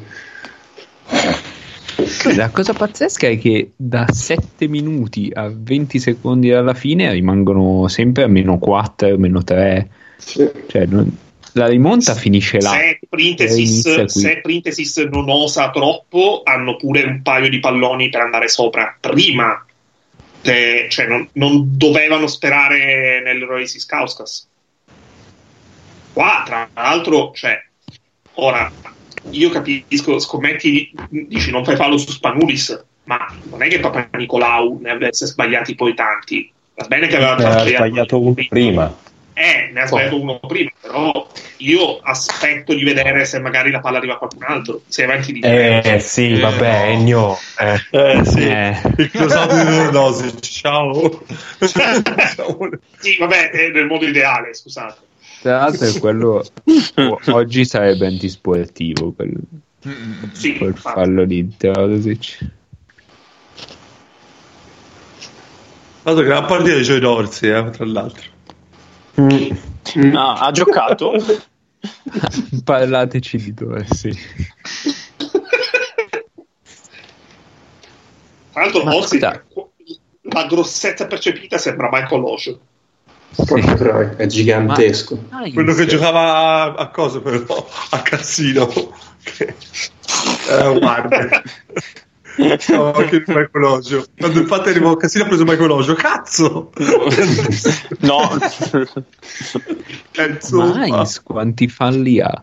La cosa pazzesca è che da 7 minuti a 20 secondi dalla fine rimangono sempre a -4, -3. Sì. Cioè, la rimonta finisce là. Se Pritesis non osa troppo, hanno pure un paio di palloni per andare sopra prima. Cioè non dovevano sperare nell'eroe Siskauskas. Qua, tra l'altro, cioè, ora io capisco, scommetti, dici non fai fallo su Spanulis, ma non è che Papa Nicolau ne avesse sbagliati poi tanti. Va bene che aveva sbagliato uno prima. Ne ha sbagliato uno prima, però io aspetto di vedere se magari la palla arriva a qualcun altro. Se avanti di sì, vabbè, Ennio. Sì. Il closato di Teodosic, ciao. Sì, vabbè, è nel modo ideale, scusate. Tra l'altro è quello oggi sarebbe antisportivo quel fallo di Teodosic. Dato che gran partita di Joey Dorsey, tra l'altro. No, ha giocato. Parlateci di Dorsey. Tra l'altro la grossezza percepita sembra Michael Osho. È gigantesco. Quello che giocava a cosa però? A Cassino. Guarda. No, anche Michael Osho. Quando infatti arrivò a Cassino ha preso Michael Osho. Cazzo! No. Mainz quanti falli ha?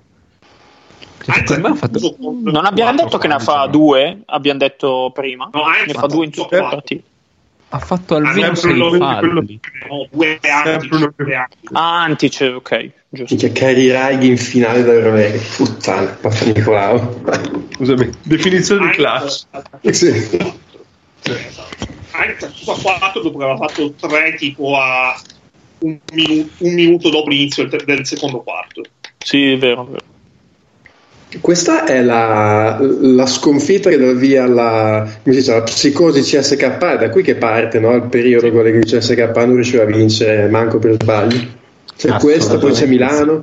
Non abbiamo detto che ne fa 2, abbiamo detto prima. No, ne fa 2 in tutte le partite. Ha fatto almeno 6 falli. No, 2 Antice, ok, giusto. Che Cari Raighi in finale da Eurovega. Puttana, Papa Nicolau. Scusami, definizione di clutch. Sì. Anche tutto a 4 dopo che aveva fatto 3 tipo a un minuto dopo l'inizio del secondo quarto. Sì, è vero. Questa è la sconfitta che dà via la psicosi CSK, è da qui che parte, no? Il periodo con il CSK non riusciva a vincere manco per sbaglio. C'è questa, poi c'è Milano.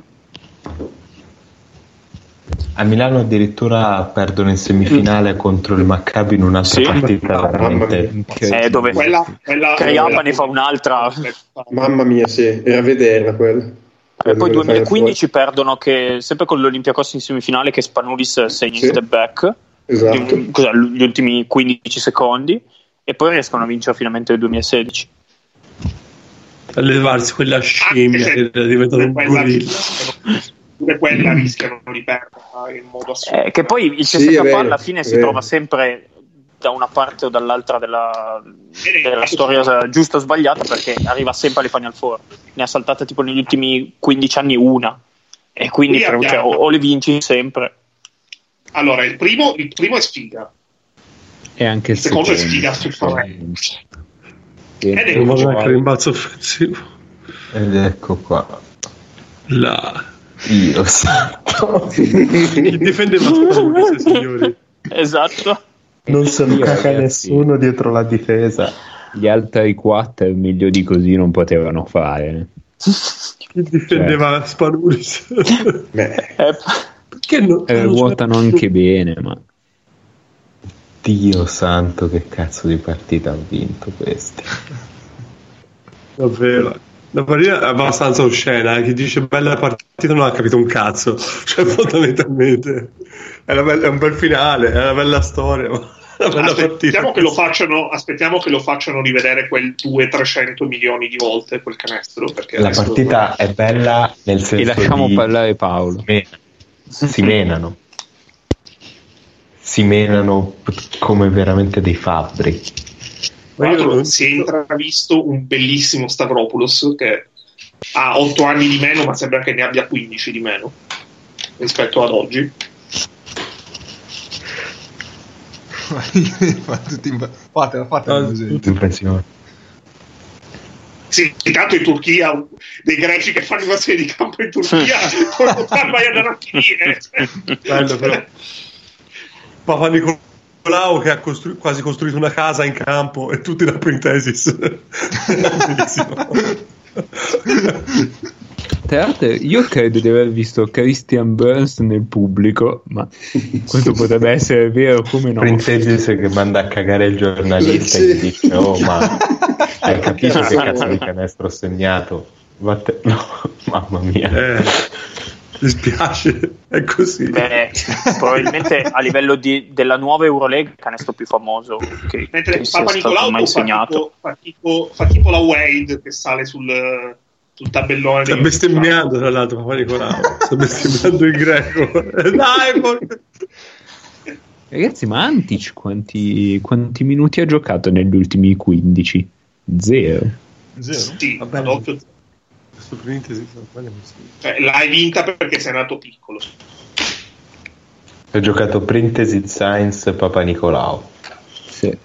A Milano addirittura perdono in semifinale contro il Maccabi in un'altra partita veramente dove quella Kriapa ne fa un'altra. Mamma mia, sì, era a vederla quella. E poi 2015 perdono che sempre con l'Olympiacos in semifinale che Spanulis segna in step back, esatto. Gli ultimi 15 secondi, e poi riescono a vincere finalmente nel 2016 a levarsi quella scimmia che è diventata un gorilla. Pure quella rischiano di perdere in modo assurdo. Che poi il CSK alla fine si trova sempre da una parte o dall'altra della storia giusta o sbagliata, perché arriva sempre alle Final Four. Ne ha saltate tipo negli ultimi 15 anni una, e quindi o le vinci sempre. Allora il primo è sfiga, e anche il secondo è sfiga ed è un rimbalzo offensivo, ed ecco qua Dio santo. Chi difendeva Spanulis, signori? Esatto. Non sono caca nessuno dietro la difesa. Gli altri 4 meglio di così non potevano fare. Chi difendeva Spanulis? Perché ruotano anche bene, ma Dio santo, che cazzo di partita ha vinto questi. Davvero, la partita è abbastanza oscena. Chi dice bella partita non ha capito un cazzo, cioè fondamentalmente è un bel finale, è una bella storia, ma aspettiamo che lo facciano rivedere quel 200-300 milioni di volte quel canestro, perché la partita è bella nel senso, e lasciamo parlare Paolo. Si menano come veramente dei fabbri. Tra l'altro si è intravisto un bellissimo Stavropoulos che ha 8 anni di meno, ma sembra che ne abbia 15 di meno rispetto ad oggi. Fatela tutti in pensione. Sì, intanto in Turchia dei greci che fanno invasione di campo in Turchia non mai andare a finire. Bello, però. Papa Nicolau che ha quasi costruito una casa in campo e tutti da Printesis. Tra l'altro, io credo di aver visto Christian Burns nel pubblico, ma questo potrebbe essere vero come no. Printesis che manda a cagare il giornalista e gli dice: oh, ma hai capito che cazzo di canestro ho segnato? No, mamma mia. Mi spiace, è così. Beh, probabilmente a livello della nuova Euroleague il canestro più famoso che Papa Nicolau mai segnato. Fa tipo la Wade che sale sul tabellone. Sta bestemmiando tra l'altro Papa Nicolau. Sta bestemmiando in greco. Dai, ragazzi, ma Antic quanti minuti ha giocato negli ultimi 15? Zero. Sì, vabbè, doppio. Cioè, l'hai vinta perché sei nato piccolo. Ho giocato Printesi Science Papa Nicolau. Sì.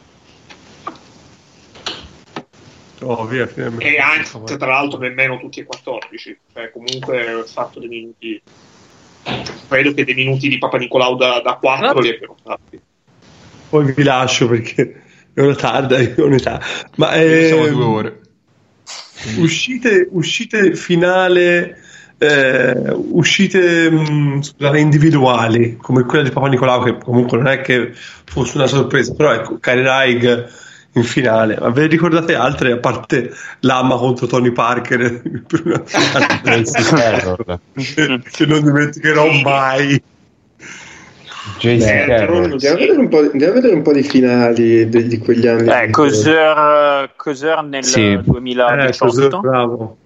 Via, e anche tra l'altro nemmeno tutti e 14, cioè comunque fatto dei minuti, credo che dei minuti di Papa Nicolau da 4 li abbiano fatti. Poi vi lascio perché è una tarda, è un'età. Ma siamo 2 ore. uscite finale, uscite scusate, individuali come quella di Papa Nicolau, che comunque non è che fosse una sorpresa, però ecco, Kyrie Raig in finale. Ma ve ne ricordate altre a parte l'Amma contro Tony Parker che non dimenticherò mai? Andiamo a vedere un po' di finali di quegli anni. Cousin nel 2018. Cousin, bravo.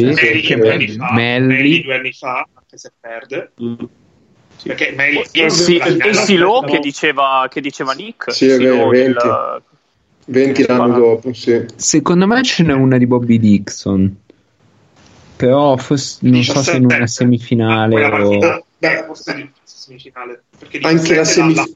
Melli 2 anni fa, anche se perde. Perché Silo che diceva Nick. Sì, è vero, 20 l'anno dopo, sì. Secondo me ce n'è una di Bobby Dixon, però non so se in una semifinale o... semifinale, anche la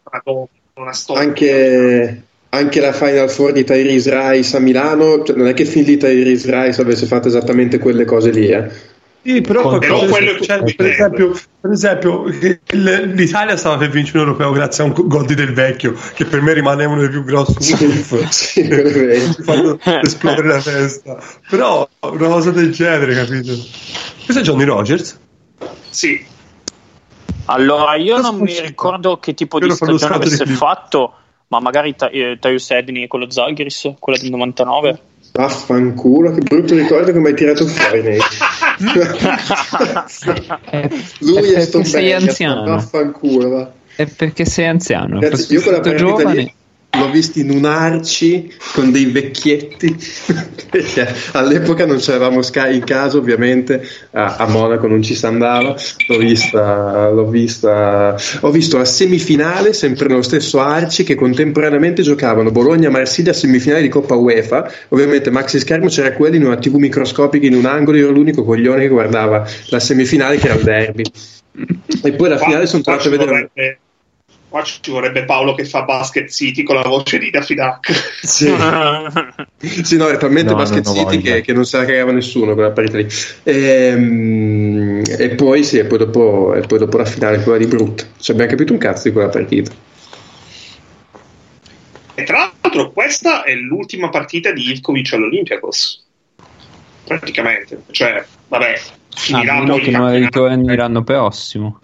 anche la Final Four di Tyrese Rice a Milano, cioè, non è che fin lì Tyrese Rice avesse fatto esattamente quelle cose lì, Sì, però per esempio l'Italia stava per vincere un europeo grazie a un gol di Del Vecchio, che per me rimane uno dei più grossi. Sì, mi fanno esplodere la testa. Però una cosa del genere, capito? Questo è Johnny Rogers? Sì. Allora, io non mi ricordo che tipo di stagione avesse fatto, ma magari Tyus Edney con lo Zalgiris, quella del 99. Vaffanculo, che brutto ricordo che mi hai tirato fuori. Lui è sto sei anziano. Vaffanculo, va. È perché sei anziano. Ragazzi, io con la partita giovane l'ho visto in un Arci con dei vecchietti perché all'epoca non c'eravamo Sky in casa, ovviamente a Monaco non ci si andava. Ho visto la semifinale sempre nello stesso Arci, che contemporaneamente giocavano Bologna-Marsiglia semifinale di Coppa UEFA. Ovviamente maxi schermo c'era quello in una TV microscopica in un angolo, io ero l'unico coglione che guardava la semifinale, che era il derby, e poi la finale sono tornato a vedere. Qua ci vorrebbe Paolo che fa Basket City con la voce di Daffy Duck. Sì, sì, no, è talmente Basket City che non se la cagava nessuno quella partita lì. E poi sì, e poi dopo la finale, quella di Brut. Ci abbiamo capito un cazzo di quella partita. E tra l'altro questa è l'ultima partita di Ivkovic all'Olympiakos. Praticamente. Cioè, vabbè, finirà poi che non ritorni l'anno prossimo.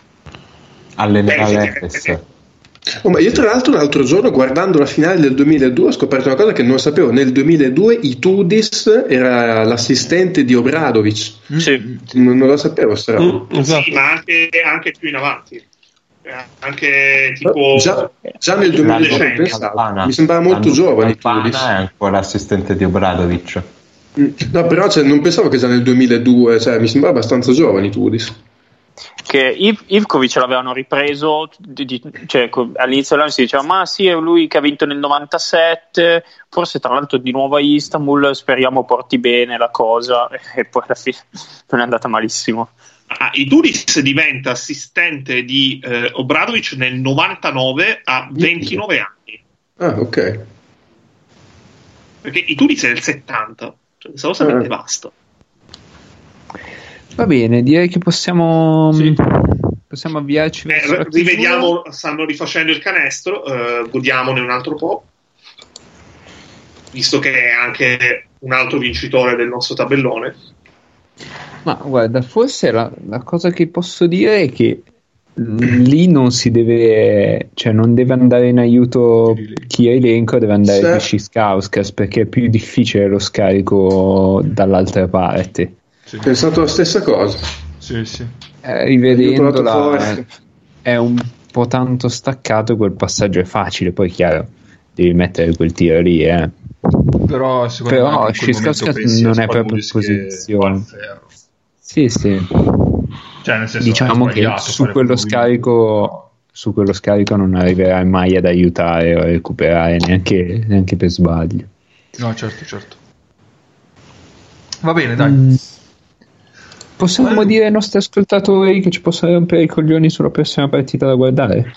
all'FS. Ma io tra l'altro l'altro giorno, guardando la finale del 2002, ho scoperto una cosa che non sapevo. Nel 2002 Itudis era l'assistente di Obradovic. Sì. Non lo sapevo, esatto. Sì, ma anche più in avanti. Anche tipo già nel 2002 pensavo. Mi sembrava molto giovane Itudis. È ancora l'assistente di No, però non pensavo che già nel 2002, cioè mi sembrava abbastanza giovane Itudis. che Ivkovic l'avevano ripreso, cioè all'inizio dell'anno si diceva ma sì, è lui che ha vinto nel 97, forse tra l'altro di nuovo a Istanbul, speriamo porti bene la cosa, e poi alla fine non è andata malissimo. Iduris diventa assistente di Obradovic nel 99 a 29 anni. Ah, ok. Perché Iduris è del 70, cioè solamente basta. Va bene, direi che possiamo avviarci verso la rivediamo, stanno rifacendo il canestro, godiamone un altro po', visto che è anche un altro vincitore del nostro tabellone. Ma guarda, forse la cosa che posso dire è che lì non si deve, cioè non deve andare in aiuto Kirilenko, deve andare Viščikauskas, perché è più difficile lo scarico dall'altra parte. Sì. Ho pensato la stessa cosa. Sì. Rivedendola è un po' tanto staccato, quel passaggio è facile, poi chiaro devi mettere quel tiro lì, però Viščikauskas non è proprio in posizione. Sì. Cioè, nel senso, diciamo che su quello scarico non arriverai mai ad aiutare o a recuperare neanche per sbaglio. No, certo. Va bene, dai. Possiamo dire ai nostri ascoltatori che ci possono rompere i coglioni sulla prossima partita da guardare?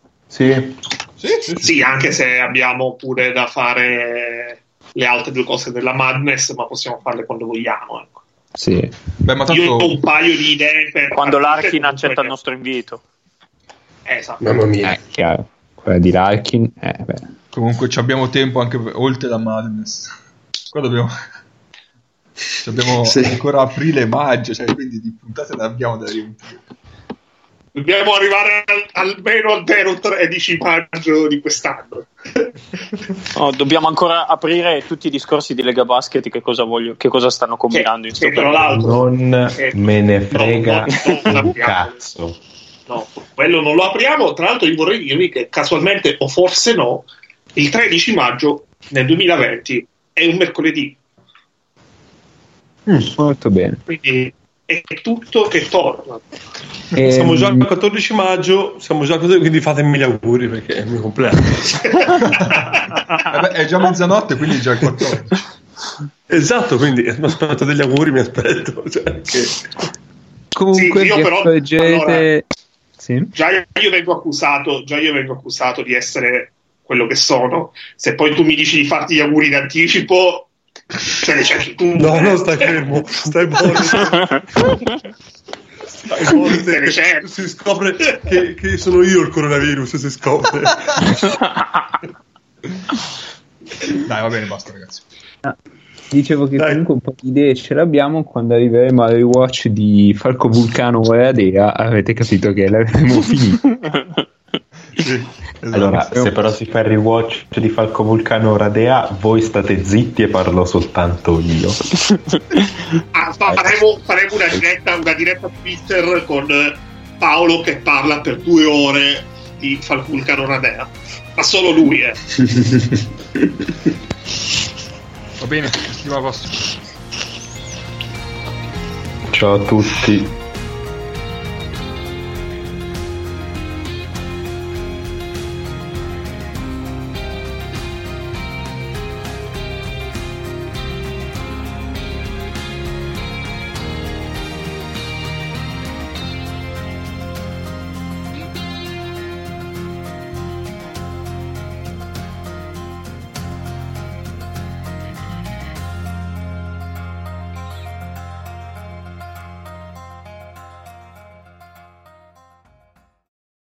Sì, anche se abbiamo pure da fare le altre due cose della Madness, ma possiamo farle quando vogliamo, ecco. Sì. Beh, ma tanto... Io ho un paio di idee per quando Larkin accetta il nostro invito. Esatto. Mamma mia. Chiaro. Quella di Larkin, Comunque abbiamo tempo anche oltre la Madness. Qua dobbiamo ancora aprile e maggio, cioè, quindi di puntate ne abbiamo da riempire. Dobbiamo arrivare almeno al 13 maggio di quest'anno. No, dobbiamo ancora aprire tutti i discorsi di Lega Basket, che cosa stanno combinando in tra l'altro non me ne frega un cazzo. No, quello non lo apriamo. Tra l'altro io vorrei dirvi che casualmente, o forse no, il 13 maggio nel 2020 è un mercoledì. Molto bene. Quindi è tutto che torna. Siamo già il 14 maggio, quindi fatemi gli auguri perché è il mio compleanno. È già mezzanotte, quindi già il 14. Esatto, quindi mi aspetto degli auguri, Comunque sì, io però allora, sì? già io vengo accusato di essere quello che sono. Se poi tu mi dici di farti gli auguri in anticipo, cioè tu. No, stai fermo, stai buono. Si scopre che sono io il coronavirus, si scopre. Dai, va bene, basta ragazzi. Dicevo che comunque un po' di idee ce l'abbiamo. Quando arriveremo al rewatch di Falco Vulcano Oradea avrete capito che l'avremo finito. Sì, esatto. Allora, se però si fa il rewatch di Falco Vulcano Oradea, voi state zitti e parlo soltanto io. Faremo una diretta Twitter con Paolo che parla per 2 ore di Falco Vulcano Oradea, ma solo lui. Va bene, settimana prossima. Ciao a tutti.